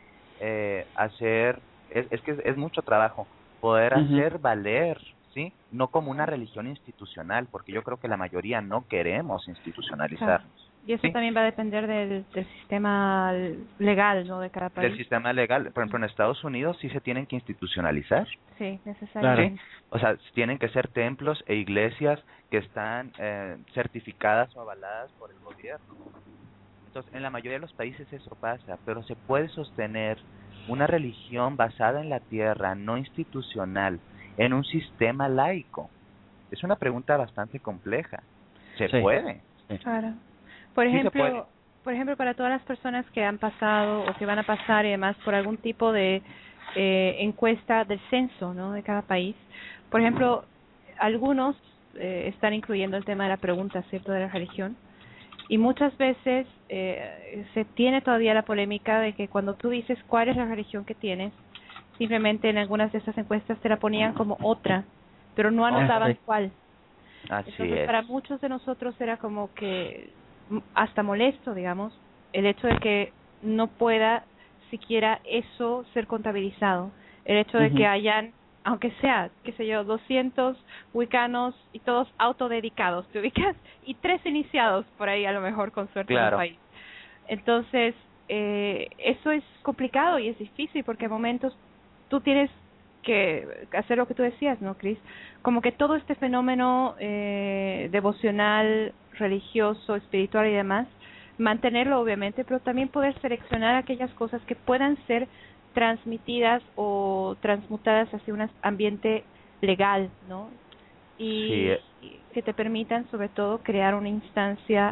eh, hacer es, es que es, es mucho trabajo poder Ujú. hacer valer, sí, no como una religión institucional, porque yo creo que la mayoría no queremos institucionalizarnos. Y eso Sí. también va a depender del, del sistema legal, ¿no?, de cada país. Del sistema legal. Por ejemplo, en Estados Unidos sí se tienen que institucionalizar. Sí, necesariamente. Sí. O sea, tienen que ser templos e iglesias que están eh, certificadas o avaladas por el gobierno. Entonces, en la mayoría de los países eso pasa, pero se puede sostener una religión basada en la tierra, no institucional, en un sistema laico. Es una pregunta bastante compleja. Se Sí. puede. Sí. Claro. Por Sí se ejemplo, puede. por ejemplo, para todas las personas que han pasado o que van a pasar y demás por algún tipo de eh, encuesta del censo, ¿no?, de cada país. Por ejemplo, algunos eh, están incluyendo el tema de la pregunta, ¿cierto?, de la religión. Y muchas veces eh, se tiene todavía la polémica de que cuando tú dices cuál es la religión que tienes, simplemente en algunas de esas encuestas te la ponían como otra, pero no anotaban sí. cuál. Así Entonces, es. para muchos de nosotros era como que m- hasta molesto, digamos, el hecho de que no pueda siquiera eso ser contabilizado. El hecho de Ujú. que hayan, aunque sea, qué sé yo, doscientos wicanos y todos autodedicados, ¿te ubicas? Y tres iniciados por ahí, a lo mejor, con suerte en Claro. el país. Entonces, eh, eso es complicado y es difícil porque a momentos tú tienes que hacer lo que tú decías, ¿no, Chris? Como que todo este fenómeno eh, devocional, religioso, espiritual y demás, mantenerlo obviamente, pero también poder seleccionar aquellas cosas que puedan ser transmitidas o transmutadas hacia un ambiente legal, ¿no? Y, Sí, eh. y que te permitan sobre todo crear una instancia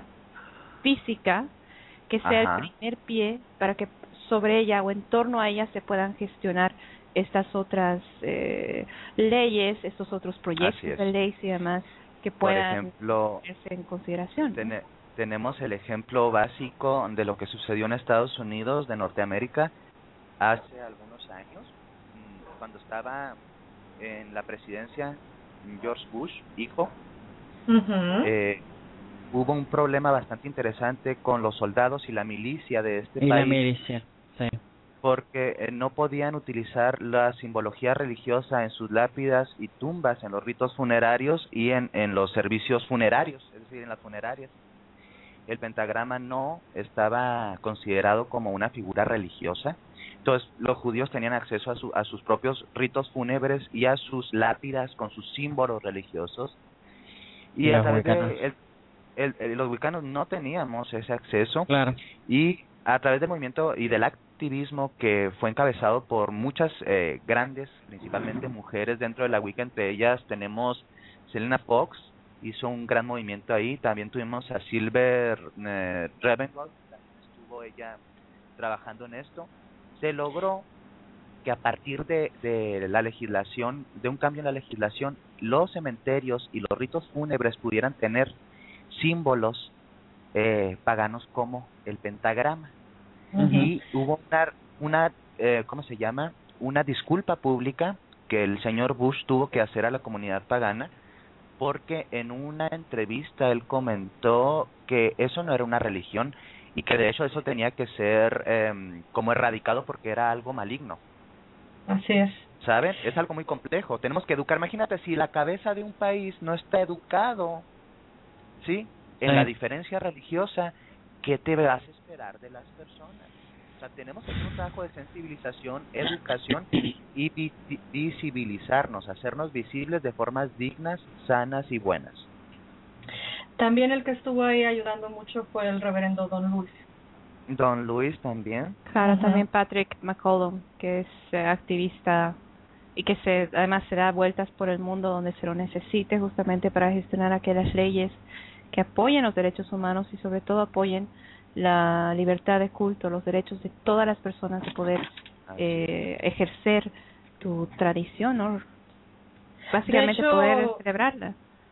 física que sea Ajá. el primer pie para que sobre ella o en torno a ella se puedan gestionar estas otras eh, leyes, estos otros Así proyectos es. de leyes y demás que Por puedan ejemplo, tenerse en consideración, ¿no? Tene- tenemos el ejemplo básico de lo que sucedió en Estados Unidos de Norteamérica hace algunos años, mm, cuando estaba en la presidencia George Bush, hijo. Ujú. eh, hubo un problema bastante interesante con los soldados y la milicia de este Y la país, milicia, sí. porque eh, no podían utilizar la simbología religiosa en sus lápidas y tumbas, en los ritos funerarios y en, en los servicios funerarios, es decir, en las funerarias. El pentagrama no estaba considerado como una figura religiosa, entonces los judíos tenían acceso a, su, a sus propios ritos fúnebres y a sus lápidas con sus símbolos religiosos, y, Y a los través wicanos. de el, el, el, los wicanos no teníamos ese acceso, Claro. y a través del movimiento y del activismo que fue encabezado por muchas eh, grandes, principalmente mujeres dentro de la Wicca, entre ellas tenemos Selena Fox, hizo un gran movimiento ahí, también tuvimos a Silver eh, Ravengold, también estuvo ella trabajando en esto. Se logró que a partir de, de la legislación, de un cambio en la legislación, los cementerios y los ritos fúnebres pudieran tener símbolos eh, paganos como el pentagrama. Ujú. Y hubo una, una eh, ¿cómo se llama? Una disculpa pública que el señor Bush tuvo que hacer a la comunidad pagana, porque en una entrevista él comentó que eso no era una religión y que de hecho eso tenía que ser eh, como erradicado porque era algo maligno. Así es. ¿Saben? Es algo muy complejo. Tenemos que educar. Imagínate si la cabeza de un país no está educado, ¿sí? En Sí. la diferencia religiosa, ¿qué te vas a esperar de las personas? O sea, tenemos que hacer un trabajo de sensibilización, educación y vi visibilizarnos, hacernos visibles de formas dignas, sanas y buenas. También el que estuvo ahí ayudando mucho fue el reverendo Don Luis. Don Luis también. Claro, Ajá. también Patrick McCollum, que es eh, activista y que se además se da vueltas por el mundo donde se lo necesite justamente para gestionar aquellas leyes que apoyen los derechos humanos y sobre todo apoyen la libertad de culto, los derechos de todas las personas de poder eh, ejercer tu tradición, ¿no? Básicamente De hecho, poder celebrarla.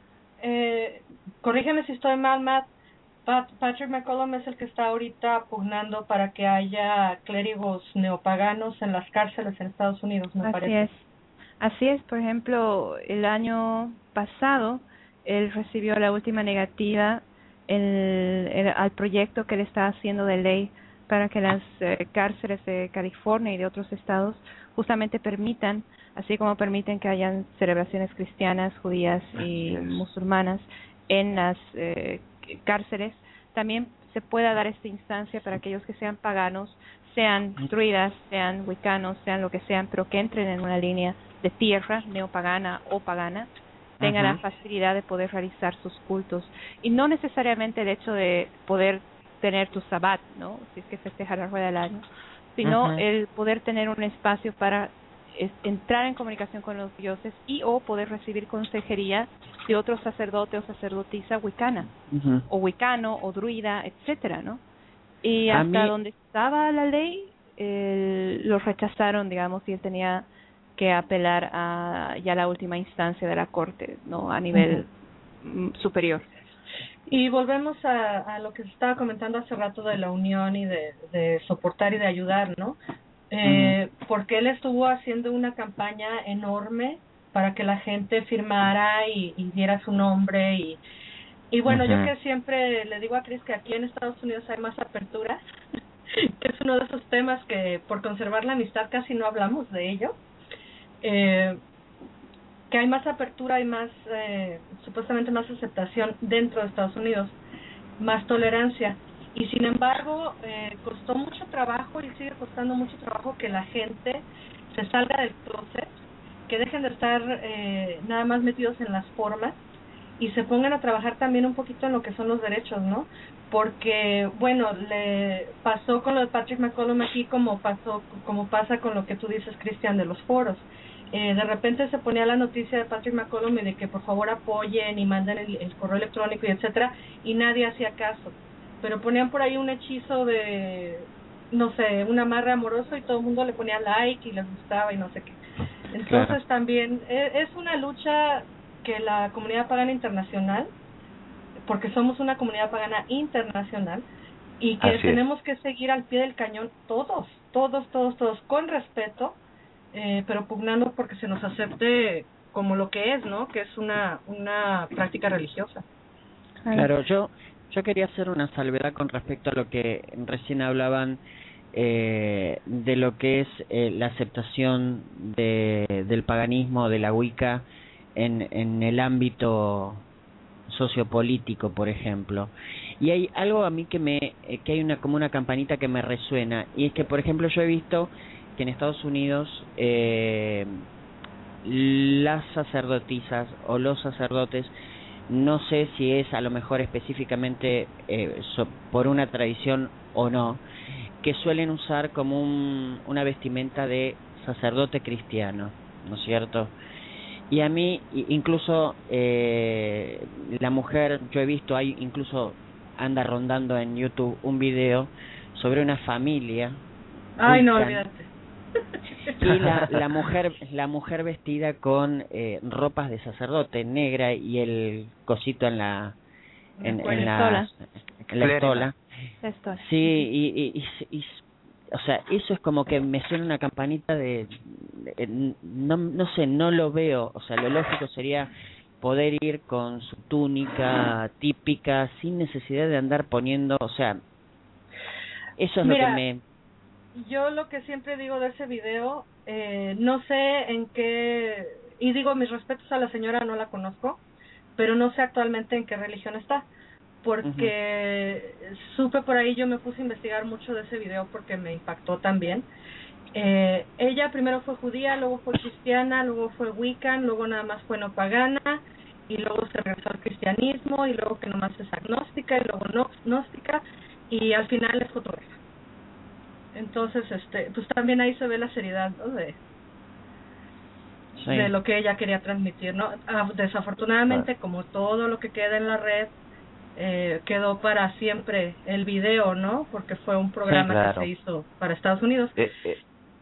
Eh, corrígeme si estoy mal, Matt. Pat Patrick McCollum es el que está ahorita pugnando para que haya clérigos neopaganos en las cárceles en Estados Unidos, me Así parece. es. Así es, por ejemplo, el año pasado él recibió la última negativa el, el, al proyecto que él está haciendo de ley para que las eh, cárceles de California y de otros estados justamente permitan, así como permiten que hayan celebraciones cristianas, judías y musulmanas en las eh, cárceles, también se pueda dar esta instancia para aquellos que sean paganos, sean druidas, sean wiccanos, sean lo que sean, pero que entren en una línea de tierra neopagana o pagana, tengan uh-huh. la facilidad de poder realizar sus cultos. Y no necesariamente el hecho de poder tener tu sabbat, ¿no? Si es que festeja la rueda del año, sino uh-huh. el poder tener un espacio para es, entrar en comunicación con los dioses y o poder recibir consejería de otro sacerdote o sacerdotisa wicana, uh-huh. o wicano o druida, etcétera, ¿no? Y A hasta mí... donde estaba la ley, eh, lo rechazaron, digamos, y él tenía que apelar a ya la última instancia de la corte, no a nivel uh-huh. superior. Y volvemos a, a lo que se estaba comentando hace rato de la unión y de, de soportar y de ayudar, ¿no? Eh, uh-huh. Porque él estuvo haciendo una campaña enorme para que la gente firmara y, y diera su nombre y y bueno, uh-huh. yo que siempre le digo a Chris que aquí en Estados Unidos hay más apertura, que es uno de esos temas que por conservar la amistad casi no hablamos de ello, eh, que hay más apertura y más, eh, supuestamente más aceptación dentro de Estados Unidos, más tolerancia. Y sin embargo, eh, costó mucho trabajo y sigue costando mucho trabajo que la gente se salga del closet, que dejen de estar eh, nada más metidos en las formas y se pongan a trabajar también un poquito en lo que son los derechos, ¿no? Porque, bueno, le pasó con lo de Patrick McCollum aquí como pasó, como pasa con lo que tú dices, Cristian, de los foros. Eh, de repente se ponía la noticia de Patrick McCollum y de que por favor apoyen y manden el, el correo electrónico y etcétera, y nadie hacía caso. Pero ponían por ahí un hechizo de, no sé, un amarre amoroso y todo el mundo le ponía like y les gustaba y no sé qué. Entonces claro. también es, es una lucha que la comunidad pagana internacional, porque somos una comunidad pagana internacional, y que Así tenemos es. que seguir al pie del cañón todos, todos, todos, todos, con respeto, eh, pero pugnando porque se nos acepte como lo que es, ¿no? Que es una una práctica religiosa. Claro, yo yo quería hacer una salvedad con respecto a lo que recién hablaban eh, de lo que es eh, la aceptación de del paganismo, de la Wicca en en el ámbito sociopolítico, por ejemplo. Y hay algo a mí que me eh, que hay una como una campanita que me resuena, y es que, por ejemplo, yo he visto que en Estados Unidos eh, las sacerdotisas o los sacerdotes, no sé si es a lo mejor específicamente eh, so, por una tradición o no, que suelen usar como un, una vestimenta de sacerdote cristiano, ¿no es cierto? Y a mí, incluso eh, la mujer, yo he visto, hay incluso anda rondando en YouTube un video sobre una familia. Ay, no, olvídate. Y la, la mujer la mujer vestida con eh, ropas de sacerdote negra y el cosito en la en, en la en la estola. Sí, y, y, y, y o sea, eso es como que me suena una campanita de, de no no sé, no lo veo, o sea, lo lógico sería poder ir con su túnica típica sin necesidad de andar poniendo, o sea, eso es Mira, lo que me yo lo que siempre digo de ese video, eh, no sé en qué, y digo mis respetos a la señora, no la conozco, pero no sé actualmente en qué religión está, porque uh-huh. supe por ahí, yo me puse a investigar mucho de ese video porque me impactó también. Eh, ella primero fue judía, luego fue cristiana, luego fue wiccan, luego nada más fue no pagana, y luego se regresó al cristianismo, y luego que nomás es agnóstica, y luego no gnóstica, y al final es fotógrafa. Entonces, este, pues también ahí se ve la seriedad, ¿no? De, sí. de lo que ella quería transmitir, ¿no? Ah, desafortunadamente, como todo lo que queda en la red, eh, quedó para siempre el video, ¿no? Porque fue un programa sí, claro. que se hizo para Estados Unidos. Eh, eh.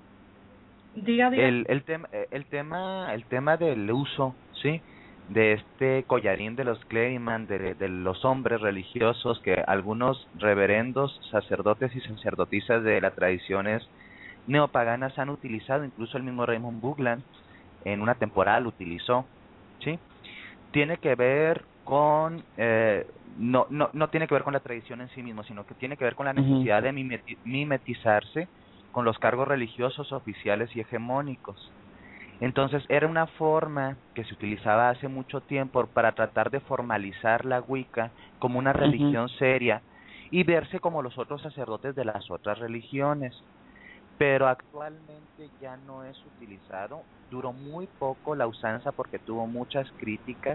Diga, diga. El, el tema, el tema, el tema del uso, sí, de este collarín de los cleriman, de, de los hombres religiosos, que algunos reverendos, sacerdotes y sacerdotisas de las tradiciones neopaganas han utilizado, incluso el mismo Raymond Bugland en una temporada lo utilizó, sí, tiene que ver con eh, no, no, no tiene que ver con la tradición en sí mismo, sino que tiene que ver con la necesidad uh-huh. de mimeti- mimetizarse con los cargos religiosos oficiales y hegemónicos. Entonces era una forma que se utilizaba hace mucho tiempo para tratar de formalizar la Wicca como una religión uh-huh. seria y verse como los otros sacerdotes de las otras religiones. Pero actualmente ya no es utilizado. Duró muy poco la usanza porque tuvo muchas críticas.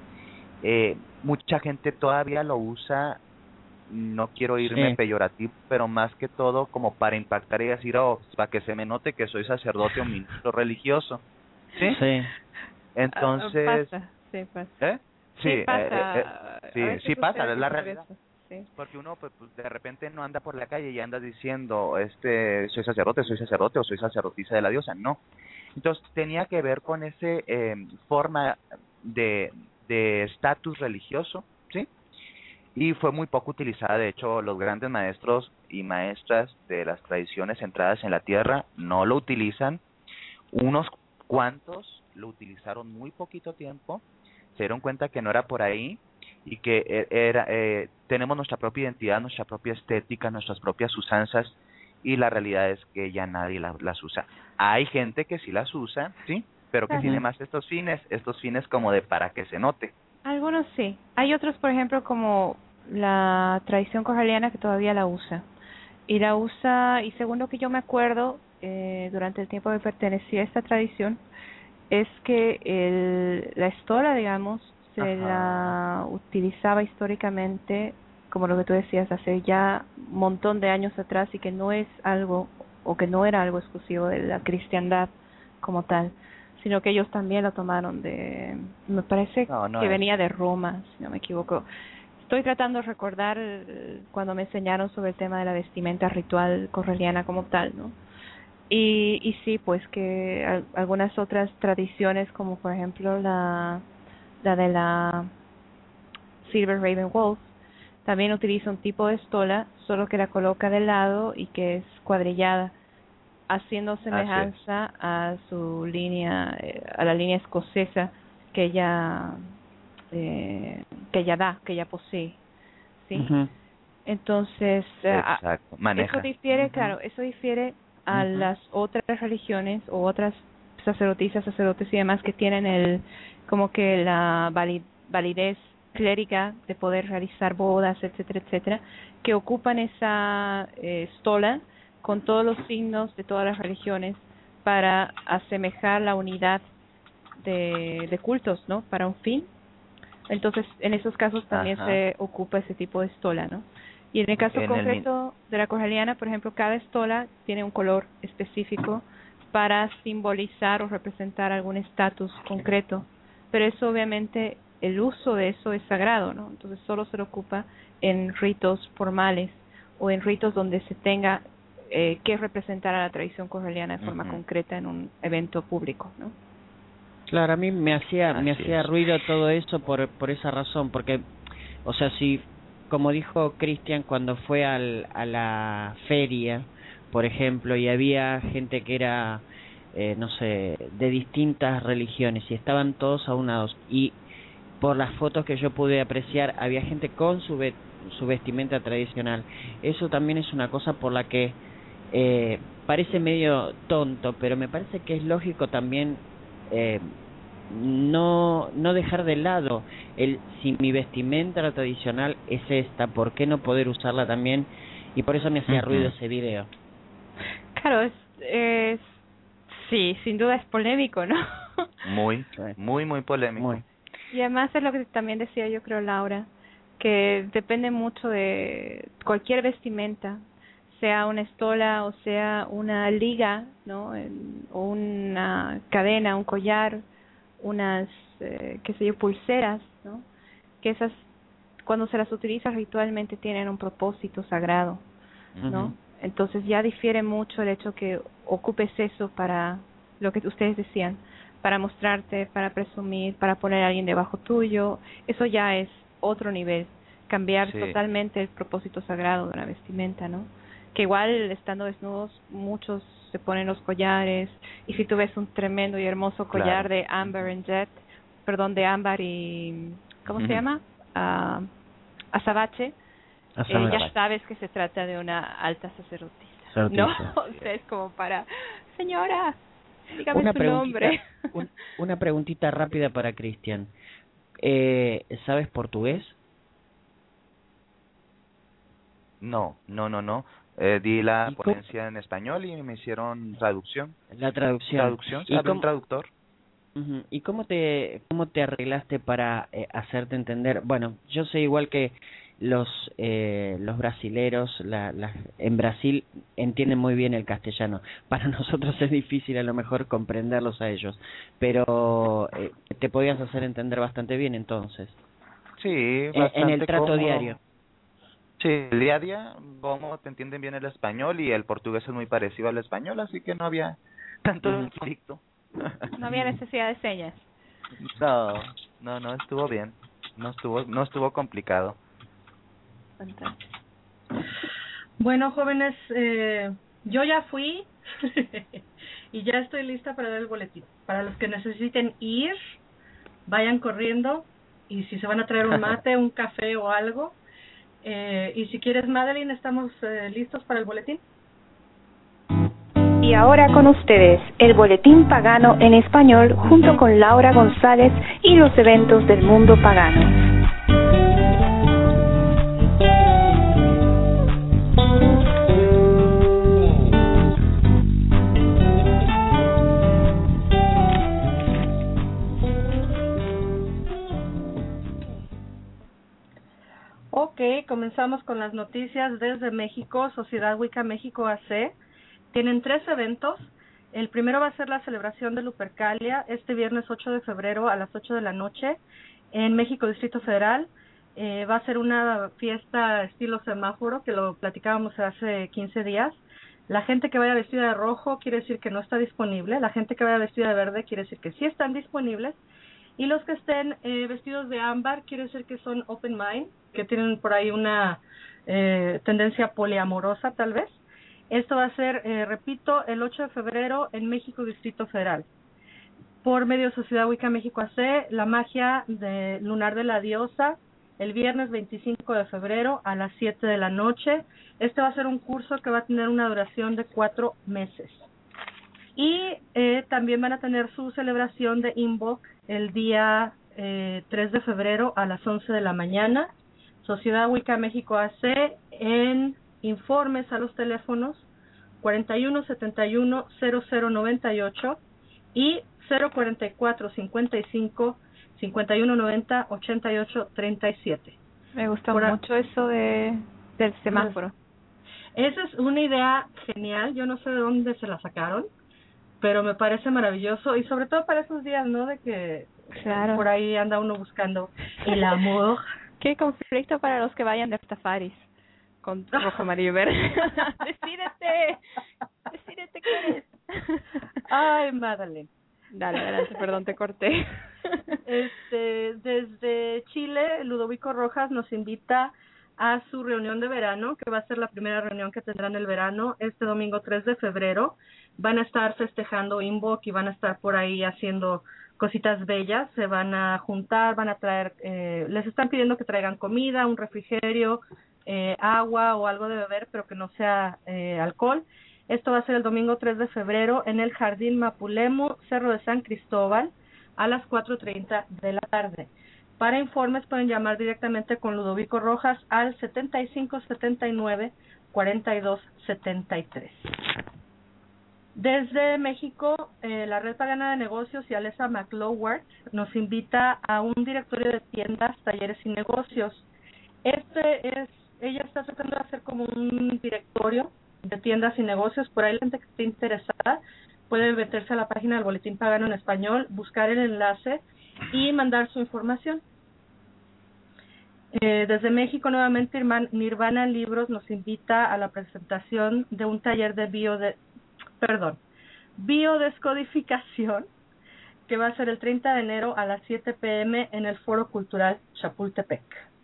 Eh, mucha gente todavía lo usa, no quiero irme sí. peyorativo, pero más que todo como para impactar y decir, oh, para que se me note que soy sacerdote o ministro religioso. ¿Sí? Sí. Entonces... Pasa, sí, pasa. ¿Eh? Sí, sí pasa. Eh, eh, sí, sí pasa, es la realidad. Sí. Porque uno pues, de repente no anda por la calle y anda diciendo, este, soy sacerdote, soy sacerdote o soy sacerdotisa de la diosa, no. Entonces tenía que ver con ese eh, forma de de estatus religioso, ¿sí? Y fue muy poco utilizada. De hecho, los grandes maestros y maestras de las tradiciones centradas en la tierra no lo utilizan. Unos cuantos lo utilizaron muy poquito tiempo, se dieron cuenta que no era por ahí y que era eh, tenemos nuestra propia identidad, nuestra propia estética, nuestras propias usanzas, y la realidad es que ya nadie la, las usa. Hay gente que sí las usa, ¿sí? Pero que uh-huh. tiene más estos fines, estos fines como de para que se note. Algunos sí. Hay otros, por ejemplo, como la tradición correliana, que todavía la usa. Y la usa, y según lo que yo me acuerdo, eh, durante el tiempo que pertenecía a esta tradición, es que el, la estola, digamos, se Ajá. la utilizaba históricamente, como lo que tú decías, hace ya un montón de años atrás, y que no es algo, o que no era algo exclusivo de la cristiandad como tal, sino que ellos también lo tomaron de, me parece no, no que es. venía de Roma, si no me equivoco. Estoy tratando de recordar cuando me enseñaron sobre el tema de la vestimenta ritual correliana como tal, ¿no? Y, y sí, pues que al, algunas otras tradiciones, como por ejemplo la, la de la Silver Raven Wolf, también utiliza un tipo de estola, solo que la coloca de lado y que es cuadrillada, haciendo semejanza a su línea, eh, a la línea escocesa que ella eh, que ella da, que ella posee, ¿sí? Uh-huh. Entonces, Exacto. Maneja. eso difiere, uh-huh. claro, eso difiere a uh-huh. las otras religiones o otras sacerdotisas, sacerdotes y demás que tienen el, como que la valid, validez clérica de poder realizar bodas, etcétera, etcétera, que ocupan esa eh, estola con todos los signos de todas las religiones para asemejar la unidad de, de cultos, ¿no? Para un fin. Entonces, en esos casos también Ajá. se ocupa ese tipo de estola, ¿no? Y en el caso en concreto el... de la correliana, por ejemplo, cada estola tiene un color específico para simbolizar o representar algún estatus concreto. Pero eso, obviamente, el uso de eso es sagrado, ¿no? Entonces, solo se lo ocupa en ritos formales o en ritos donde se tenga eh, que representar a la tradición correliana de forma uh-huh. concreta en un evento público, ¿no? Claro, a mí me hacía Así me hacía es. ruido todo eso por por esa razón, porque, o sea, si, como dijo Cristian, cuando fue al, a la feria, por ejemplo, y había gente que era, eh, no sé, de distintas religiones, y estaban todos aunados, y por las fotos que yo pude apreciar, había gente con su, ve su vestimenta tradicional. Eso también es una cosa por la que eh, parece medio tonto, pero me parece que es lógico también eh, no no dejar de lado el si mi vestimenta tradicional es esta, ¿por qué no poder usarla también? Y por eso me hacía Ujú. ruido ese video. Claro, es, es sí, sin duda es polémico, ¿no? Muy, muy, muy polémico. Muy. Y además es lo que también decía yo creo Laura, que depende mucho de cualquier vestimenta, sea una estola o sea una liga, ¿no? En- o una cadena, un collar, unas, eh, qué sé yo, pulseras, ¿no? Que esas, cuando se las utiliza ritualmente, tienen un propósito sagrado, ¿no? Ujú. Entonces ya difiere mucho el hecho que ocupes eso para lo que ustedes decían, para mostrarte, para presumir, para poner a alguien debajo tuyo. Eso ya es otro nivel, cambiar Sí. totalmente el propósito sagrado de una vestimenta, ¿no? Que igual estando desnudos muchos se ponen los collares, y si tú ves un tremendo y hermoso collar Claro. de Amber and Jet, perdón, de ámbar y ¿cómo se Ujú. llama? Ah, azabache, eh, ya Azabache. sabes que se trata de una alta sacerdotisa. Sacerdotisa. No, o sea, es como para, señora, dígame Una su preguntita, nombre. un- una preguntita rápida para Cristian. Eh, ¿Sabes portugués? No, no, no, no. Eh, di la ¿Y cómo- ponencia en español y me hicieron traducción. La traducción. Traducción, se ¿Y había un cómo, traductor. ujú, ¿y cómo te cómo te arreglaste para eh, hacerte entender? Bueno, yo sé igual que los eh, los brasileros, la, la, en Brasil entienden muy bien el castellano. Para nosotros es difícil a lo mejor comprenderlos a ellos, pero eh, te podías hacer entender bastante bien entonces. Sí, En, bastante en el trato cómodo. diario. Sí, el día a día, como te entienden bien el español y el portugués es muy parecido al español, así que no había tanto Ujú. conflicto. No había necesidad de señas. No, no, no estuvo bien. No estuvo, no estuvo complicado. Fantástico. Bueno, jóvenes, eh, yo ya fui y ya estoy lista para dar el boletín. Para los que necesiten ir, vayan corriendo, y si se van a traer un mate, un café o algo. Eh, y si quieres, Madeline, estamos eh, listos para el boletín. Y ahora con ustedes, el Boletín Pagano en Español junto con Laura González y los eventos del mundo pagano. Ok, comenzamos con las noticias desde México. Sociedad Wicca México A C tienen tres eventos. El primero va a ser la celebración de Lupercalia este viernes ocho de febrero a las ocho de la noche en México Distrito Federal. Eh, va a ser una fiesta estilo semáforo, que lo platicábamos hace quince días. La gente que vaya vestida de rojo quiere decir que no está disponible. La gente que vaya vestida de verde quiere decir que sí están disponibles. Y los que estén eh, vestidos de ámbar quiere decir que son open mind, que tienen por ahí una eh, tendencia poliamorosa tal vez. Esto va a ser, eh, repito, el ocho de febrero en México Distrito Federal. Por medio de Sociedad Wicca México A C, la magia de lunar de la diosa, el viernes veinticinco de febrero a las siete de la noche. Este va a ser un curso que va a tener una duración de cuatro meses. Y eh, también van a tener su celebración de Invoc el día eh, tres de febrero a las once de la mañana. Sociedad Wicca México A C en informes a los teléfonos cuarenta y uno setenta y uno cero cero noventa y ocho y cero cuarenta y cuatro cincuenta y cinco cincuenta y uno noventa ochenta y ocho treinta y siete. Me gusta Por a- mucho eso de del semáforo. Esa es una idea genial. Yo no sé de dónde se la sacaron, pero me parece maravilloso, y sobre todo para esos días, ¿no? De que Claro. por ahí anda uno buscando el amor. Qué conflicto para los que vayan de safaris con rojo, amarillo y verde. Decídete, decídete qué eres. Ay, Madeleine. Dale, adelante, perdón, te corté. Este, desde Chile, Ludovico Rojas nos invita a su reunión de verano, que va a ser la primera reunión que tendrán el verano, este domingo tres de febrero. Van a estar festejando Invoc y van a estar por ahí haciendo cositas bellas. Se van a juntar, van a traer, eh, les están pidiendo que traigan comida, un refrigerio, eh, agua o algo de beber, pero que no sea eh, alcohol. Esto va a ser el domingo tres de febrero en el Jardín Mapulemo, Cerro de San Cristóbal. a las cuatro treinta de la tarde. Para informes pueden llamar directamente con Ludovico Rojas al setenta y cinco setenta y nueve cuarenta y dos setenta y tres. Desde México, eh, la Red Pagana de Negocios y Alessa McLowart nos invita a un directorio de tiendas, talleres y negocios. Este es, ella está tratando de hacer como un directorio de tiendas y negocios. Por ahí la gente que esté interesada puede meterse a la página del Boletín Pagano en Español, buscar el enlace y mandar su información. Eh, desde México, nuevamente, Nirvana Libros nos invita a la presentación de un taller de bio de, perdón, biodescodificación, que va a ser el treinta de enero a las siete pe eme en el Foro Cultural Chapultepec.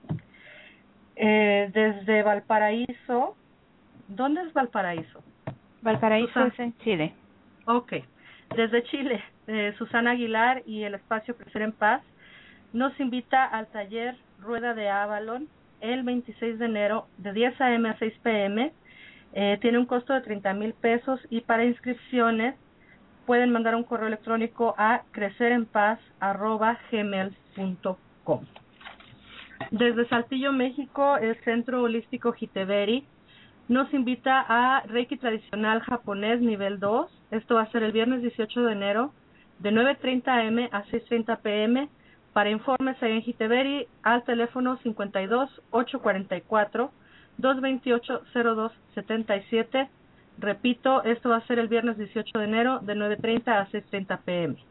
Eh, desde Valparaíso, ¿dónde es Valparaíso? Valparaíso Susana. es en Chile. Ok. Desde Chile, eh, Susana Aguilar y el Espacio Crecer en Paz nos invita al taller Rueda de Avalon el veintiséis de enero de diez a eme a seis pe eme. Eh, tiene un costo de treinta mil pesos y para inscripciones pueden mandar un correo electrónico a crecerenpaz arroba gmail punto com. Desde Saltillo, México, el Centro Holístico Hiteberi nos invita a Reiki Tradicional Japonés Nivel dos. Esto va a ser el viernes dieciocho de enero de nueve treinta a eme a seis treinta pe eme. Para informes ahí en Hiteberi al teléfono cincuenta y dos ochocientos cuarenta y cuatro doscientos veintiocho cero dos setenta y siete. Repito, esto va a ser el viernes dieciocho de enero de nueve treinta a seis treinta pe eme.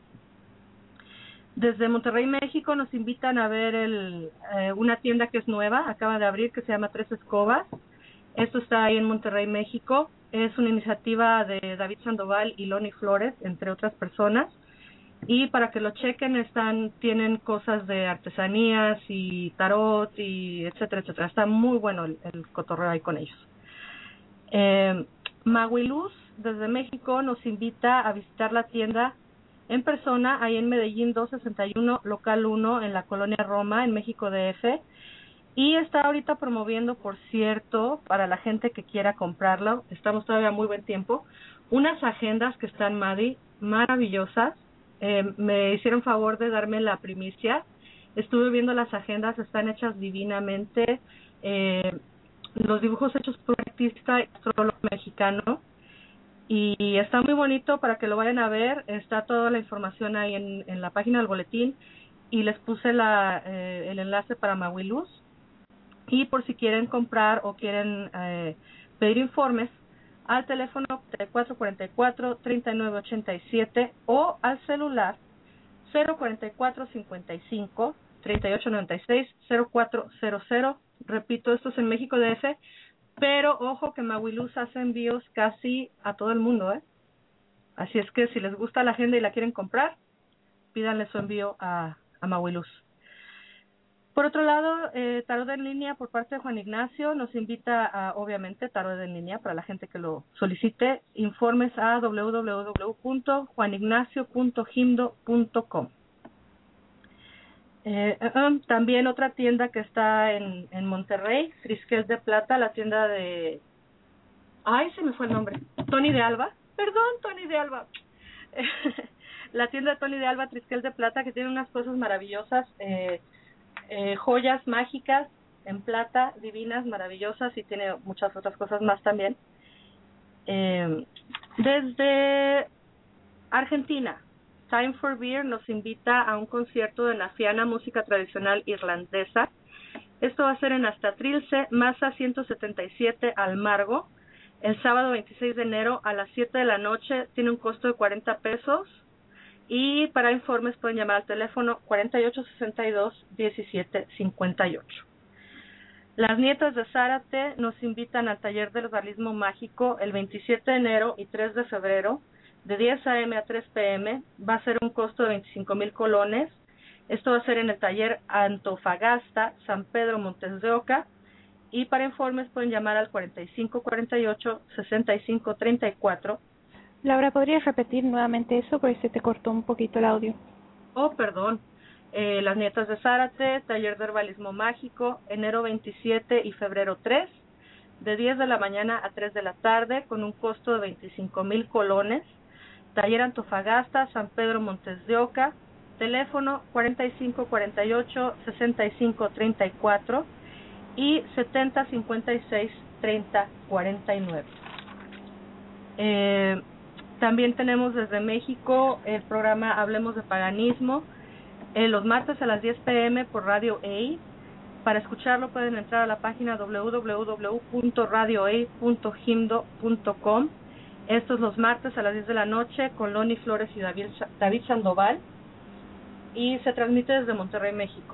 Desde Monterrey, México, nos invitan a ver el, eh, una tienda que es nueva, acaba de abrir, que se llama Tres Escobas. Esto está ahí en Monterrey, México. Es una iniciativa de David Sandoval y Loni Flores, entre otras personas. Y para que lo chequen, están tienen cosas de artesanías y tarot y etcétera, etcétera. Está muy bueno el, el cotorreo ahí con ellos. Eh, Maguiluz, desde México, nos invita a visitar la tienda en persona, ahí en Medellín doscientos sesenta y uno, local uno, en la colonia Roma, en México D F. Y está ahorita promoviendo, por cierto, para la gente que quiera comprarlo, estamos todavía a muy buen tiempo, unas agendas que están, Madi, maravillosas. Eh, me hicieron favor de darme la primicia. Estuve viendo las agendas, están hechas divinamente. Eh, los dibujos hechos por un artista y astrólogo mexicano. Y está muy bonito para que lo vayan a ver. Está toda la información ahí en, en la página del boletín. Y les puse la, eh, el enlace para Maguiluz. Y por si quieren comprar o quieren eh, pedir informes, al teléfono cuatro cuatro cuatro, tres nueve ocho siete o al celular cero cuatro cuatro, cinco cinco, tres ocho nueve seis, cero cuatro cero cero. Repito, esto es en México D F, pero ojo que Maguiluz hace envíos casi a todo el mundo, ¿eh? Así es que si les gusta la agenda y la quieren comprar, pídanle su envío a, a Maguiluz. Por otro lado, eh, Tarot en línea por parte de Juan Ignacio nos invita a, obviamente, Tarot en línea para la gente que lo solicite. Informes a doble u doble u doble u punto juan ignacio punto gimdo punto com. Eh, uh, también otra tienda que está en, en Monterrey, Trisquel de Plata, la tienda de... Ay, se me fue el nombre. Tony de Alba. Perdón, Tony de Alba. La tienda de Tony de Alba, Trisquel de Plata, que tiene unas cosas maravillosas, eh, eh, joyas mágicas en plata, divinas, maravillosas, y tiene muchas otras cosas más también. Eh, desde Argentina, Time for Beer nos invita a un concierto de Nafiana, música tradicional irlandesa. Esto va a ser en Astatrilce, Masa ciento setenta y siete, Almargo, el sábado veintiséis de enero a las siete de la noche. Tiene un costo de cuarenta pesos. Y para informes pueden llamar al teléfono cuarenta y ocho sesenta y dos, diecisiete cincuenta y ocho. Las nietas de Zárate nos invitan al taller del realismo mágico el veintisiete de enero y tres de febrero de diez a eme a tres pe eme. Va a ser un costo de veinticinco mil colones. Esto va a ser en el taller Antofagasta, San Pedro Montes de Oca. Y para informes pueden llamar al cuarenta y cinco cuarenta y ocho, sesenta y cinco treinta y cuatro. Laura, ¿podrías repetir nuevamente eso? Porque se te cortó un poquito el audio. Oh, perdón. Eh, las nietas de Zárate, taller de herbalismo mágico, enero veintisiete y febrero tres, de diez de la mañana a tres de la tarde, con un costo de veinticinco mil colones. Taller Antofagasta, San Pedro Montes de Oca, teléfono cuarenta y cinco cuarenta y ocho sesenta y cinco treinta y cuatro y setenta cincuenta y seis treinta cuarenta y nueve. Eh, también tenemos desde México el programa Hablemos de Paganismo, eh, los martes a las diez pe eme por Radio A. Para escucharlo pueden entrar a la página doble u doble u doble u punto radio a punto himdo punto com. Estos los martes a las diez de la noche con Loni Flores y David, David Sandoval, y se transmite desde Monterrey, México.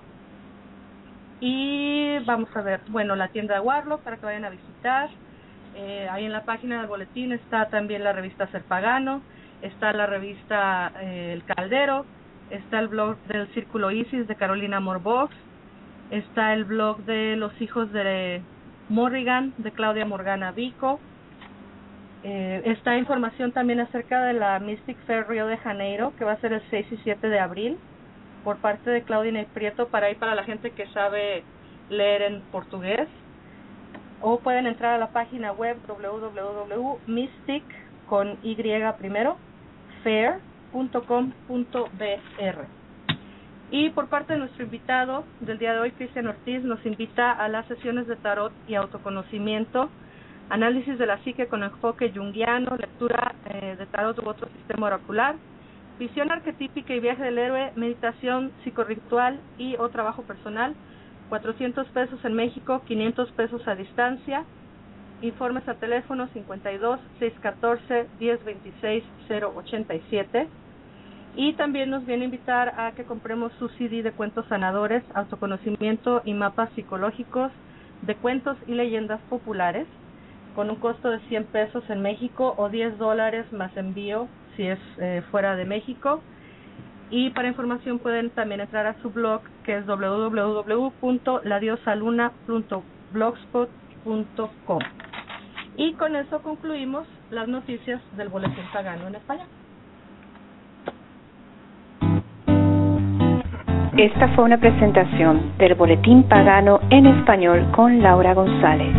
Y vamos a ver, bueno, la tienda de Warlock para que vayan a visitar. Eh, ahí en la página del boletín está también la revista Ser Pagano, está la revista eh, El Caldero, está el blog del Círculo Isis de Carolina Morbox, está el blog de Los Hijos de Morrigan de Claudia Morgana Vico. Eh, está información también acerca de la Mystic Fair Río de Janeiro, que va a ser el seis y siete de abril, por parte de Claudia Inés Prieto, para ir para la gente que sabe leer en portugués. O pueden entrar a la página web doble u doble u doble u punto mystic con y primero fair punto com punto b r. Y por parte de nuestro invitado del día de hoy, Cristian Ortiz, nos invita a las sesiones de tarot y autoconocimiento, análisis de la psique con enfoque junguiano, lectura eh, de tarot u otro sistema oracular, visión arquetípica y viaje del héroe, meditación psicorritual y o trabajo personal. Cuatrocientos pesos en México, quinientos pesos a distancia. Informes a teléfono cincuenta y dos, seiscientos catorce, diez veintiséis, cero ochenta y siete. Y también nos viene a invitar a que compremos su C D de cuentos sanadores, autoconocimiento y mapas psicológicos de cuentos y leyendas populares, con un costo de cien pesos en México o diez dólares más envío si es eh, fuera de México. Y para información pueden también entrar a su blog, que es doble u doble u doble u punto la diosa luna punto blogspot punto com. Y con eso concluimos las noticias del Boletín Pagano en Español. Esta fue una presentación del Boletín Pagano en Español con Laura González.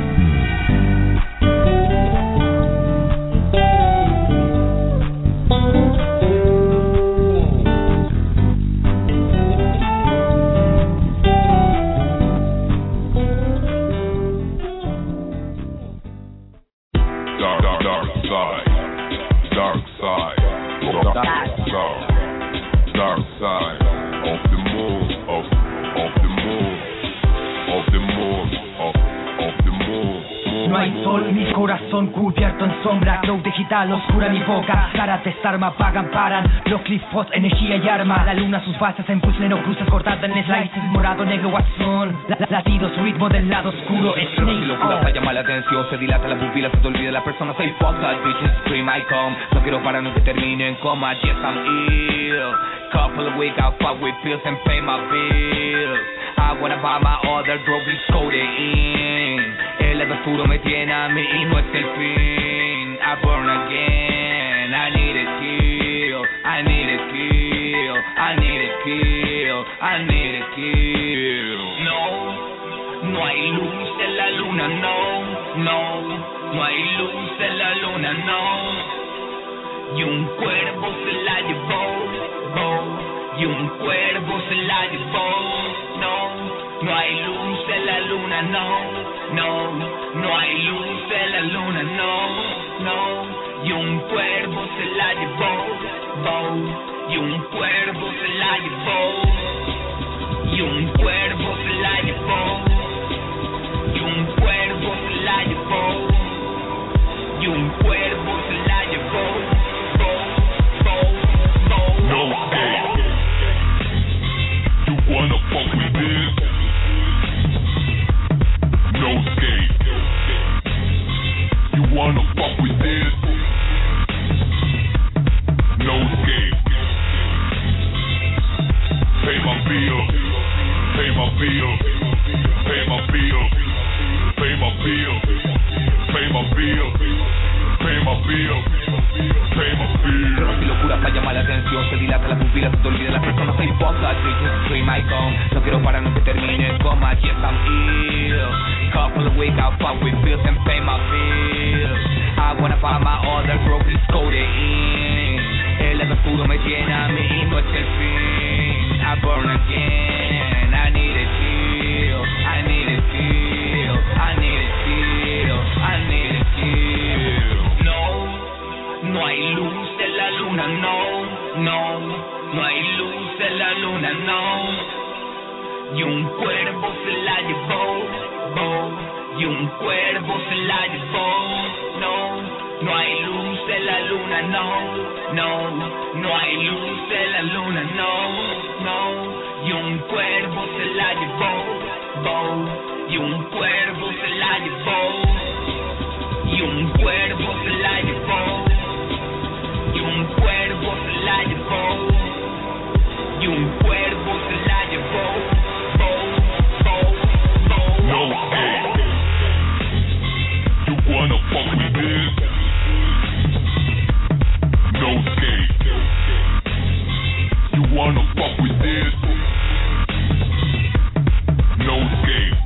Oscura mi boca, caras desarma, pagan, paran. Los clifos, energía y arma. La luna, sus bases en puzzle, no cruzas cortada en slices. Morado, negro, Watson. Latidos, ritmo del lado oscuro. Es pero si locura para llamar la atención, se dilata la pupila, se te olvida la persona. Soy fuck that bitches, scream I come. No quiero parar, no que termine en coma. Yes, I'm ill. Couple of weeks, I'll fuck with pills and pay my bills. I wanna buy my other drug, it's codeine. El lado oscuro me tiene a mí y no es el fin. I burn again, I need a kill, I need a kill, I need a kill, I need a kill. No, no hay luz en la luna, no, no, no hay luz en la luna, no. Y un cuervo se la llevó, oh, y un cuervo se la llevó, no, no hay luz en la luna, no, no, no hay luz en la luna, no. No, y un cuervo se la llevó, oh, y un cuervo se la llevó, y un cuervo se la llevó, y un cuervo se la llevó, y un cuervo se la llevó, oh, oh, oh. No escape. You wanna fuck with this? No escape. You wanna fuck with this? No escape. Pay my bill, pay my bill, pay my bill, pay my bill, pay my bill, pay my bill, pay my bill. Pero si locura para llamar la atención, se dilata la pupila, se te olvida la persona. Soy fuck that bitch, scream I come. No quiero parar, no que termine en coma. Yes, I'm ill. Couple of weeks, I'll fuck with bills and pay my bills. I wanna buy my other groceries codeine. El lado oscuro me tiene a mí y no es el fin. I burn again. I need a chill, I need a chill, I need a chill, I need a chill. No, no hay luz en la luna, no, no, no hay luz en la luna, no. Y un cuervo se la llevó, bo, y un cuervo se la llevó, no, no hay luz en la luna, no, no, no hay luz en la luna, no, no, y un cuervo se la llevó, bo, y un cuervo se la llevó, y un cuervo se la llevó, y un cuervo se la llevó, y un cuervo se la llevó. No escape. You wanna fuck with this? No escape. You wanna fuck with this? No escape.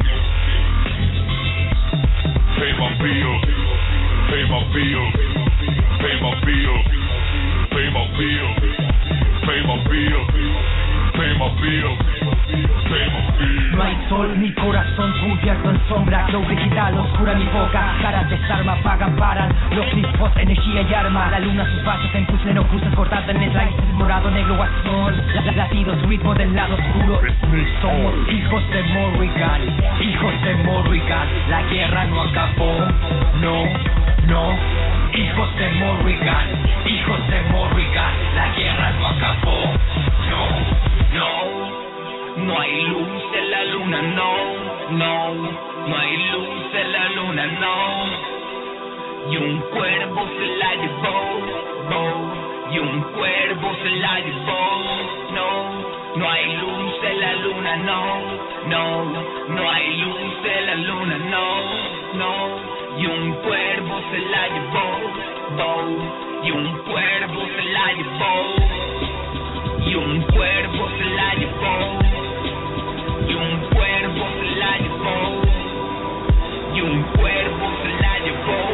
Pay my bill. Pay my bill. Pay my bill. Pay my bill. Pay my bill. Pay my bill. Pay my bill. No hay sol, mi corazón cubierto en sombra. Glow digital, oscura mi boca. Caras desarma, pagan, paran. Los clipos, energía y arma. La luna, sus bases en puzzle, no cruzas cortadas en slices. Morado, negro, guasón. Latidos, ritmo del lado oscuro. Somos hijos de Morrigan. Hijos de Morrigan. La guerra no acabó. No, no. Hijos de Morrigan. Hijos de Morrigan. La guerra no acabó. No, no. No hay luz en la luna, no, no, no hay luz en la luna, no. Y un cuervo se la llevó, bo, y un cuervo se la llevó, no. No hay luz en la luna, no, no, no hay luz en la luna, no, no. Y un cuervo se la llevó, bo, y un cuervo se la llevó, y un cuervo se la llevó. Y un cuervo se la llevó, y un cuervo se la llevó.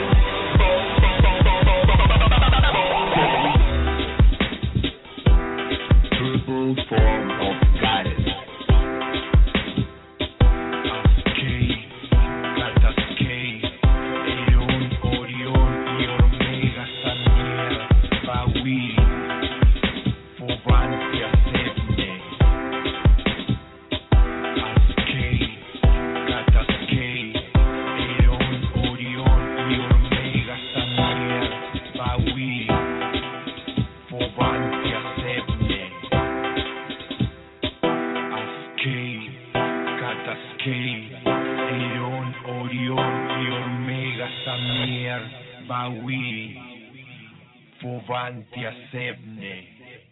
Triple form of goddess. Askei, Kataskei, Eon, Orion y Omega Saniel, Bawiri, Fovantia Sebne. Eon, Orion y Omega Samier, Bawiri, Fovantia Sebne.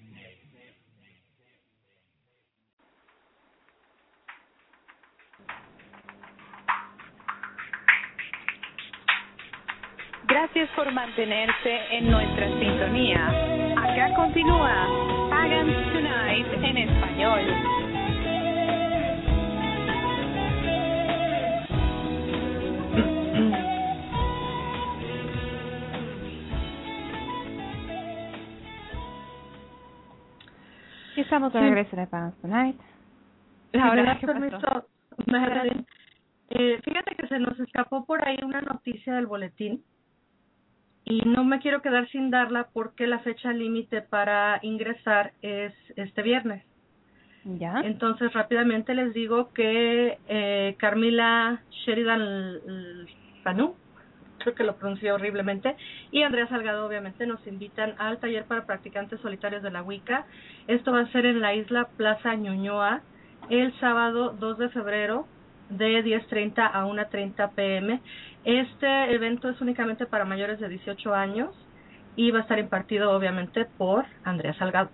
Gracias por mantenerse en nuestra sintonía. Acá continúa Pagans Tonight en español. Y estamos de regreso en el Pagans Tonight. La verdad, ¿Qué permiso, pasó? Madeline. Eh, fíjate que se nos escapó por ahí una noticia del boletín y no me quiero quedar sin darla porque la fecha límite para ingresar es este viernes. ¿Ya? Entonces rápidamente les digo que eh, Carmila Sheridan Fanu, creo que lo pronuncié horriblemente, y Andrea Salgado obviamente nos invitan al taller para practicantes solitarios de la Wicca. Esto va a ser en la isla Plaza Ñuñoa el sábado dos de febrero de diez treinta a una treinta pm. Este evento es únicamente para mayores de dieciocho años y va a estar impartido obviamente por Andrea Salgado.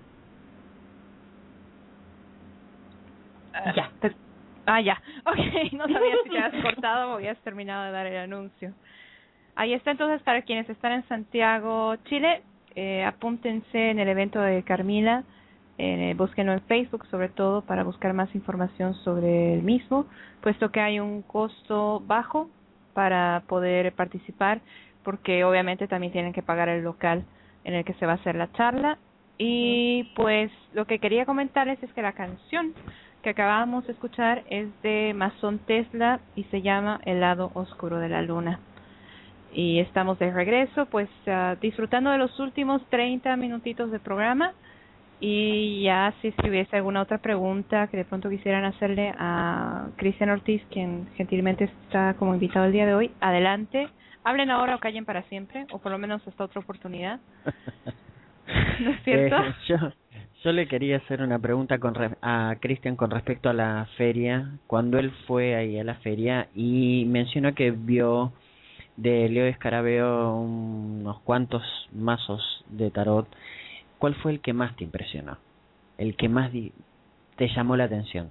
Uh, ya. Te... Ah, ya. Ok, no sabía si te has cortado o habías terminado de dar el anuncio. Ahí está entonces para quienes están en Santiago, Chile. Eh, apúntense en el evento de Carmila. Eh, búsquenlo en Facebook sobre todo para buscar más información sobre el mismo, puesto que hay un costo bajo para poder participar, porque obviamente también tienen que pagar el local en el que se va a hacer la charla Y pues lo que quería comentarles es que la canción que acabamos de escuchar es de Mason Tesla y se llama El lado oscuro de la luna. Y estamos de regreso, pues uh, disfrutando de los últimos treinta minutitos de programa. Y ya si, si hubiese alguna otra pregunta que de pronto quisieran hacerle a Cristian Ortiz, quien gentilmente está como invitado el día de hoy, adelante. Hablen ahora o callen para siempre, o por lo menos hasta otra oportunidad. ¿No es cierto? Eh, yo, yo le quería hacer una pregunta con re, a Cristian con respecto a la feria. Cuando él fue ahí a la feria y mencionó que vio de Leo Escarabeo unos cuantos mazos de tarot, ¿cuál fue el que más te impresionó? El que más di te llamó la atención.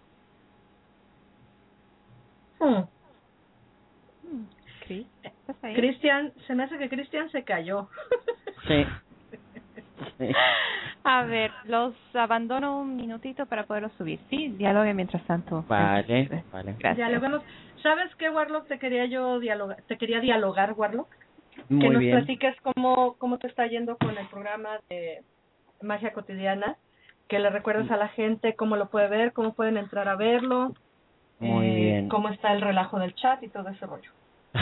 Hmm. ¿Sí? ¿Estás ahí? Cristian, se me hace que Cristian se cayó. Sí. Sí. A ver, los abandono un minutito para poderlos subir. Sí, dialogue mientras tanto. Vale, vale. Gracias. Dialoguemos. ¿Sabes qué, Warlock? Te quería yo dialogar, te quería dialogar, Warlock. Muy que nos bien. platiques cómo, cómo te está yendo con el programa de Magia Cotidiana, que le recuerdes a la gente cómo lo puede ver, cómo pueden entrar a verlo, Muy eh, bien. cómo está el relajo del chat y todo ese rollo.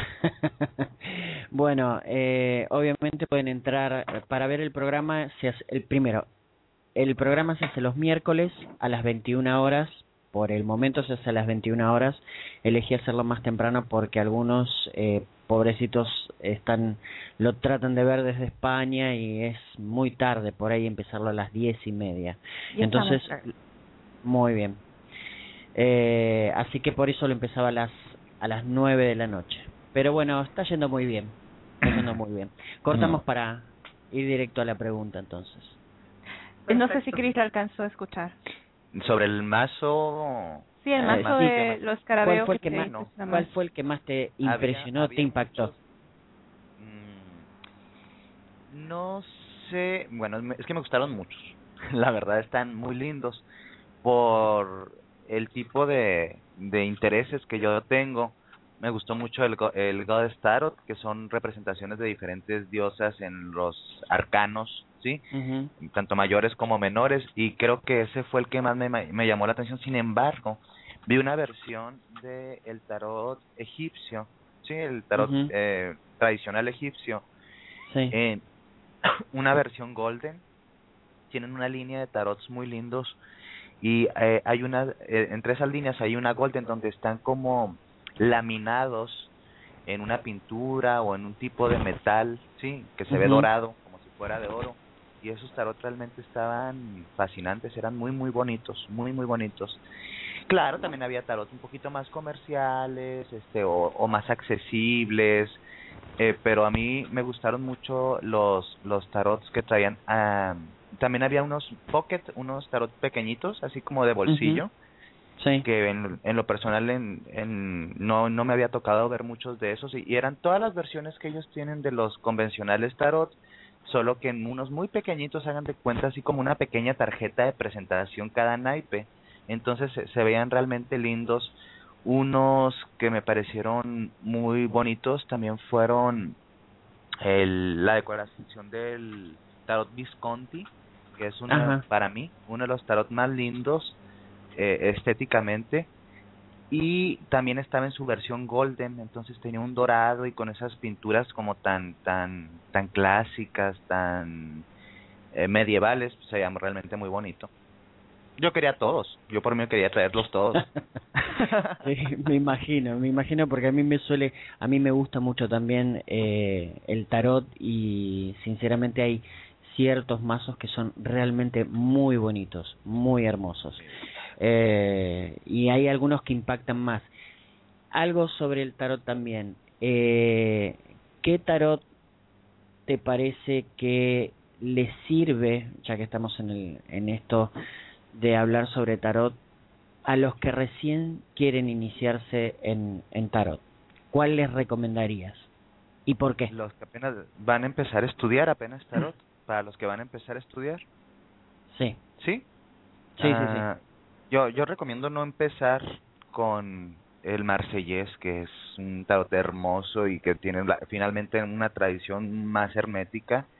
Bueno, eh, obviamente pueden entrar para ver el programa. Se hace, el primero, el programa se hace los miércoles a las veintiuna horas. Por el momento se hace a las veintiuna horas. Elegí hacerlo más temprano porque algunos eh, pobrecitos están lo tratan de ver desde España y es muy tarde por ahí empezarlo a las diez y media. Y Entonces, muy bien. Eh, así que por eso lo empezaba a las a las nueve de la noche. Pero bueno, está yendo muy bien. Está yendo muy bien. Cortamos No. para ir directo a la pregunta entonces. No sé si Chris la alcanzó a escuchar. Sobre el mazo... Sí, el Eh, mazo sí, de que- los ¿Cuál carabeos fue el que que te más, dices nada cuál más. fue el que más te Había- impresionó, había te impactó? muchos- Mm, No sé, bueno, me- es que me gustaron muchos. La verdad están muy lindos por el tipo de, de intereses que yo tengo. Me gustó mucho el, go- el Goddess Tarot, que son representaciones de diferentes diosas en los arcanos, ¿sí? Ujú. Tanto mayores como menores, y creo que ese fue el que más me, me llamó la atención. Sin embargo, vi una versión de el tarot egipcio, sí, el tarot Ujú. eh, tradicional egipcio, Sí. eh, una versión golden. Tienen una línea de tarots muy lindos y eh, hay una eh, entre esas líneas hay una golden donde están como laminados en una pintura o en un tipo de metal, sí, que se ve Ujú. dorado como si fuera de oro, y esos tarot realmente estaban fascinantes, eran muy muy bonitos, muy muy bonitos. Claro, también había tarot un poquito más comerciales, este, o, o más accesibles, eh, pero a mí me gustaron mucho los los tarots que traían. ah, también había unos pocket, unos tarot pequeñitos, así como de bolsillo, Sí. que en, en lo personal en, en no no me había tocado ver muchos de esos, y, y eran todas las versiones que ellos tienen de los convencionales tarot, solo que en unos muy pequeñitos, hagan de cuenta, así como una pequeña tarjeta de presentación cada naipe. Entonces se, se veían realmente lindos. Unos que me parecieron muy bonitos también fueron el, la decoración del tarot Visconti, que es uno, Ajá. para mí, uno de los tarot más lindos eh, estéticamente, y también estaba en su versión golden, entonces tenía un dorado y con esas pinturas como tan tan tan clásicas, tan eh, medievales, pues, se llama realmente muy bonito. Yo quería todos, yo por mí quería traerlos todos. Sí, me imagino, me imagino porque a mí me suele, a mí me gusta mucho también eh, el tarot y sinceramente hay ciertos mazos que son realmente muy bonitos, muy hermosos. Eh, y hay algunos que impactan más. Algo sobre el tarot también. Eh, ¿Qué tarot te parece que le sirve, ya que estamos en el en esto de hablar sobre tarot, a los que recién quieren iniciarse en, en tarot? ¿Cuál les recomendarías? ¿Y por qué? Los que apenas van a empezar a estudiar apenas tarot, para los que van a empezar a estudiar. Sí. ¿Sí? Sí, Ah, sí, sí. Yo, yo recomiendo no empezar con el Marsellés, que es un tarot hermoso y que tiene la, finalmente una tradición más hermética.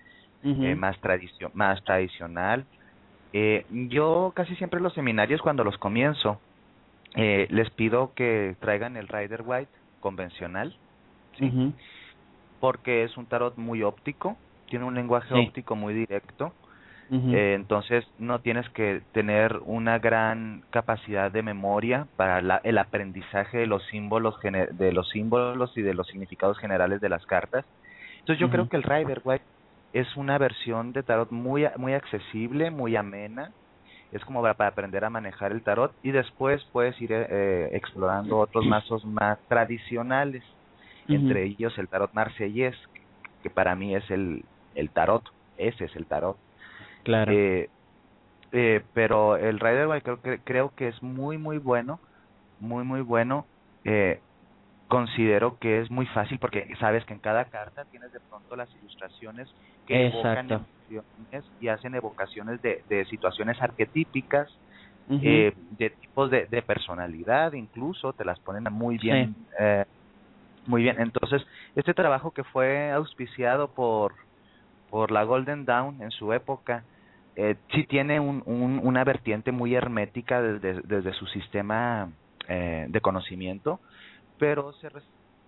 uh-huh. eh, más, tradicio más tradicional. Eh, yo casi siempre los seminarios cuando los comienzo, eh, les pido que traigan el Rider Waite convencional, ¿sí? Uh-huh. Porque es un tarot muy óptico, tiene un lenguaje sí. óptico muy directo. Uh-huh. Eh, entonces no tienes que tener una gran capacidad de memoria para la, el aprendizaje de los símbolos de los símbolos y de los significados generales de las cartas. Entonces yo uh-huh. creo que el Rider Waite es una versión de tarot muy muy accesible, muy amena. Es como para, para aprender a manejar el tarot y después puedes ir eh, explorando otros mazos más tradicionales, uh-huh. entre ellos el tarot marsellés, que, que para mí es el el tarot, ese es el tarot. Claro. Eh, eh, pero el Rider Waite creo que creo que es muy muy bueno, muy muy bueno. Eh, considero que es muy fácil porque sabes que en cada carta tienes de pronto las ilustraciones que Exacto. evocan emociones y hacen evocaciones de, de situaciones arquetípicas, uh-huh. eh, de tipos de, de personalidad, incluso te las ponen muy bien, sí. eh, muy bien. Entonces este trabajo que fue auspiciado por por la Golden Dawn en su época, eh, sí tiene un, un, una vertiente muy hermética desde, desde su sistema eh, de conocimiento, pero se rescata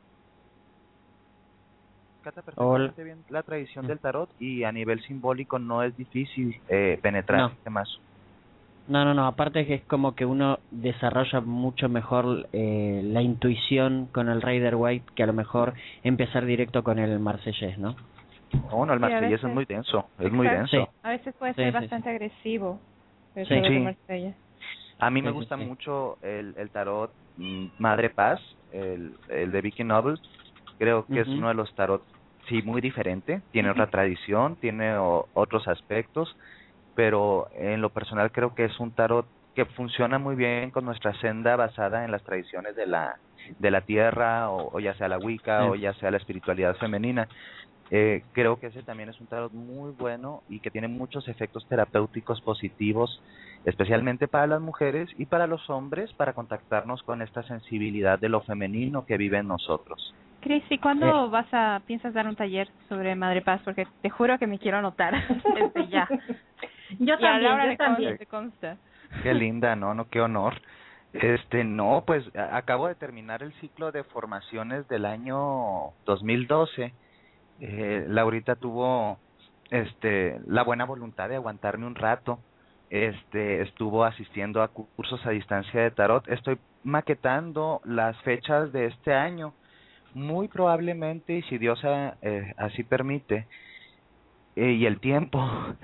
perfectamente bien la tradición del tarot y a nivel simbólico no es difícil eh, penetrar no. este mazo. No, no, no, aparte que es como que uno desarrolla mucho mejor eh, la intuición con el Rider Waite que a lo mejor empezar directo con el marsellés, ¿no? Oh, no, el marsellés sí, es muy denso, es muy denso. Sí. A veces puede ser sí, bastante sí. agresivo. El sí, sí. A mí me sí, gusta sí, sí. mucho el, el tarot mm, Madre Paz, el, el de Vicky Nobles. Creo que uh-huh. es uno de los tarot, sí, muy diferente. Tiene uh-huh. otra tradición, tiene o, otros aspectos, pero en lo personal creo que es un tarot que funciona muy bien con nuestra senda basada en las tradiciones de la de la tierra, o, o ya sea la Wicca, sí. o ya sea la espiritualidad femenina. Eh, creo que ese también es un tarot muy bueno y que tiene muchos efectos terapéuticos positivos, especialmente para las mujeres y para los hombres, para contactarnos con esta sensibilidad de lo femenino que vive en nosotros. Cris, ¿y cuándo eh. vas a piensas dar un taller sobre Madre Paz? Porque te juro que me quiero anotar desde ya. Yo y también, a Laura yo le también. Consta, consta. Qué linda, no, no, qué honor. Este, no, pues acabo de terminar el ciclo de formaciones del año dos mil doce. Eh, Laurita tuvo este la buena voluntad de aguantarme un rato. Este, estuvo asistiendo a cursos a distancia de tarot. Estoy maquetando las fechas de este año. Muy probablemente, y si Dios eh, así permite, eh, y el tiempo,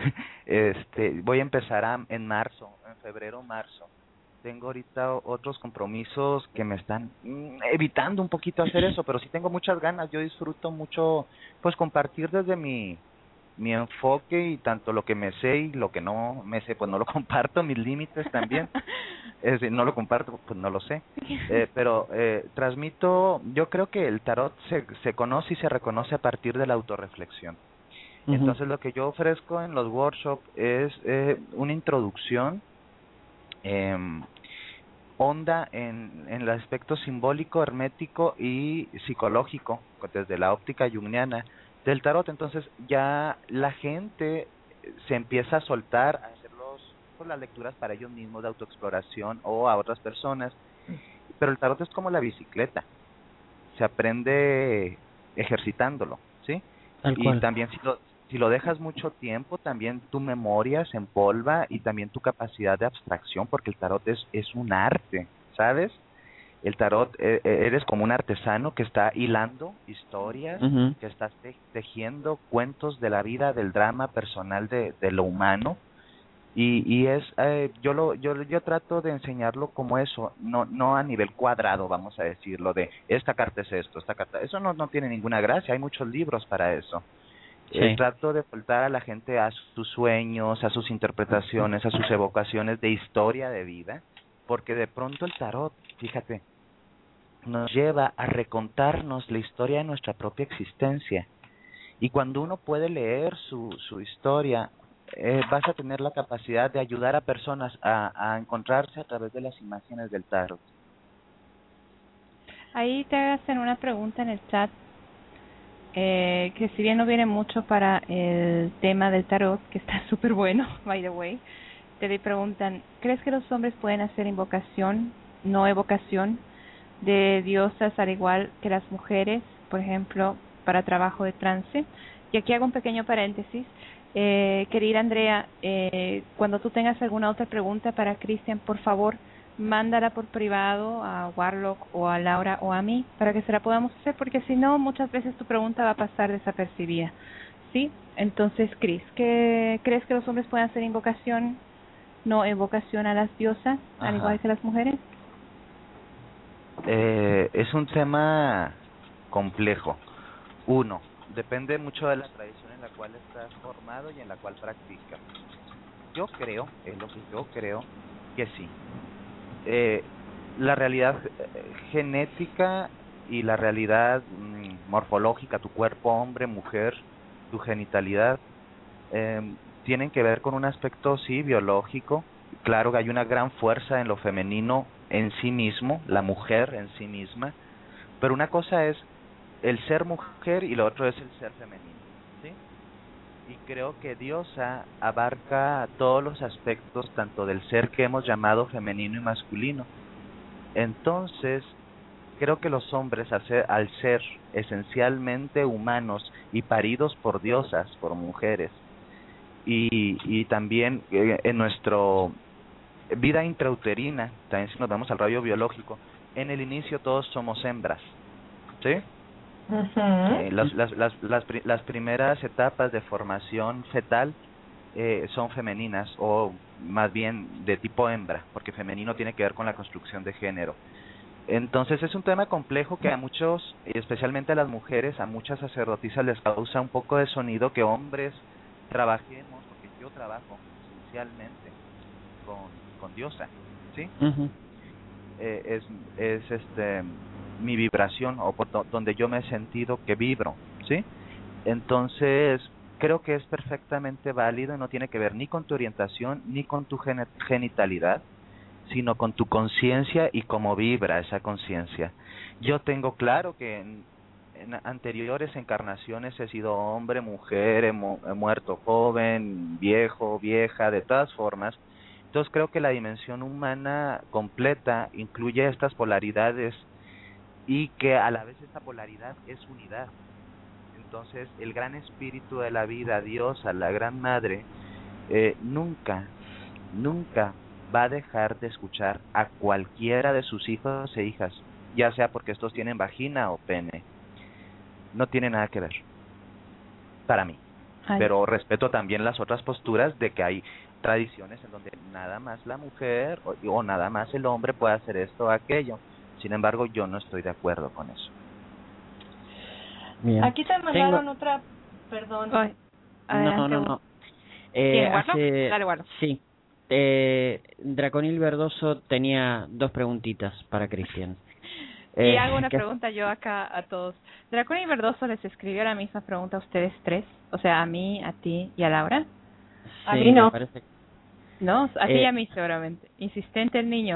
este, voy a empezar a, en marzo, en febrero, marzo. Tengo ahorita otros compromisos que me están mm, evitando un poquito hacer eso, pero sí tengo muchas ganas. Yo disfruto mucho, pues, compartir desde mi mi enfoque y tanto lo que me sé y lo que no me sé, pues no lo comparto, mis límites también. Es decir, no lo comparto, pues no lo sé. Eh, pero eh, transmito, yo creo que el tarot se, se conoce y se reconoce a partir de la autorreflexión. Uh-huh. Entonces lo que yo ofrezco en los workshops es eh, una introducción eh, honda en, en el aspecto simbólico, hermético y psicológico, desde la óptica junguiana del tarot. Entonces ya la gente se empieza a soltar, a hacer los, pues, las lecturas para ellos mismos de autoexploración o a otras personas. Pero el tarot es como la bicicleta, se aprende ejercitándolo, ¿sí? Tal y cual. También si lo, si lo dejas mucho tiempo, también tu memoria se empolva y también tu capacidad de abstracción, porque el tarot es, es un arte, ¿sabes? El tarot, eh, eres como un artesano que está hilando historias, uh-huh. que está tejiendo cuentos de la vida, del drama personal de, de lo humano, y, y es, eh, yo lo, yo, yo trato de enseñarlo como eso, no, no a nivel cuadrado, vamos a decirlo, de esta carta es esto, esta carta, eso no, no tiene ninguna gracia, hay muchos libros para eso. Sí. Eh, trato de soltar a la gente a sus sueños, a sus interpretaciones, a sus evocaciones de historia de vida, porque de pronto el tarot, fíjate, nos lleva a recontarnos la historia de nuestra propia existencia. Y cuando uno puede leer su, su historia, eh, vas a tener la capacidad de ayudar a personas a, a encontrarse a través de las imágenes del tarot. Ahí te hacen una pregunta en el chat. eh, que si bien no viene mucho para el tema del tarot, que está súper bueno, by the way, te preguntan, ¿crees que los hombres pueden hacer invocación, no evocación, de diosas al igual que las mujeres, por ejemplo, para trabajo de trance? Y aquí hago un pequeño paréntesis. Eh, querida Andrea, eh, cuando tú tengas alguna otra pregunta para Cristian, por favor, mándala por privado a Warlock o a Laura o a mí para que se la podamos hacer, porque si no, muchas veces tu pregunta va a pasar desapercibida. ¿Sí? Entonces, Cris, ¿qué, ¿crees que los hombres pueden hacer invocación, no evocación a las diosas, Ajá. al igual que las mujeres? Eh, es un tema complejo. Uno, depende mucho de la tradición en la cual estás formado y en la cual practicas. Yo creo, es lo que yo creo, que sí. Eh, la realidad eh, genética y la realidad mm, morfológica, tu cuerpo, hombre, mujer, tu genitalidad, eh, tienen que ver con un aspecto, sí, biológico. Claro que hay una gran fuerza en lo femenino en sí mismo, la mujer en sí misma, pero una cosa es el ser mujer y lo otro es el ser femenino, ¿sí? Y creo que Diosa abarca todos los aspectos tanto del ser que hemos llamado femenino y masculino. Entonces, creo que los hombres al ser, al ser esencialmente humanos y paridos por diosas, por mujeres, y, y también eh, en nuestro vida intrauterina, también si nos vamos al radio biológico, en el inicio todos somos hembras, ¿sí? Uh-huh. Eh, las, las, las, las, las primeras etapas de formación fetal eh, son femeninas, o más bien de tipo hembra, porque femenino tiene que ver con la construcción de género. Entonces es un tema complejo que a muchos, especialmente a las mujeres, a muchas sacerdotisas les causa un poco de sonido que hombres trabajemos, porque yo trabajo esencialmente con, con diosa, ¿sí? Uh-huh. Eh, es, es este mi vibración, o por do, donde yo me he sentido que vibro, ¿sí? Entonces creo que es perfectamente válido y no tiene que ver ni con tu orientación ni con tu gen genitalidad, sino con tu conciencia y cómo vibra esa conciencia. Yo tengo claro que en, en anteriores encarnaciones he sido hombre, mujer, he, mu he muerto joven, viejo, vieja, de todas formas. Entonces creo que la dimensión humana completa incluye estas polaridades y que a la vez esta polaridad es unidad. Entonces el gran espíritu de la vida, Dios, a la gran madre, eh, nunca, nunca va a dejar de escuchar a cualquiera de sus hijos e hijas, ya sea porque estos tienen vagina o pene. No tiene nada que ver, para mí. Ay. Pero respeto también las otras posturas de que hay tradiciones en donde nada más la mujer o, o nada más el hombre puede hacer esto o aquello. Sin embargo, yo no estoy de acuerdo con eso. Bien. Aquí te mandaron Tengo... otra, perdón. Ay, no, no, no. Eh, hace... Dale, guardo. Sí. Eh, Draconil Verdoso tenía dos preguntitas para Cristian. Y eh, hago una ¿qué? pregunta yo acá a todos. Draconil Verdoso les escribió la misma pregunta a ustedes tres, o sea, a mí, a ti y a Laura. Sí, a mí no. Me parece... No, a ti eh... y a mí seguramente. Insistente el niño.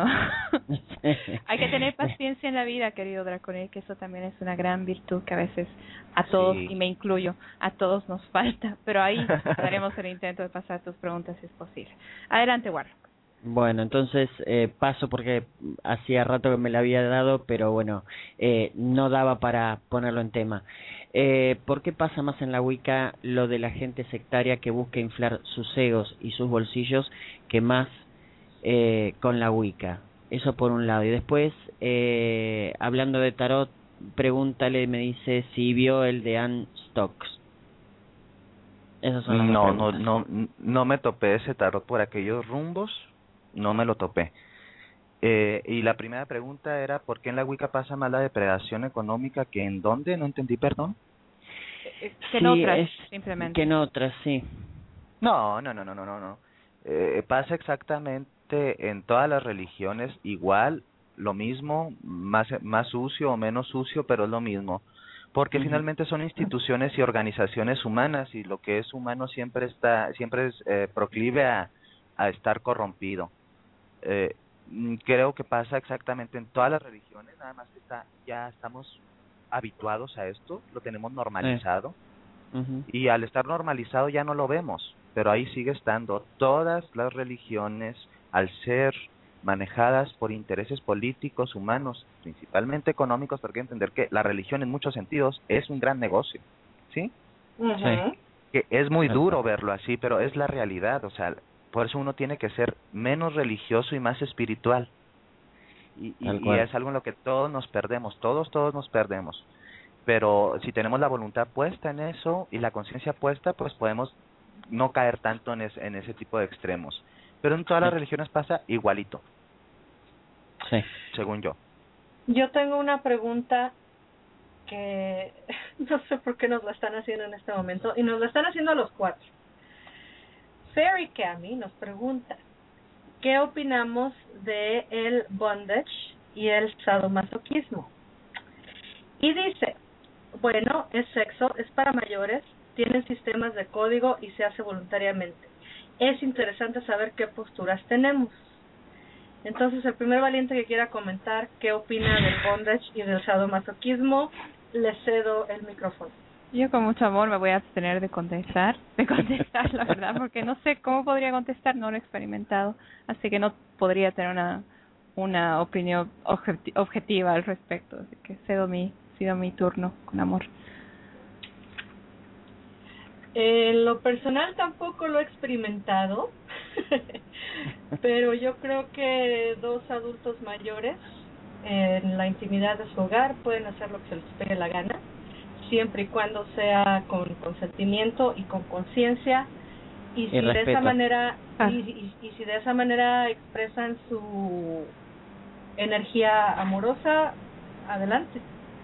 Hay que tener paciencia en la vida, querido Draconil, que eso también es una gran virtud que a veces a todos, sí. y me incluyo, a todos nos falta. Pero ahí haremos el intento de pasar tus preguntas si es posible. Adelante, Warlock. Bueno, entonces eh, paso porque hacía rato que me la había dado, pero bueno, eh, no daba para ponerlo en tema. Eh, ¿Por qué pasa más en la Wicca lo de la gente sectaria que busca inflar sus egos y sus bolsillos que más eh, con la Wicca? Eso por un lado. Y después, eh, hablando de tarot, pregúntale, me dice si vio el de Anne Stokes. Esas son las no, no, no, no me topé ese tarot por aquellos rumbos. No me lo topé. Eh, y la primera pregunta era, ¿por qué en la Wicca pasa más la depredación económica que en dónde? No entendí, perdón. Que en sí, otras, es, simplemente. Que en otras, sí. No, no, no, no, no, no. no. Eh, pasa exactamente en todas las religiones igual, lo mismo, más, más sucio o menos sucio, pero es lo mismo. Porque uh-huh. finalmente son instituciones y organizaciones humanas y lo que es humano siempre está, siempre es eh, proclive a, a estar corrompido. Eh, creo que pasa exactamente en todas las religiones, nada más que está, ya estamos habituados a esto, lo tenemos normalizado, Uh-huh. y al estar normalizado ya no lo vemos, pero ahí sigue estando. Todas las religiones, al ser manejadas por intereses políticos, humanos, principalmente económicos, porque hay que entender que la religión en muchos sentidos es un gran negocio, ¿sí? Ujú. Sí. Que es muy Exacto. duro verlo así, pero es la realidad. O sea, por eso uno tiene que ser menos religioso y más espiritual. Y, y, Tal y cual. es algo en lo que todos nos perdemos, todos, todos nos perdemos. Pero si tenemos la voluntad puesta en eso y la conciencia puesta, pues podemos no caer tanto en, es, en ese tipo de extremos. Pero en todas las Sí. religiones pasa igualito, Sí. según yo. Yo tengo una pregunta que no sé por qué nos la están haciendo en este momento, y nos la están haciendo a los cuatro. Fairy Cami nos pregunta, ¿qué opinamos de el bondage y el sadomasoquismo? Y dice, bueno, es sexo, es para mayores, tienen sistemas de código y se hace voluntariamente. Es interesante saber qué posturas tenemos. Entonces, el primer valiente que quiera comentar qué opina del bondage y del sadomasoquismo, le cedo el micrófono. Yo con mucho amor me voy a abstener de contestar, de contestar la verdad, porque no sé cómo podría contestar, no lo he experimentado, así que no podría tener una una opinión objeti- objetiva al respecto, así que cedo mi, cedo mi turno con amor. En lo personal tampoco lo he experimentado, pero yo creo que dos adultos mayores en la intimidad de su hogar pueden hacer lo que se les pegue la gana, siempre y cuando sea con consentimiento y con conciencia, y Y si de respeto. esa manera Ah. y, y, y si de esa manera expresan su energía amorosa, adelante.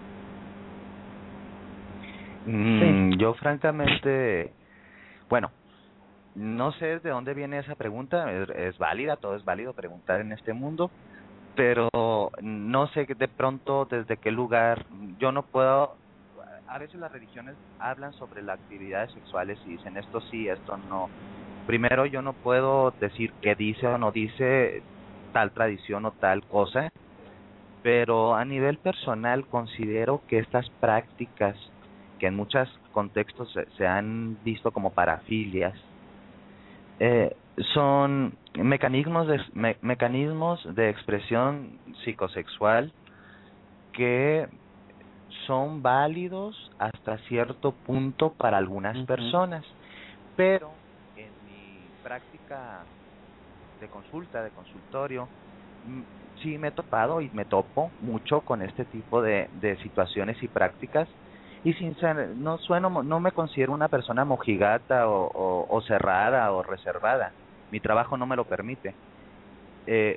Mm, yo francamente, bueno, no sé de dónde viene esa pregunta, es, es válida, todo es válido preguntar en este mundo, pero no sé de pronto desde qué lugar. Yo no puedo, a veces las religiones hablan sobre las actividades sexuales y dicen esto sí, esto no. Primero, yo no puedo decir qué dice o no dice tal tradición o tal cosa, pero a nivel personal considero que estas prácticas, que en muchos contextos se, se han visto como parafilias, eh, son mecanismos de, me, mecanismos de expresión psicosexual que son válidos hasta cierto punto para algunas Ujú. personas, pero en mi práctica de consulta, de consultorio, mm, sí me he topado y me topo mucho con este tipo de, de situaciones y prácticas, y sin ser, no sueno, no me considero una persona mojigata o, o, o cerrada o reservada. Mi trabajo no me lo permite. Eh,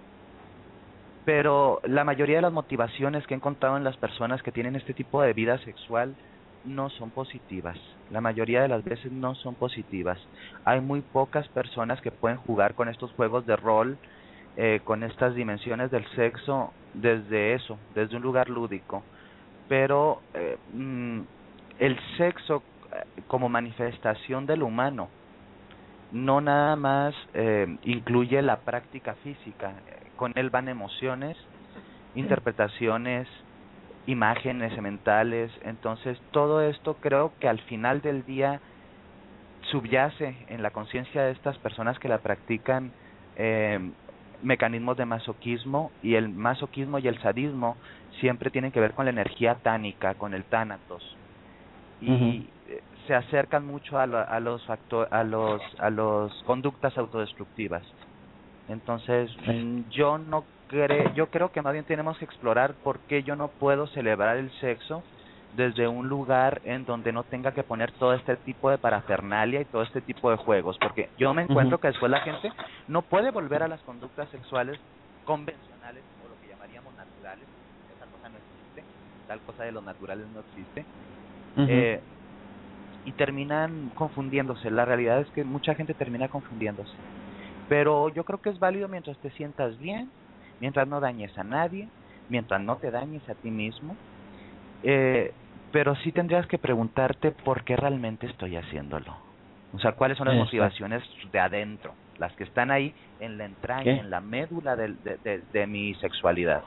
pero la mayoría de las motivaciones que he encontrado en las personas que tienen este tipo de vida sexual no son positivas. La mayoría de las veces no son positivas. Hay muy pocas personas que pueden jugar con estos juegos de rol, eh, con estas dimensiones del sexo desde eso, desde un lugar lúdico. Pero eh, mm, el sexo eh, como manifestación del humano no nada más eh, incluye la práctica física. Con él van emociones, interpretaciones, imágenes mentales. Entonces todo esto creo que al final del día subyace en la conciencia de estas personas que la practican eh, mecanismos de masoquismo, y el masoquismo y el sadismo siempre tienen que ver con la energía tánica, con el tánatos, y Ujú. se acercan mucho a, lo, a los factor, a los a los conductas autodestructivas. Entonces mm, yo no creo, yo creo que más bien tenemos que explorar por qué yo no puedo celebrar el sexo desde un lugar en donde no tenga que poner todo este tipo de parafernalia y todo este tipo de juegos, porque yo me encuentro Ujú. que después la gente no puede volver a las conductas sexuales convencionales o lo que llamaríamos naturales. Esa cosa no existe, tal cosa de los naturales no existe. Ujú. eh, y terminan confundiéndose. La realidad es que mucha gente termina confundiéndose, pero yo creo que es válido mientras te sientas bien, mientras no dañes a nadie, mientras no te dañes a ti mismo. Eh, pero sí tendrías que preguntarte por qué realmente estoy haciéndolo. O sea, cuáles son las Exacto. motivaciones de adentro, las que están ahí en la entraña, ¿Qué? en la médula de, de, de, de mi sexualidad.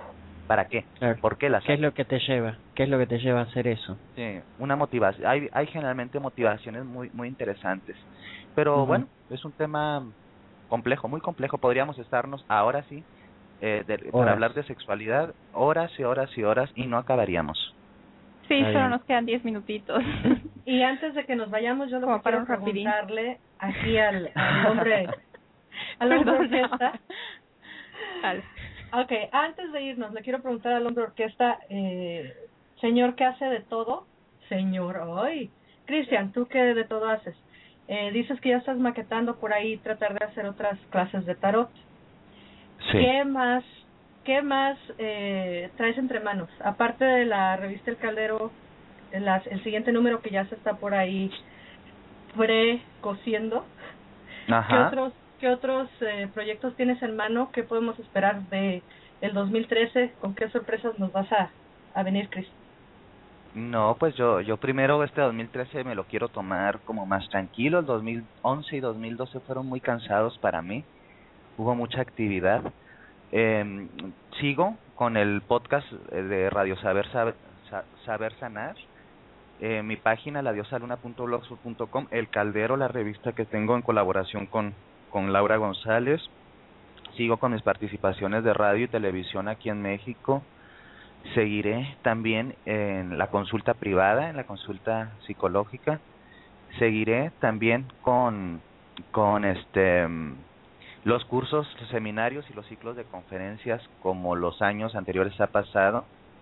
¿Para qué? Claro. ¿Por qué las ¿Qué es lo que te lleva? ¿Qué es lo que te lleva a hacer eso? Sí, una motivación. Hay, hay generalmente motivaciones muy, muy interesantes. Pero Ujú. bueno, es un tema complejo, muy complejo. Podríamos estarnos ahora sí, eh, de, para Horas. hablar de sexualidad, horas y horas y horas y no acabaríamos. Sí, Está solo bien. nos quedan diez minutitos. Y antes de que nos vayamos, yo lo Como que para quiero un rapidín. preguntarle aquí al, al hombre, al hombre Perdón, orquesta. Dale. Ok, antes de irnos, le quiero preguntar al hombre orquesta, eh, señor que hace de todo, señor, hoy, Cristian, ¿tú qué de todo haces? Eh, dices que ya estás maquetando por ahí tratar de hacer otras clases de tarot. Sí. ¿Qué más, qué más eh, traes entre manos? Aparte de la revista El Caldero, las, el siguiente número que ya se está por ahí pre-cociendo, Ajá. ¿qué otros, qué otros eh, proyectos tienes en mano? ¿Qué podemos esperar de el dos mil trece? ¿Con qué sorpresas nos vas a, a venir, Chris? No, pues yo yo primero este dos mil trece me lo quiero tomar como más tranquilo. El dos mil once y dos mil doce fueron muy cansados para mí. Hubo mucha actividad. Eh, sigo con el podcast de Radio Saber Saber, Saber Sanar. Eh, mi página, la diosa luna punto blogspot punto com, El Caldero, la revista que tengo en colaboración con, con Laura González. Sigo con mis participaciones de radio y televisión aquí en México. Seguiré también en la consulta privada, en la consulta psicológica. Seguiré también con, con este los cursos, los seminarios y los ciclos de conferencias como los años anteriores ha pasado.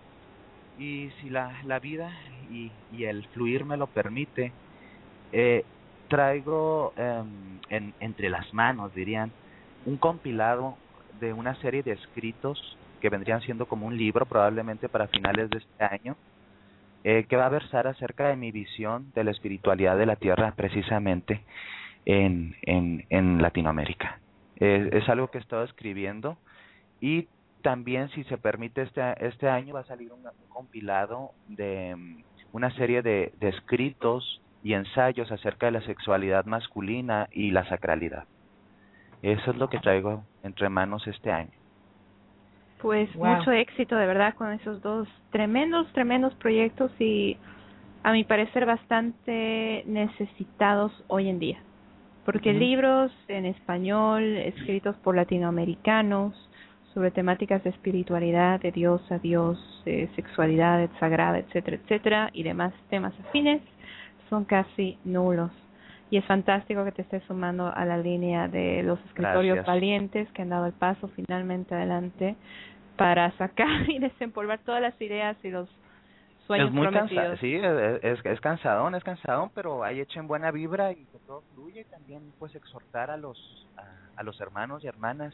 Y si la, la vida y, y el fluir me lo permite, eh, traigo eh, en, entre las manos, dirían, un compilado de una serie de escritos que vendrían siendo como un libro probablemente para finales de este año, eh, que va a versar acerca de mi visión de la espiritualidad de la Tierra precisamente en, en, en Latinoamérica. Eh, es algo que he estado escribiendo y también, si se permite, este este año va a salir un, un compilado de um, una serie de, de escritos y ensayos acerca de la sexualidad masculina y la sacralidad. Eso es lo que traigo entre manos este año. Pues Wow. mucho éxito de verdad con esos dos tremendos, tremendos proyectos y a mi parecer bastante necesitados hoy en día. Porque Ujú. libros en español escritos por latinoamericanos sobre temáticas de espiritualidad, de Dios a Dios, de sexualidad sagrada, etcétera, etcétera, y demás temas afines, son casi nulos. Y es fantástico que te estés sumando a la línea de los escritorios Gracias. valientes que han dado el paso finalmente adelante para sacar y desempolvar todas las ideas y los sueños Es muy cansado, prometidos. sí, es, es, es cansadón, es cansadón, pero ahí echen buena vibra y que todo fluye. También pues exhortar a los a, a los hermanos y hermanas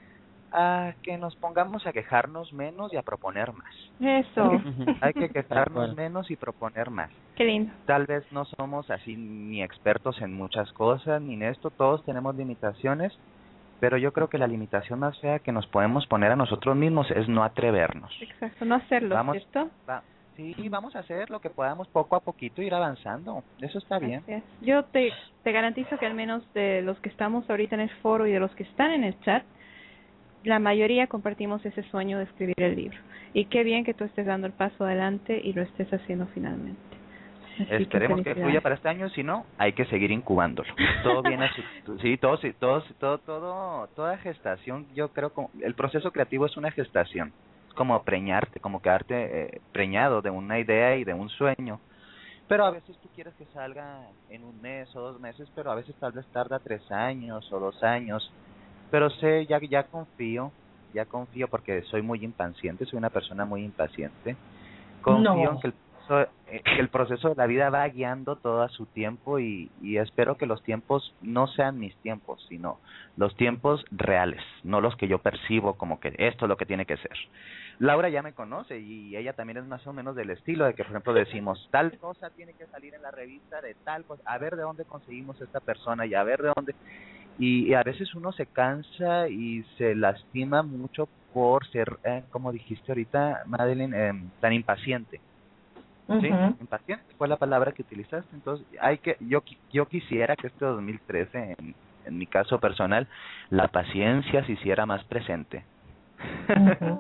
a que nos pongamos a quejarnos menos y a proponer más. Eso. Hay que Tal quejarnos cual. menos y proponer más. Qué lindo. Tal vez no somos así ni expertos en muchas cosas, ni en esto, todos tenemos limitaciones, pero yo creo que la limitación más fea que nos podemos poner a nosotros mismos es no atrevernos. Exacto, no hacerlo, Vamos, ¿cierto? va, sí, vamos a hacer lo que podamos poco a poquito, ir avanzando. Eso está bien. Así es. Yo te, te garantizo que al menos de los que estamos ahorita en el foro y de los que están en el chat, la mayoría compartimos ese sueño de escribir el libro. Y qué bien que tú estés dando el paso adelante y lo estés haciendo finalmente. Así Esperemos que felicidades. fluya para este año, si no, hay que seguir incubándolo. Todo viene a su, sí, todo, sí, todo, todo, todo, toda gestación, yo creo que el proceso creativo es una gestación, es como preñarte, como quedarte eh, preñado de una idea y de un sueño. Pero a veces tú quieres que salga en un mes o dos meses, pero a veces tal vez tarda tres años o dos años. Pero sé, ya ya confío, ya confío porque soy muy impaciente, soy una persona muy impaciente. Confío No. en que el, proceso, eh, que el proceso de la vida va guiando todo a su tiempo y, y espero que los tiempos no sean mis tiempos, sino los tiempos reales, no los que yo percibo como que esto es lo que tiene que ser. Laura ya me conoce y ella también es más o menos del estilo de que, por ejemplo, decimos tal cosa tiene que salir en la revista de tal cosa, a ver de dónde conseguimos esta persona y a ver de dónde... Y, y a veces uno se cansa y se lastima mucho por ser, eh, como dijiste ahorita, Madeline, eh, tan impaciente. ¿Sí? Ujú. Impaciente fue la palabra que utilizaste. Entonces, hay que yo yo quisiera que este dos mil trece, en, en mi caso personal, la paciencia se hiciera más presente. Ujú.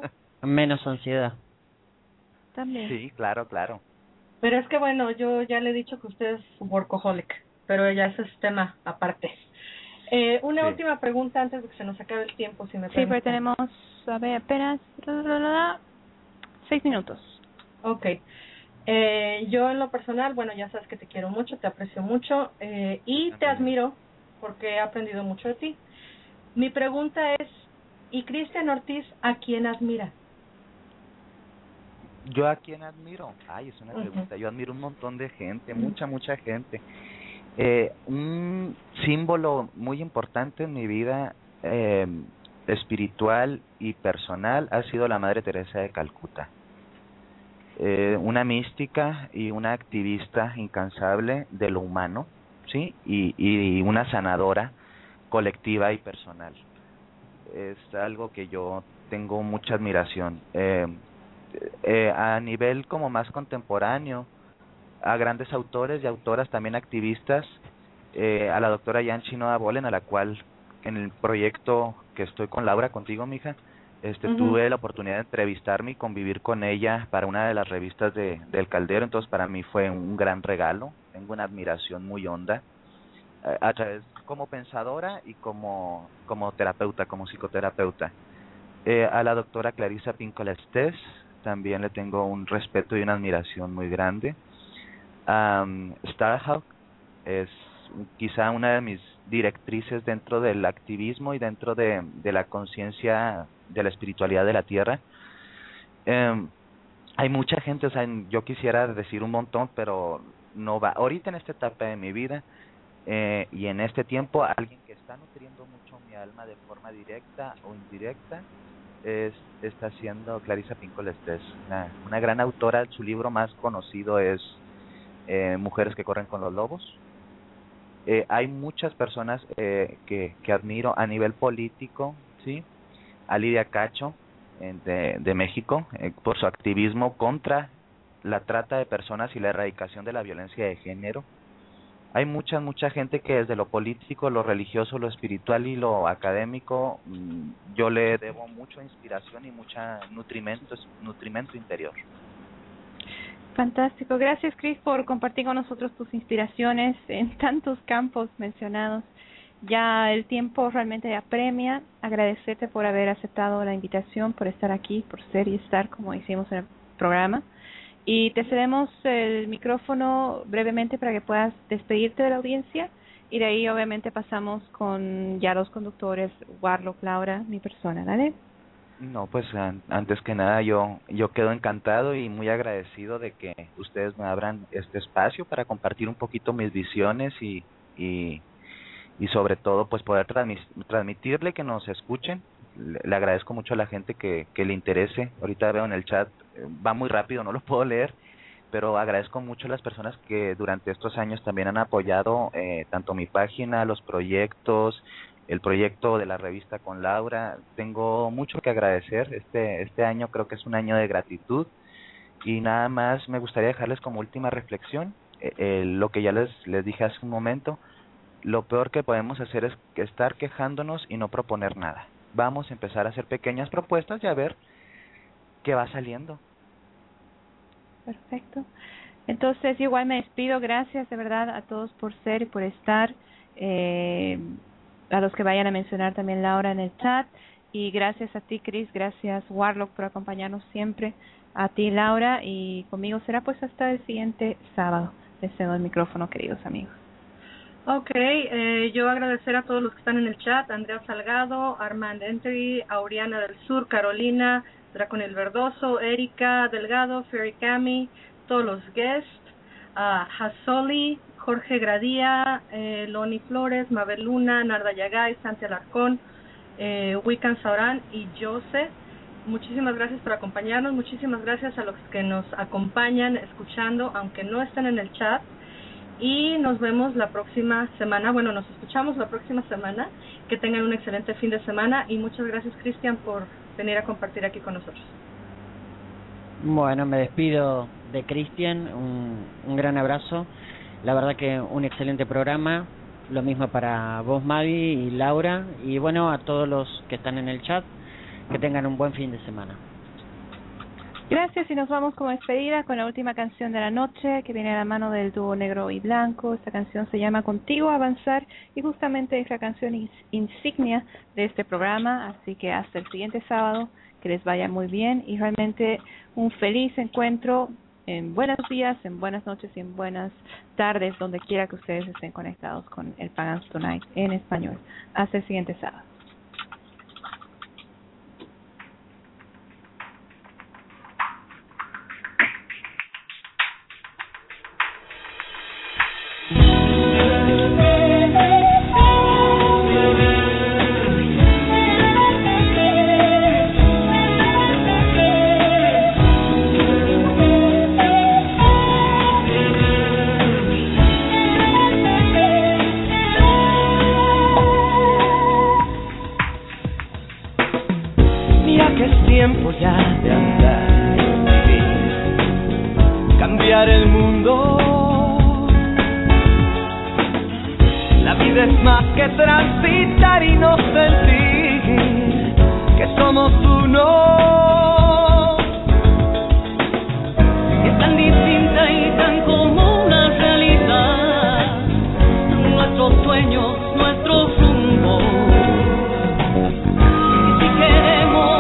Menos ansiedad. También. Sí, claro, claro. Pero es que bueno, yo ya le he dicho que usted es workaholic, pero ya ese es tema aparte. Eh, una Sí. última pregunta antes de que se nos acabe el tiempo, si me Sí, permite. pero tenemos, a ver, apenas seis minutos. Ok. Eh, yo en lo personal, bueno, ya sabes que te quiero mucho, te aprecio mucho eh, y te admiro porque he aprendido mucho de ti. Mi pregunta es, ¿y Cristian Ortiz a quién admira? ¿Yo a quién admiro? Ay, es una Ujú. pregunta. Yo admiro un montón de gente, mucha, mucha gente. Eh, un símbolo muy importante en mi vida eh, espiritual y personal ha sido la Madre Teresa de Calcuta. Eh, una mística y una activista incansable de lo humano, ¿sí? Y, y una sanadora colectiva y personal. Es algo que yo tengo mucha admiración. Eh, eh, a nivel como más contemporáneo, a grandes autores y autoras también activistas, eh, a la doctora Yanchi Noa Bolen, a la cual en el proyecto que estoy con Laura, contigo, mija, este, Ujú. tuve la oportunidad de entrevistarme y convivir con ella para una de las revistas de del Caldero, entonces para mí fue un gran regalo, tengo una admiración muy honda, eh, a través como pensadora y como, como terapeuta, como psicoterapeuta. Eh, a la doctora Clarisa Pinkola Estés también le tengo un respeto y una admiración muy grande. Um, Starhawk es quizá una de mis directrices dentro del activismo y dentro de, de la conciencia de la espiritualidad de la Tierra. Um, hay mucha gente, o sea, yo quisiera decir un montón, pero no va. Ahorita en esta etapa de mi vida eh, y en este tiempo, alguien que está nutriendo mucho mi alma de forma directa o indirecta es está siendo Clarisa Pinkola Estés, una, una gran autora. Su libro más conocido es eh, Mujeres que corren con los lobos. Eh, hay muchas personas eh, que, que admiro a nivel político, sí, a Lidia Cacho eh, de, de México eh, por su activismo contra la trata de personas y la erradicación de la violencia de género. Hay mucha, mucha gente que desde lo político, lo religioso, lo espiritual y lo académico, yo le debo mucha inspiración y mucha nutrimento, nutrimento interior. Fantástico. Gracias, Chris, por compartir con nosotros tus inspiraciones en tantos campos mencionados. Ya el tiempo realmente apremia. Agradecerte por haber aceptado la invitación, por estar aquí, por ser y estar como hicimos en el programa. Y te cedemos el micrófono brevemente para que puedas despedirte de la audiencia y de ahí obviamente pasamos con ya los conductores, Warlock, Laura, mi persona, ¿vale? No, pues an antes que nada yo yo quedo encantado y muy agradecido de que ustedes me abran este espacio para compartir un poquito mis visiones y y, y sobre todo pues poder transmis transmitirle que nos escuchen. Le, le agradezco mucho a la gente que, que le interese. Ahorita veo en el chat, eh, va muy rápido, no lo puedo leer, pero agradezco mucho a las personas que durante estos años también han apoyado eh, tanto mi página, los proyectos, el proyecto de la revista con Laura. Tengo mucho que agradecer. Este este año creo que es un año de gratitud y nada más me gustaría dejarles como última reflexión eh, eh, lo que ya les les dije hace un momento. Lo peor que podemos hacer es estar quejándonos y no proponer nada. Vamos a empezar a hacer pequeñas propuestas y a ver qué va saliendo. Perfecto. Entonces, igual me despido. Gracias de verdad a todos por ser y por estar. Eh, a los que vayan a mencionar también Laura en el chat. Y gracias a ti, Chris. Gracias, Warlock, por acompañarnos siempre. A ti, Laura. Y conmigo será pues hasta el siguiente sábado. Les cedo el micrófono, queridos amigos. Ok, eh, yo agradecer a todos los que están en el chat, Andrea Salgado, Armand Entry, Auriana del Sur, Carolina, Draconel Verdoso, Erika Delgado, Ferry Cami, todos los guests, uh, Hasoli, Jorge Gradía, eh, Loni Flores, Mabel Luna, Narda Yagay, Santi Alarcón, eh, Wiccan Saurán y Jose. Muchísimas gracias por acompañarnos, muchísimas gracias a los que nos acompañan escuchando, aunque no estén en el chat. Y nos vemos la próxima semana, bueno, nos escuchamos la próxima semana. Que tengan un excelente fin de semana y muchas gracias, Cristian, por venir a compartir aquí con nosotros. Bueno, me despido de Cristian, un, un gran abrazo. La verdad que un excelente programa, lo mismo para vos, Mavi y Laura, y bueno, a todos los que están en el chat, que tengan un buen fin de semana. Gracias, y nos vamos como despedida con la última canción de la noche, que viene a la mano del dúo Negro y Blanco. Esta canción se llama Contigo Avanzar, y justamente es la canción insignia de este programa, así que hasta el siguiente sábado, que les vaya muy bien, y realmente un feliz encuentro en buenos días, en buenas noches y en buenas tardes, donde quiera que ustedes estén conectados con el Pagans Tonight en español. Hasta el siguiente sábado. Tiempo ya de andar, vivir, cambiar el mundo. La vida es más que transitar y no sentir que somos uno. Es tan distinta y tan como una realidad, nuestros sueños, nuestros rumbos. Y si queremos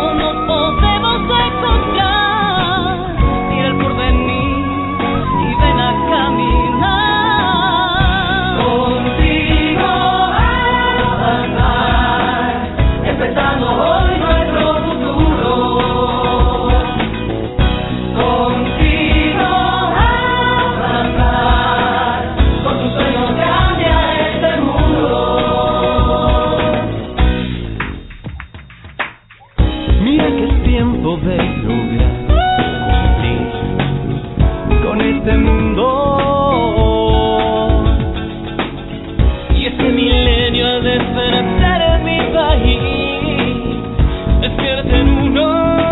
de lograr cumplir con este mundo, y este milenio ha de despertar en mi país, despierta en uno.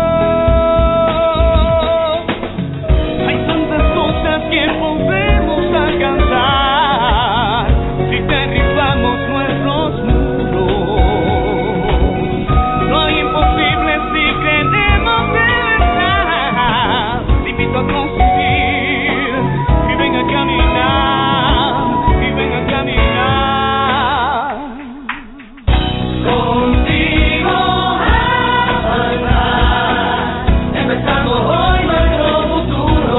Hay tantas cosas que podemos alcanzar si derribamos nuestros muros. No hay imposibles si queremos de verdad. Te invito a construir y ven a caminar, y ven a caminar contigo a andar, empezando hoy nuestro futuro.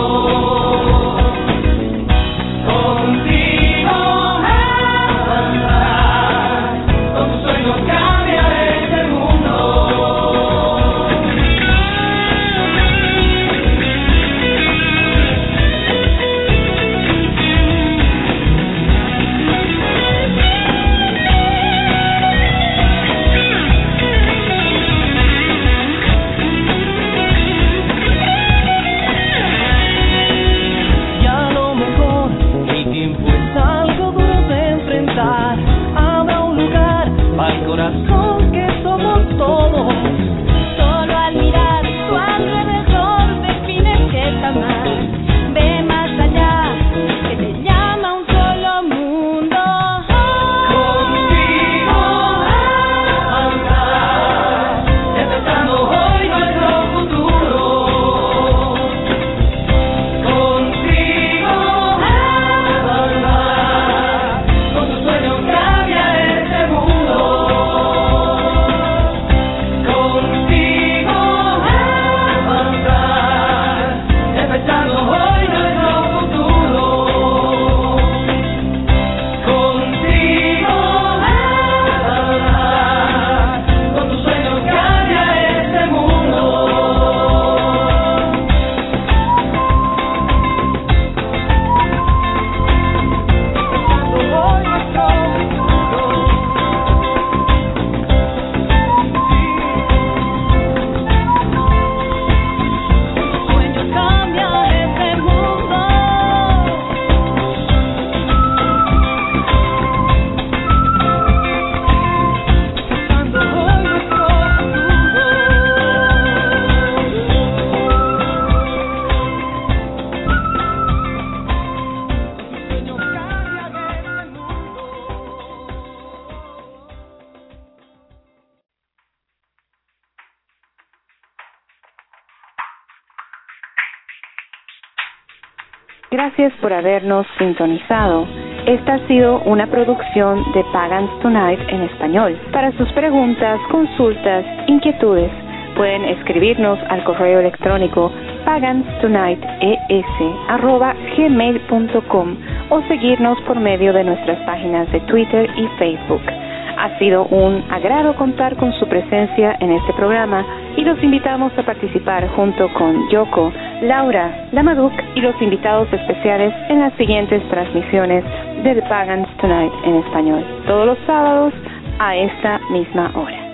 Contigo a andar, con tus sueños cambiar este mundo. Y a lo mejor el tiempo es algo duro de enfrentar. Habrá un lugar para el corazón que somos todos. Solo al mirar tu alrededor defines que está mal. Ve más allá, que te llama un solo mundo. Contigo a andar, empezando hoy nuestro futuro. Contigo a andar, con tus sueños cambia este mundo. Gracias por habernos sintonizado. Esta ha sido una producción de Pagans Tonight en español. Para sus preguntas, consultas, inquietudes, pueden escribirnos al correo electrónico paganstonightes arroba gmail punto com o seguirnos por medio de nuestras páginas de Twitter y Facebook. Ha sido un agrado contar con su presencia en este programa y los invitamos a participar junto con Yoko, Laura, Lamaduk y los invitados especiales en las siguientes transmisiones del Pagans Tonight en español, todos los sábados a esta misma hora.